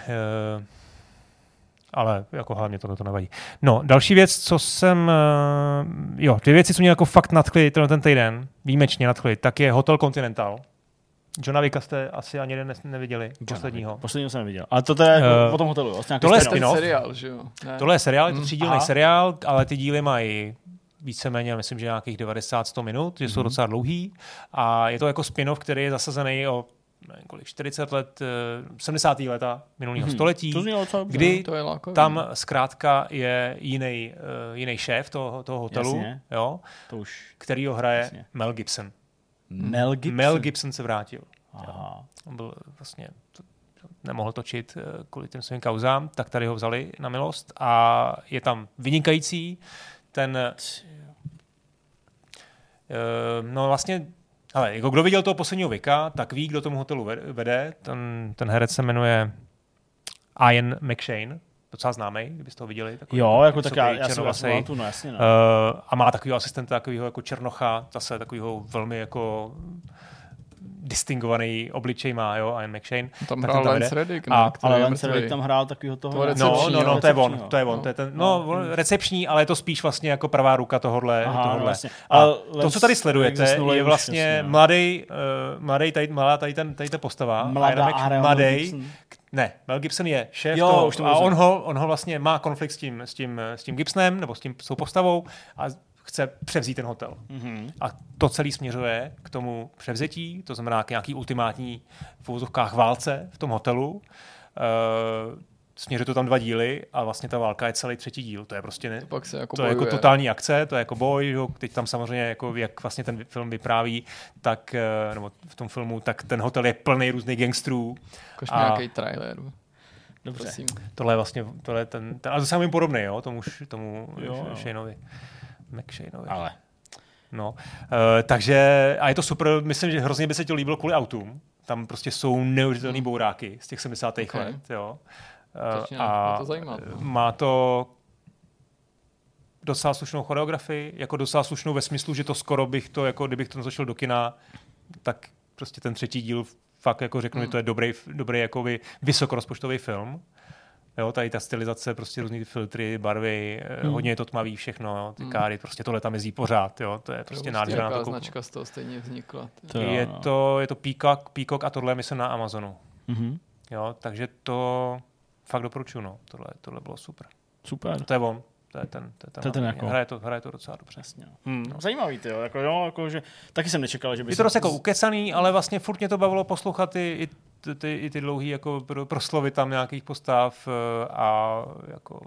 ale jako hlavně tohle to nevadí. No, další věc, co jsem, dvě věci, co mě jako fakt nadchly ten týden, výjimečně nadchly, tak je Hotel Continental. Johna Wicka jste asi ani jeden neviděli, posledního. Posledního jsem neviděl, ale to je o tom hotelu. Vlastně tohle je spin-off. Seriál, že jo? Ne. Tohle je seriál, je to třídílný seriál, ale ty díly mají víceméně, myslím, že nějakých 90-100 minut, že jsou docela dlouhý a je to jako spin-off, který je zasazený o 40 let, 70. leta minulého století, kdy tam zkrátka je jiný šéf toho hotelu, jo, který ho hraje Mel Gibson. Mel Gibson se vrátil. On byl vlastně nemohl točit kvůli těm svým kauzám, tak tady ho vzali na milost a je tam vynikající. Vlastně ale jako kdo viděl toho posledního Wicka, tak ví, kdo tomu hotelu vede. Ten herec se jmenuje Ian McShane, docela známý, kdybyste ho viděli. Jo, jako tak já jsem tu, no jasně. No. A má takovýho asistenta, takovýho jako černocha, zase takovýho velmi jako distingovaný obličej má, jo, Ian McShane. Tam hrál Lance Reddick, ale Lance Reddick tam hrál takovýho toho. No, to je on. To je ten, recepční, ale je to spíš vlastně jako pravá ruka tohohle. Vlastně. A to, co tady sledujete, je vlastně mladý tady ta postava. Mel Gibson je šéf toho, a on ho vlastně má konflikt s tím Gibsonem, nebo s tou postavou a chce převzít ten hotel. A to celé směřuje k tomu převzetí, to znamená k nějaký ultimátní v uvozovkách válce v tom hotelu. Směřuje to tam 2 díly a vlastně ta válka je celý 3. díl. To je prostě to je jako totální akce, to je jako boj. Jo. Teď tam samozřejmě, jako jak vlastně ten film vypráví, tak, nebo v tom filmu, tak ten hotel je plný různých gangstrů. Jakož nějaký trailer. Dobře. Prosím. Tohle je vlastně, ale to jsem jim podobný, jo, tomu Shaneovi. McShaneovi. Ale. No, takže, a je to super, myslím, že hrozně by se to líbilo kvůli autům. Tam prostě jsou neuvěřitelný bouráky z těch 70. let, jo. A to zajímá, má to docela slušnou choreografii, jako docela slušnou ve smyslu, že to skoro bych to, jako kdybych to natočil do kina, tak prostě ten 3. díl fakt jako řeknu, že to je dobrý jakoby vysokorozpočtový film. Jo, tady ta stylizace, prostě různý filtry, barvy, hodně je to tmavý všechno, jo, ty káry, prostě tohle tam jezdí pořád, jo, to je prostě nádherná. Jaká značka z toho stejně vznikla? Je to Peacock a tohle je myslím na Amazonu. Jo, takže to fakt doporučuji, no, tohle bylo super. Super. To je on. To je ten jako. Hraje to docela dobře. No. Zajímavý, ty jo, jako, že taky jsem nečekal, že by je to dost jako ukecaný, ale vlastně furt mě to bavilo poslouchat i ty dlouhý jako proslovy tam nějakých postav a jako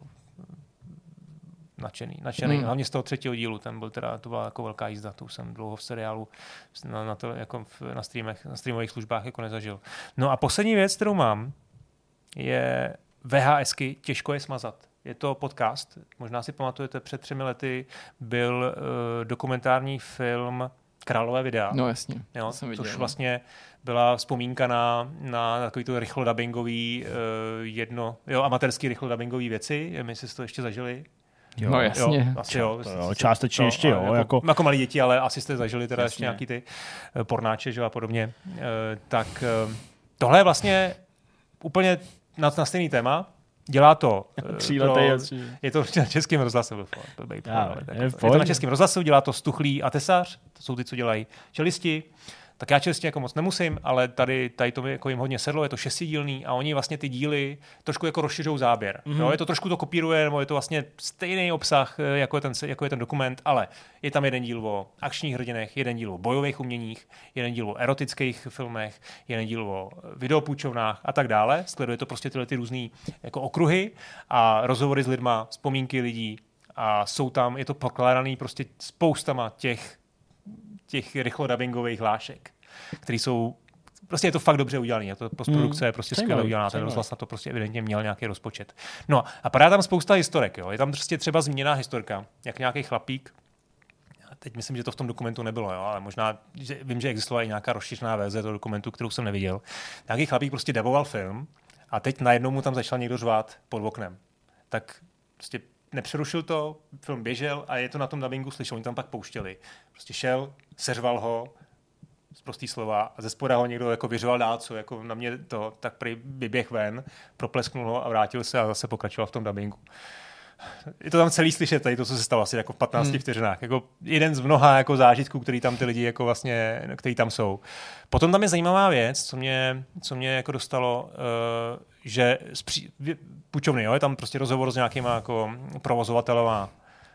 nadšený. Hlavně z toho 3. dílu, to byla jako velká jízda, to už jsem dlouho v seriálu na streamových službách jako nezažil. No a poslední věc, kterou mám, je VHSky, těžko je smazat. Je to podcast, možná si pamatujete, před 3 lety byl dokumentární film Králové videa. No jasně, jo, což vlastně byla vzpomínka na takový to rychlodabingový amatérský rychlodabingový věci. My si to ještě zažili. Jo, no jasně. Jo, částečně ještě jo. Jako malí děti, ale asi jste zažili teda ještě nějaký ty pornáče, že a podobně. Tak tohle je vlastně úplně na stejný téma. dělá to. Je to na Českém rozhlasu. Je to na Českém rozhlasu, dělá to Stuchlý a Tesař, to jsou ty, co dělají Čelisti. Tak já čelisti jako moc nemusím, ale tady to jako jim hodně sedlo, je to 6dílný a oni vlastně ty díly trošku jako rozšiřují záběr. Jo? Je to trošku to kopíruje, nebo je to vlastně stejný obsah, jako je ten dokument, ale je tam jeden díl o akčních hrdinech, jeden díl o bojových uměních, jeden díl o erotických filmech, jeden díl o videopůjčovnách a tak dále. Sleduje to prostě tyhle ty různý jako okruhy a rozhovory s lidma, vzpomínky lidí a jsou tam, je to pokládaný prostě spoustama těch rychlodabingových hlášek, které jsou, prostě je to fakt dobře udělané, a to postprodukce je prostě skvěle udělaná, ten rozhlas na to prostě evidentně měl nějaký rozpočet. No a padá tam spousta historek, jo. Je tam prostě třeba zmíněná historka, jak nějaký chlapík, teď myslím, že to v tom dokumentu nebylo, jo, ale možná, že vím, že existovala i nějaká rozšířená verze toho dokumentu, kterou jsem neviděl. Nějaký chlapík prostě daboval film a teď najednou mu tam začal někdo řvát pod oknem. Tak prostě nepřerušil to, film běžel a je to na tom dabingu slyšel, oni tam pak pouštěli. Prostě šel, seřval ho, z prostý slova, a ze spoda ho někdo jako vyřval dál, co jako na mě to, tak prý vyběh ven, proplesknul ho a vrátil se a zase pokračoval v tom dabingu. Je to tam celý slyšet, tady to, co se stalo asi jako v 15 vteřinách. Jako jeden z mnoha jako zážitků, který tam ty lidi jako vlastně, který tam jsou. Potom tam je zajímavá věc, co mě jako dostalo, že půjčovny, jo, je tam prostě rozhovor s nějakýma jako provozovatelema,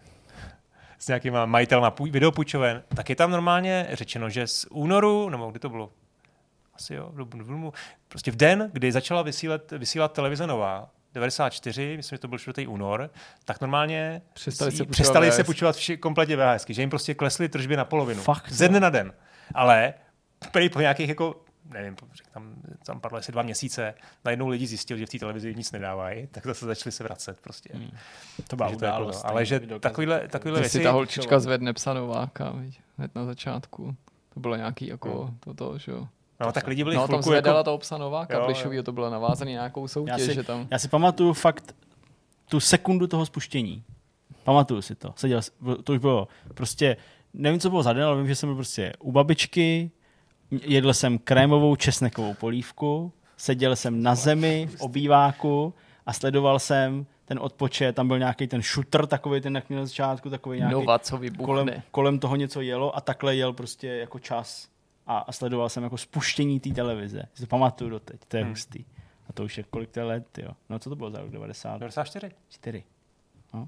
s nějakýma majitelma videopůjčoven, tak je tam normálně řečeno, že z únoru, nebo kdy to bylo? Asi jo, prostě v den, kdy začala vysílat televize Nová, 94, myslím, že to byl 4. únor, tak normálně přestali se půjčovat kompletně VHSky, že jim prostě klesly tržby na polovinu. Fakt, ze dne na den. Ale po nějakých jako nevím, tam padlo asi 2 měsíce, najednou lidi zjistili, že v té televizi nic nedávají, tak zase začali se vracet prostě. To byla událost. Ale že takovýhle věci... si ta holčička zvedne psa Nováka, hned na začátku. To bylo nějaký jako toto, že jo. No, tak lidi byli no, tam zvedala jako... toho psa Nováka, Blišovýho, to bylo navázaný nějakou soutěž, že tam... Já si pamatuju fakt tu sekundu toho spuštění. Pamatuju si to. To už bylo prostě, nevím, co bylo za den, ale vím, že jsem byl prostě u babičky, jedl jsem krémovou česnekovou polívku, seděl jsem na zemi v obýváku a sledoval jsem ten odpočet, tam byl nějaký ten šutr, takový ten, jak měl na začátku, takový nějaký... Nova, co vybuchne. Kolem toho něco jelo a takhle jel prostě jako čas a sledoval jsem jako spuštění té televize. Si to pamatuju doteď, to je hustý. A to už je kolik to let, jo. No co to bylo za rok? 94? 4. No.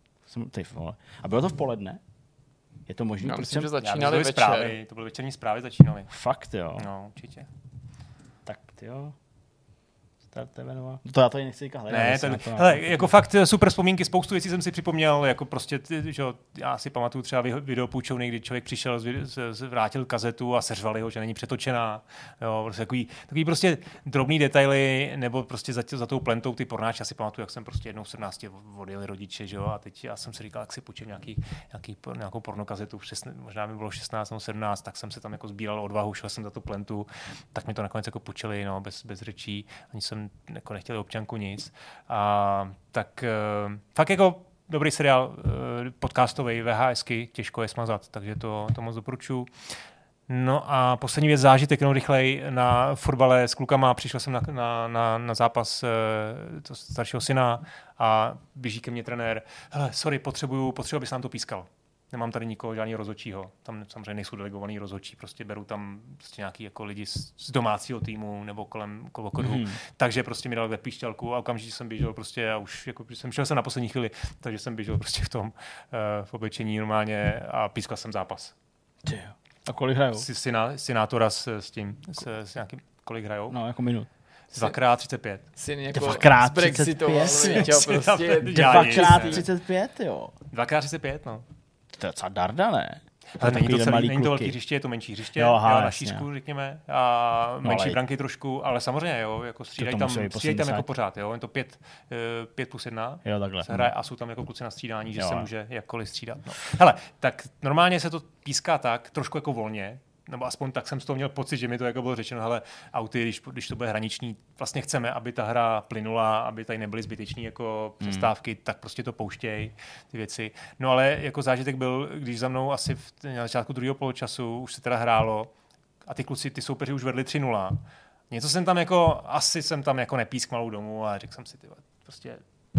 A bylo to v poledne? Je to možné? Já myslím, že začínali večer. Zprávy, to byly večerní zprávy, začínaly. Fakt, jo? No, určitě. Tak, jo. To já tady nechci říkat. Ne, hele, jako fakt super vzpomínky, spoustu věcí jsem si připomněl, jako prostě, že já si pamatuju třeba videopůjčovny, kdy člověk přišel, vrátil kazetu a seřvali ho, že není přetočená. Jo, prostě takový prostě drobný detaily, nebo prostě za tou plentou ty pornáče. Já si pamatuju, jak jsem prostě jednou v 17 odjeli rodiče, že jo, a teď já jsem si říkal, jak si půjčím nějakou pornokazetu, možná mi bylo 16 nebo 17, tak jsem se tam jako sbíral odvahu, šel jsem za tu plentu, tak mi to nakonec jako půjčili, no, bez řečí, ani jsem jako nechtěli občanku nic. A tak fakt jako dobrý seriál, podcastový, VHSky, těžko je smazat, takže to moc doporučuji. No a poslední věc, zážitek jenom rychlej na fotbale s klukama. Přišel jsem na zápas staršího syna a běží ke mně trenér. Hele, sorry, potřebuji, abys nám to pískal. Nemám tady nikoho, žádný rozhodčího. Tam samozřejmě nejsou delegovaný rozhodčí, prostě beru tam prostě nějaký jako lidi z domácího týmu nebo kolem kodru. Takže prostě mi dal píšťalku a okamžitě jsem běžel prostě a už jako šel jsem na poslední chvíli, takže jsem běžel prostě v tom v oblečení normálně a pískal jsem zápas. A kolik hrajou? Sinátora s nějakým, kolik hrajou? No, jako minut. 2x35. Syn jako 2x35? Prostě 2x35, jo. 2x35, no. To je docela darda, ne? Ale není to velký hřiště, je to menší hřiště, na šířku, řekněme, a menší branky trošku, ale samozřejmě, jo, jako střídají tam jako pořád, jo, je to 5+1, jo, takhle. Se hraje a jsou tam jako kluci na střídání, že se může jakkoliv střídat. No. Hele, tak normálně se to píská tak, trošku jako volně, nebo aspoň tak jsem z toho měl pocit, že mi to jako bylo řečeno, hele, auty, když to bude hraniční, vlastně chceme, aby ta hra plynula, aby tady nebyly zbyteční jako přestávky, tak prostě to pouštěj, ty věci. No ale jako zážitek byl, když za mnou asi na začátku druhého poločasu už se teda hrálo a ty kluci, ty soupeři už vedli 3-0. Něco jsem tam jako, asi jsem tam jako nepísknul domů a řekl jsem si, prostě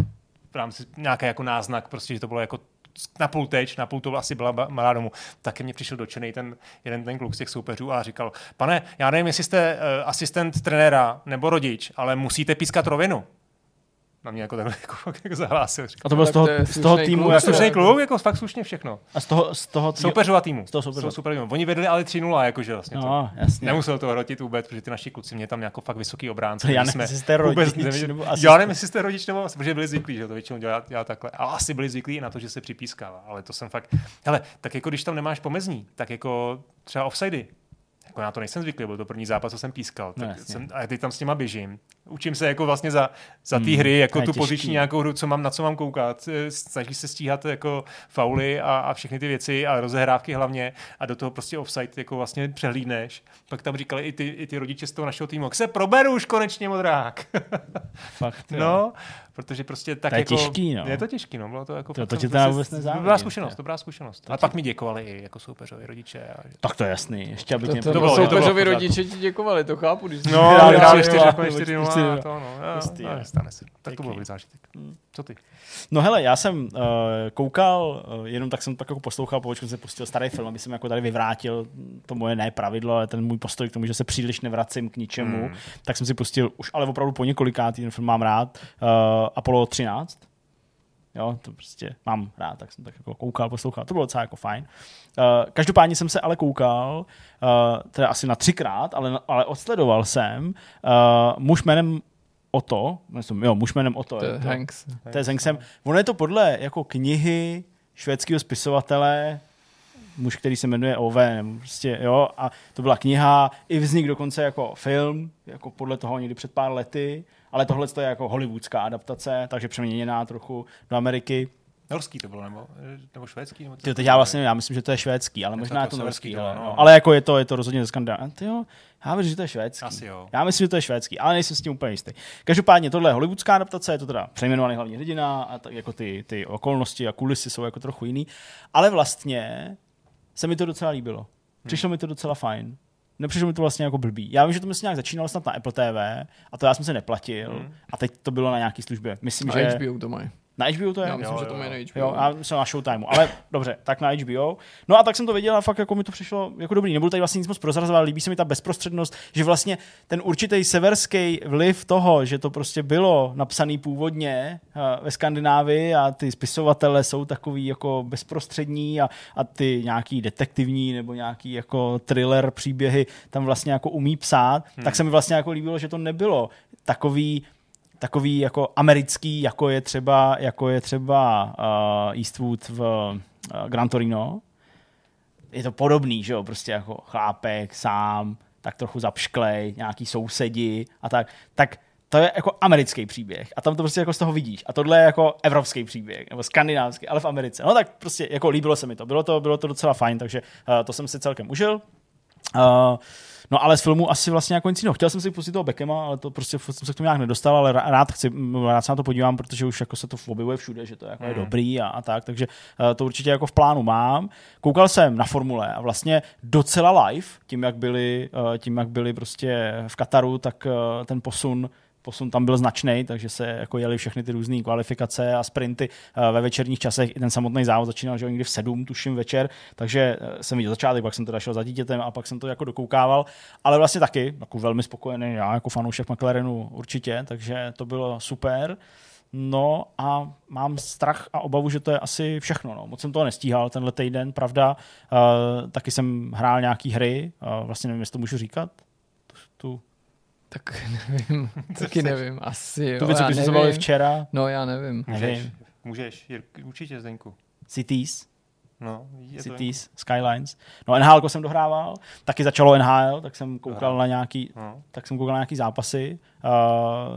v rámci nějaký jako náznak, prostě, že to bylo jako napůl teč, napůl to asi byla malá domů. Taky mě přišel dočenej ten kluk z těch soupeřů a říkal, pane, já nevím, jestli jste asistent trenéra nebo rodič, ale musíte pískat rovinu. Na mě jako takhle jako zahlásil. A to bylo z toho týmu? Slušný kluk, jako fakt slušně všechno. A z toho soupeřova týmu. Z toho soupeřova týmu. Oni vedli ale 3-0, jakože vlastně. No, jasně. Nemusel to hrotit vůbec, protože ty naši kluci mě tam jako fakt vysoký obránce. Já nevím, jestli jste rodič. Já nevím, jestli jste rodič nebo protože byli zvyklí, že to většinou dělá takhle. A asi byli zvyklí na to, že se připískává, ale to jsem fakt. Hele, tak jako když tam nemáš pomezní, tak jako třeba offsidey. Jako já to nejsem zvyklý, byl to první zápas, co jsem pískal. A teď tam s těma běžím. Učím se jako vlastně za té hry, jako tu poziční nějakou hru, na co mám koukat. Snaží se stíhat jako fauly a všechny ty věci a rozehrávky hlavně a do toho prostě offside jako vlastně přehlídneš. Pak tam říkali i ty rodiče z toho našeho týmu, se proberu už konečně, modrák. Fakt, no, protože prostě tak to je jako... těžký, no. Je to těžký, no. Bylo to jako... To ti teda vůbec nezávidí. Dobrá zkušenost. A pak mi děkovali i jako soupeřovi rodiče. Tak to je jasný. Ještě aby tě to bylo soupeřovi rodiče ti děkovali, to chápu. Když hráli 4-0 a to, no. Stane se. Tak to bylo zážitek. Co ty? No hele, já jsem koukal, jenom tak jsem tak jako poslouchal, počkej, jsem pustil starý film, aby jsem jako tady vyvrátil to moje nepravidlo, ale ten můj postoj k tomu, že se příliš nevracím k ničemu, tak jsem si pustil už ale opravdu po několikátý, ten film mám rád, Apollo 13. Jo, to prostě mám rád, tak jsem tak jako koukal, poslouchal, to bylo docela jako fajn. Každopádně jsem se ale koukal, teda asi na 3krát, ale odsledoval jsem muž jménem Otto, muž jménem Otto. To je Hanks. To je s Hanksem. Ono je to podle jako knihy švédského spisovatele, muž, který se jmenuje Ove, prostě, jo, a to byla kniha, i vznik dokonce jako film, jako podle toho někdy před pár lety, ale tohle je jako hollywoodská adaptace, takže přeměněná trochu do Ameriky. Norský to bylo, nebo švédský? Nebo teď já myslím, že to je švédský, ale možná je to norský. No. Ale jako je to rozhodně ze Skandinávie. Já věřím, že to je švédský. Asi jo. Já myslím, že to je švédský, ale nejsem s tím úplně jistý. Každopádně tohle je hollywoodská adaptace, je to teda přejmenovaný hlavní hrdina a tak jako ty okolnosti a kulisy jsou jako trochu jiný, ale vlastně se mi to docela líbilo. Přišlo mi to docela fajn. Nepřišlo mi to vlastně jako blbý. Já vím, že to myslím nějak začínalo snad na Apple TV a to já jsem se neplatil a teď to bylo na nějaký službě. Myslím, že HBO to mají. Na HBO to je? Já myslím, že to mají na HBO. Jo, já jsem na Showtimeu, ale dobře, tak na HBO. No a tak jsem to viděl a fakt jako mi to přišlo jako dobrý. Nebudu tady vlastně nic moc prozrazovat, líbí se mi ta bezprostřednost, že vlastně ten určitý severský vliv toho, že to prostě bylo napsaný původně ve Skandinávii a ty spisovatele jsou takový jako bezprostřední a ty nějaký detektivní nebo nějaký jako thriller příběhy tam vlastně jako umí psát, tak se mi vlastně jako líbilo, že to nebylo takový jako americký, jako je třeba Eastwood v Gran Torino. Je to podobný, že jo, prostě jako chlápek sám, tak trochu zapšklej, nějaký sousedi a tak. Tak to je jako americký příběh a tam to prostě jako z toho vidíš. A tohle je jako evropský příběh, nebo skandinávský, ale v Americe. No tak prostě jako líbilo se mi to. Bylo to docela fajn, takže to jsem si celkem užil. No ale z filmu asi vlastně jako nic jiného. Chtěl jsem si pustit toho Beckhama, ale to prostě jsem se k tomu nějak nedostal, ale rád se na to podívám, protože už jako se to objevuje všude, že to jako je dobrý a tak, takže to určitě jako v plánu mám. Koukal jsem na formule a vlastně docela live, tím jak byli prostě v Kataru, tak ten posun tam byl značný, takže se jako jeli všechny ty různé kvalifikace a sprinty ve večerních časech. I ten samotný závod začínal, že někdy v 7, tuším, večer, takže jsem viděl začátek, pak jsem teda šel za dítětem a pak jsem to jako dokoukával, ale vlastně taky jako velmi spokojený, já jako fanoušek McLarenu určitě, takže to bylo super. No a mám strach a obavu, že to je asi všechno. No. Moc jsem toho nestíhal tenhle týden, pravda. Taky jsem hrál nějaký hry, vlastně nevím, jestli to můžu říkat. Tak nevím, taky nevím, asi jo. Tu věc, když jsme bavili včera. No já nevím. Můžeš, určitě, Zdeňku. Cities. No, Cities, Skylines. No NHL jsem dohrával, taky začalo NHL, tak jsem koukal na nějaký zápasy.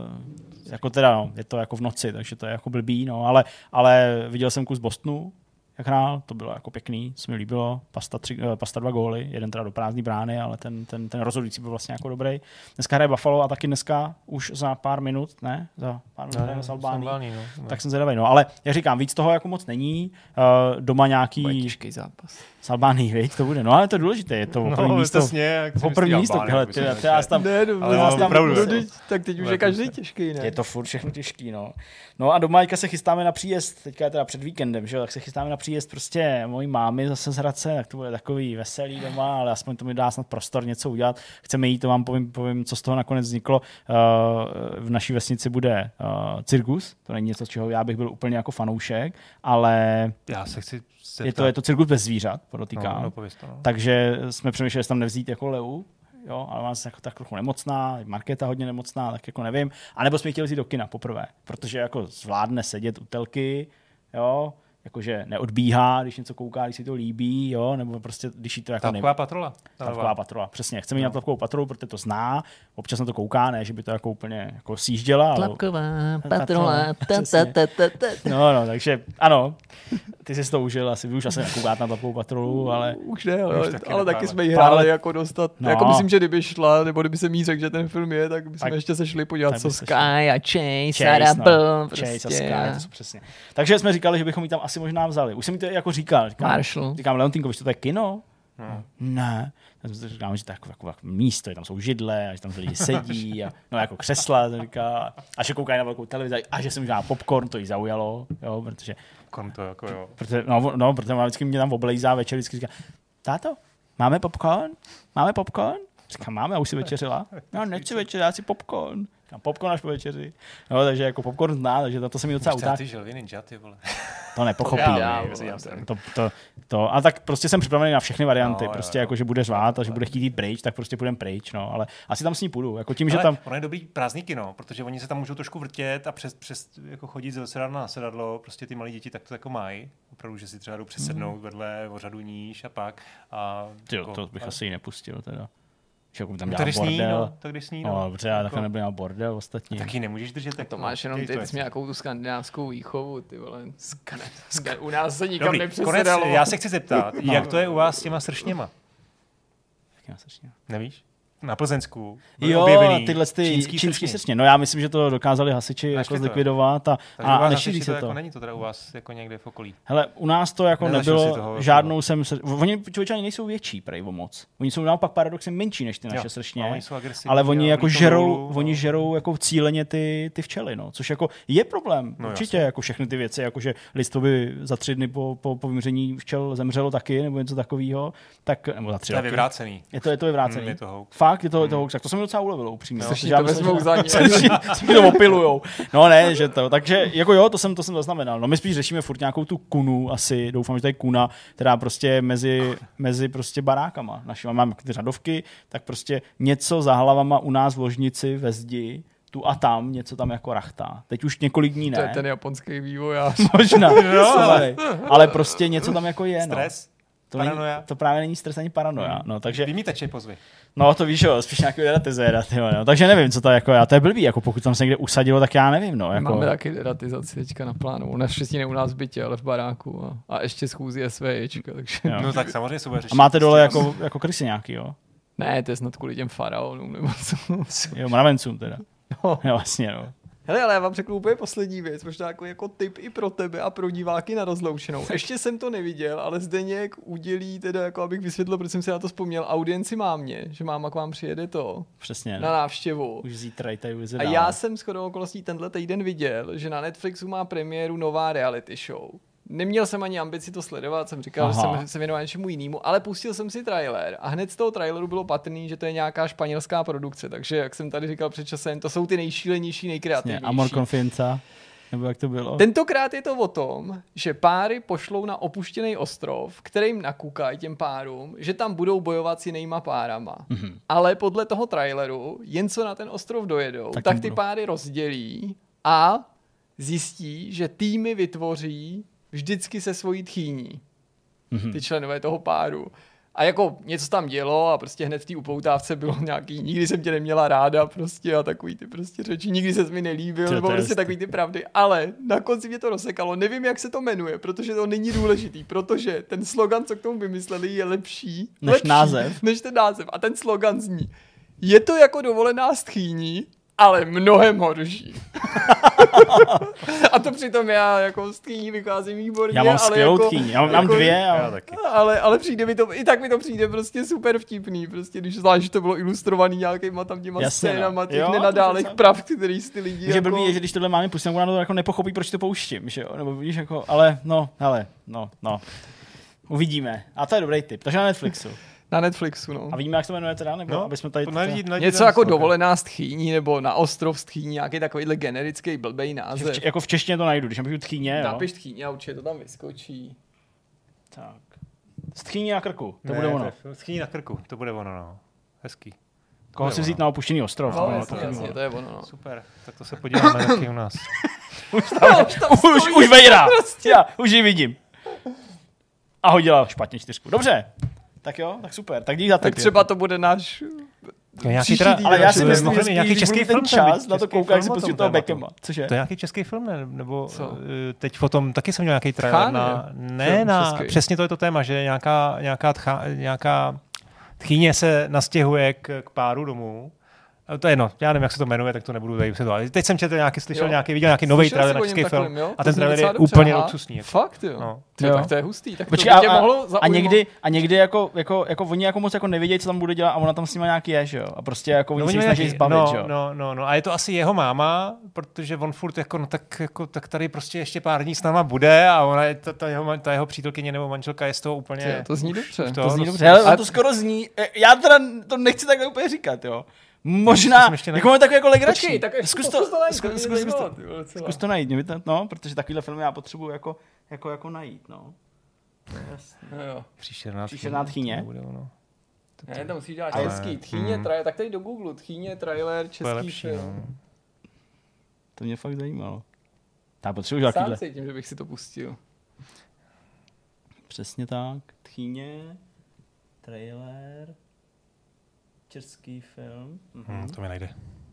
Jako teda, no, je to jako v noci, takže to je jako blbý, no, ale viděl jsem kus Bostonu, jak hrál, to bylo jako pěkný, se mi líbilo, Pasta 2 góly, jeden teda do prázdný brány, ale ten rozhodující byl vlastně jako dobrý. Dneska hraje Buffalo a taky dneska už za pár minut, ne? Za pár minut s Albánií. Tak jsem zvědavý, no, ale jak říkám, víc toho jako moc není, doma nějaký těžký zápas. S Albánií, viď, to bude, no ale to je důležité, je to první místo, hele, tak teď už je každý těžký, ne? Je to furt všechno těžký, no. No a doma se chystáme na příjezd, teďka je teda před víkendem, že jo, tak se chystáme na příjezd prostě mojí mámy zase z Hradce, tak to bude takový veselý doma, ale aspoň to mi dá snad prostor něco udělat. Chceme jít, to vám povím, co z toho nakonec vzniklo. V naší vesnici bude cirkus, to není něco, z čeho já bych byl úplně jako fanoušek, ale já se chci je to cirkus bez zvířat, podotýkám. No. Takže jsme přemýšleli, jestli tam nevzít jako Leu, jo, ale mám se jako tak trochu nemocná, Markéta hodně nemocná, tak jako nevím. A nebo jsme chtěli jít do kina poprvé, protože jako zvládne sedět u telky, jo, jakože neodbíhá, když něco kouká, když si to líbí, jo, nebo prostě, když jí to jako Tavková patrola. Tavková patrola, přesně. Chceme jít na Tavkovou patrolu, protože to zná, občas na to kouká, ne, že by to jako úplně jako sjížděla. Tavková patrola. No, takže ano, ty jsi to užil, asi už asi nekoukat na Tavkovou patrolu, ale... Už ne, ale taky jsme ji hráli jako dostat. No. Jako myslím, že kdyby šla, nebo kdyby se jí řekl, že ten film je, tak bychom ještě se šli podívat, co Sky a Chase a Rebel. Chase a Sky, to jsou přesně. Takže jsme říkali, že bychom ji tam asi možná vzali. Už jsem mi to jako říkal. Říkám Leontínkovi, že to je kino? Ne. Říkám, že to je jako místo, tam jsou židle, a že tam lidi sedí, a, no jako křesla, říká, a že koukají na velkou televizi, a že jsem udělal popcorn, to jí zaujalo, jo, protože... Popcorn to jako jo. Protože vždycky mě tam oblejzá večer, vždycky říká, táto, máme popcorn? Máme popcorn? Říkám, máme, a už si večeřila? No, nechci večeřit, já si popcorn. Říkám, popcorn až po večeři. No, takže jako popcorn zná, takže to se mi docela utáhne. Ty želvy ninja, ty vole. To nepochopí. A tak prostě jsem připravený na všechny varianty. No, prostě jako, že bude řvát a že bude chtít jít pryč, tak prostě půjdem pryč, no, ale asi tam s ní půjdu. Jako tím, ale že tam... ono je dobrý prázdný kino, protože oni se tam můžou trošku vrtět a přes jako chodit ze sedadla na sedadlo, prostě ty malí děti tak to jako mají. Opravdu, že si třeba jdou přesednout vedle o řadu níž a pak. Jo, to bych asi nepustil teda. Že jako tam dělá bordel. To když sní, no. Protože já takhle nebyl na bordel ostatní. Taky nemůžeš držet tak. To máš jenom ty jsi nějakou tu skandinávskou výchovu, ty vole. U nás se nikam nepřesedalo. Já se chci zeptat, jak to je u vás s těma sršněma? Jakýma sršněma? Nevíš? Na Plzeňsku. Jo, tyhle čínský sršně. No já myslím, že to dokázali hasiči jako zlikvidovat a nešíří se to. Jako není to teda u vás jako někde v okolí. Hele, u nás to jako nebylo žádnou oni člověče ani nejsou větší prej o moc. Oni jsou naopak paradoxně menší než ty naše sršně. Ale oni jako žerou jako cíleně ty včely, no, což jako je problém. Určitě jako všechny ty věci, jako že lidstvo by za 3 dny po vymření včel zemřelo taky nebo něco takového, tak nebo za 3 roky. To je vyvrácený. Je to vyvrácený. Fakt, je to hoax, tak to se mi docela ulevilo, upřímně. To vezmou za ně. Si to opilujou. No ne, že to. Takže jako jo, to jsem zaznamenal. No my spíš řešíme furt nějakou tu kunu, asi doufám, že to je kuna, která prostě mezi prostě barákama. Našima máme ty řadovky, tak prostě něco za hlavama u nás v ložnici ve zdi, tu a tam, něco tam jako rachtá. Teď už několik dní ne. To je ten japonský vývojář. Možná, ale prostě něco tam jako je. Stres? To právě není stres ani paranoja. No, takže... Vymítače pozvy. No to víš, jo, spíš nějaký deratizer, no. Takže nevím, co to jako já, to je blbý, jako pokud tam se někde usadilo, tak já nevím, no. Jako... Máme taky deratizaci teďka na plánu, naštěstí ne u nás v bytě, ale v baráku a ještě schůzí SVJčka, takže... No tak samozřejmě se bude řešit. A máte dole jako krysy nějaký, jo? Ne, to je snad kvůli těm faraonům, nebo co. Jo, mravencům teda. No. Jo, vlastně, no. Hele, ale já vám řeknu úplně poslední věc, možná jako tip i pro tebe a pro diváky na rozloučenou. Ještě jsem to neviděl, ale Zdeněk udělí, teda jako abych vysvětlil, proč jsem si na to vzpomněl, audienci mámě, že máma k vám přijede přesně, na návštěvu. Už zítra tady a já jsem shodou okolností tenhle týden viděl, že na Netflixu má premiéru nová reality show. Neměl jsem ani ambici to sledovat, jsem říkal, že jsem se věnoval něčemu jinému, ale pustil jsem si trailer a hned z toho traileru bylo patrný, že to je nějaká španělská produkce, takže jak jsem tady říkal před časem, to jsou ty nejšílenější, nejkreativnější. Amor Confianza, nebo jak to bylo? Tentokrát je to o tom, že páry pošlou na opuštěný ostrov, kterým nakukají těm párům, že tam budou bojovat s jinýma párama. Mm-hmm. Ale podle toho traileru, jen co na ten ostrov dojedou, tak ty páry rozdělí a zjistí, že týmy vytvoří vždycky se svojí tchýní. Ty členové toho páru. A jako něco tam dělo a prostě hned v té upoutávce bylo nějaký, nikdy jsem tě neměla ráda prostě a takový ty prostě řeči, nikdy ses mi nelíbil, nebo prostě takový ty pravdy. Ale na konci mě to rozsekalo, nevím, jak se to jmenuje, protože to není důležitý, protože ten slogan, co k tomu vymysleli, je lepší než ten název. A ten slogan zní, je to jako dovolená s tchýní, ale mnohem horší. A to přitom já jako z tchýní vycházím výborně. Já mám skvělou tchýni, já mám dvě. Já taky. Ale přijde mi to, i tak mi to přijde prostě super vtipný, prostě když zvlášť, že to bylo ilustrovaný nějakýma tam těma scénama, těch nenadálých pravd, který ty lidi jako... blbý je, že když tohle máme pustím, ona to jako nepochopí, proč to pouštím, že jo, nebo víš jako, ale no. Uvidíme. A to je dobrý tip, takže na Netflixu. Na Netflixu, no. A víme, jak se jmenuje teda, nebo aby jsme tady... Něco jako dovolená s tchýní, nebo na ostrov s tchýní, nějaký takovýhle generický blbej název. Jako v češtině to najdu, když napíšu tchýně, jo. Napiš tchýně a určitě to tam vyskočí. Tak. S tchýní na krku, to bude ono. S tchýní na krku, to bude ono, no. Hezký. Koho si vzít na opuštěný ostrov? No, jasně, to je ono, no. Super, tak to se podíváme taky u nás. Už vejra, já už ji vidím. A hodila špatně 4. Dobře. Tak jo, tak super. Tak díky za tak třeba to bude náš... ale já si myslím, že nějaký český ten čas na to kouká, jak si pustit toho Beckhama. Cože? To je nějaký český film, ne? Nebo teď potom taky jsem měl nějaký trailer na... Přesně to je to téma, že nějaká tchýně se nastěhuje k páru domů. To je jedno, já nevím, jak se to jmenuje, tak to nebudu tady vysvětlovat. Teď jsem viděl nějaký nový trailer na český film a ten trailer je úplně luxusní. Fakt, jo. No. Tak to je hustý. Tak počkej, a někdy jako oni jako moc jako nevědějí, co tam bude dělat a ona tam s nima nějaký je, že jo. A prostě jako oni se snaží zbavit, že jo. No. A je to asi jeho máma, protože on furt jako, tak tady prostě ještě pár dní s náma bude a ona je ta jeho přítelkyně nebo manželka je z toho úplně... To zní dobře. To zní dobře, ale to skoro zní, já teda to nechci takhle úplně říkat, jo. Možná, jako máme takový jako legrační. Tak zkus to najít, no, protože takovýhle filmy já potřebuji jako najít, no. Jo. Příšerná tchýně. Ne, tam musíš dělat český tchýně, tak tady do Google, tchýně, trailer, český film. To mě fakt zajímalo. Já potřebuji takovýhle. Sám cítím, že bych si to pustil. Přesně tak, tchýně, trailer... Český film. To mi najde.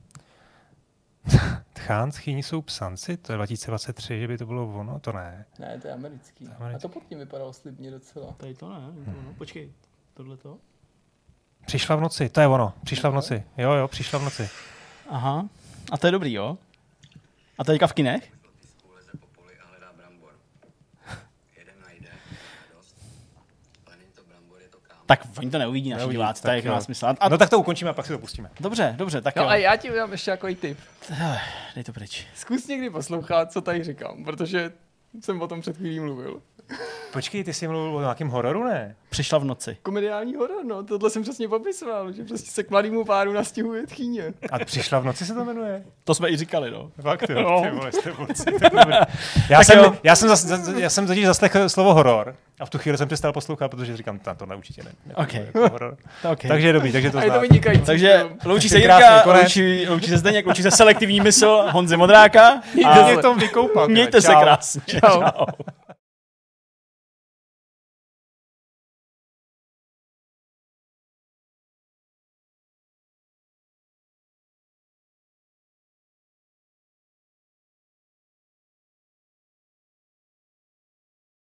Tchán, tchýni jsou psanci? To je 2023, že by to bylo ono? To ne. Ne, to je americký. A to pod tím vypadalo slibně docela. Tady to ne. Počkej, tohleto. Přišla v noci, to je ono. Přišla v noci. Jo, přišla v noci. Aha. A to je dobrý, jo? A to je v kinech? Tak oni to neuvidí naši diváci, tak má smysl. No tak to ukončíme a pak si to pustíme. Dobře, tak jo. No a já ti dám ještě jako tip. Dej to pryč. Zkus někdy poslouchat, co tady říkám, protože jsem o tom před chvílí mluvil. Počkej, ty jsi mluvil o nějakém hororu, ne? Přišla v noci. Komediální horor, no, tohle jsem přesně popisoval, že prostě se k mladému páru nastěhuje tchýně. A Přišla v noci se to jmenuje? To jsme i říkali, no. Fakt, jo. Já jsem totiž zaslechl slovo horor a v tu chvíli jsem přestal poslouchat, protože říkám, to určitě ne. Okay. Takže je dobrý, takže to znám. Takže loučí se Jirka, loučí se Zdeněk, loučí se selektivní mysl Honzy Modráka. Mějte se krásně. Čau.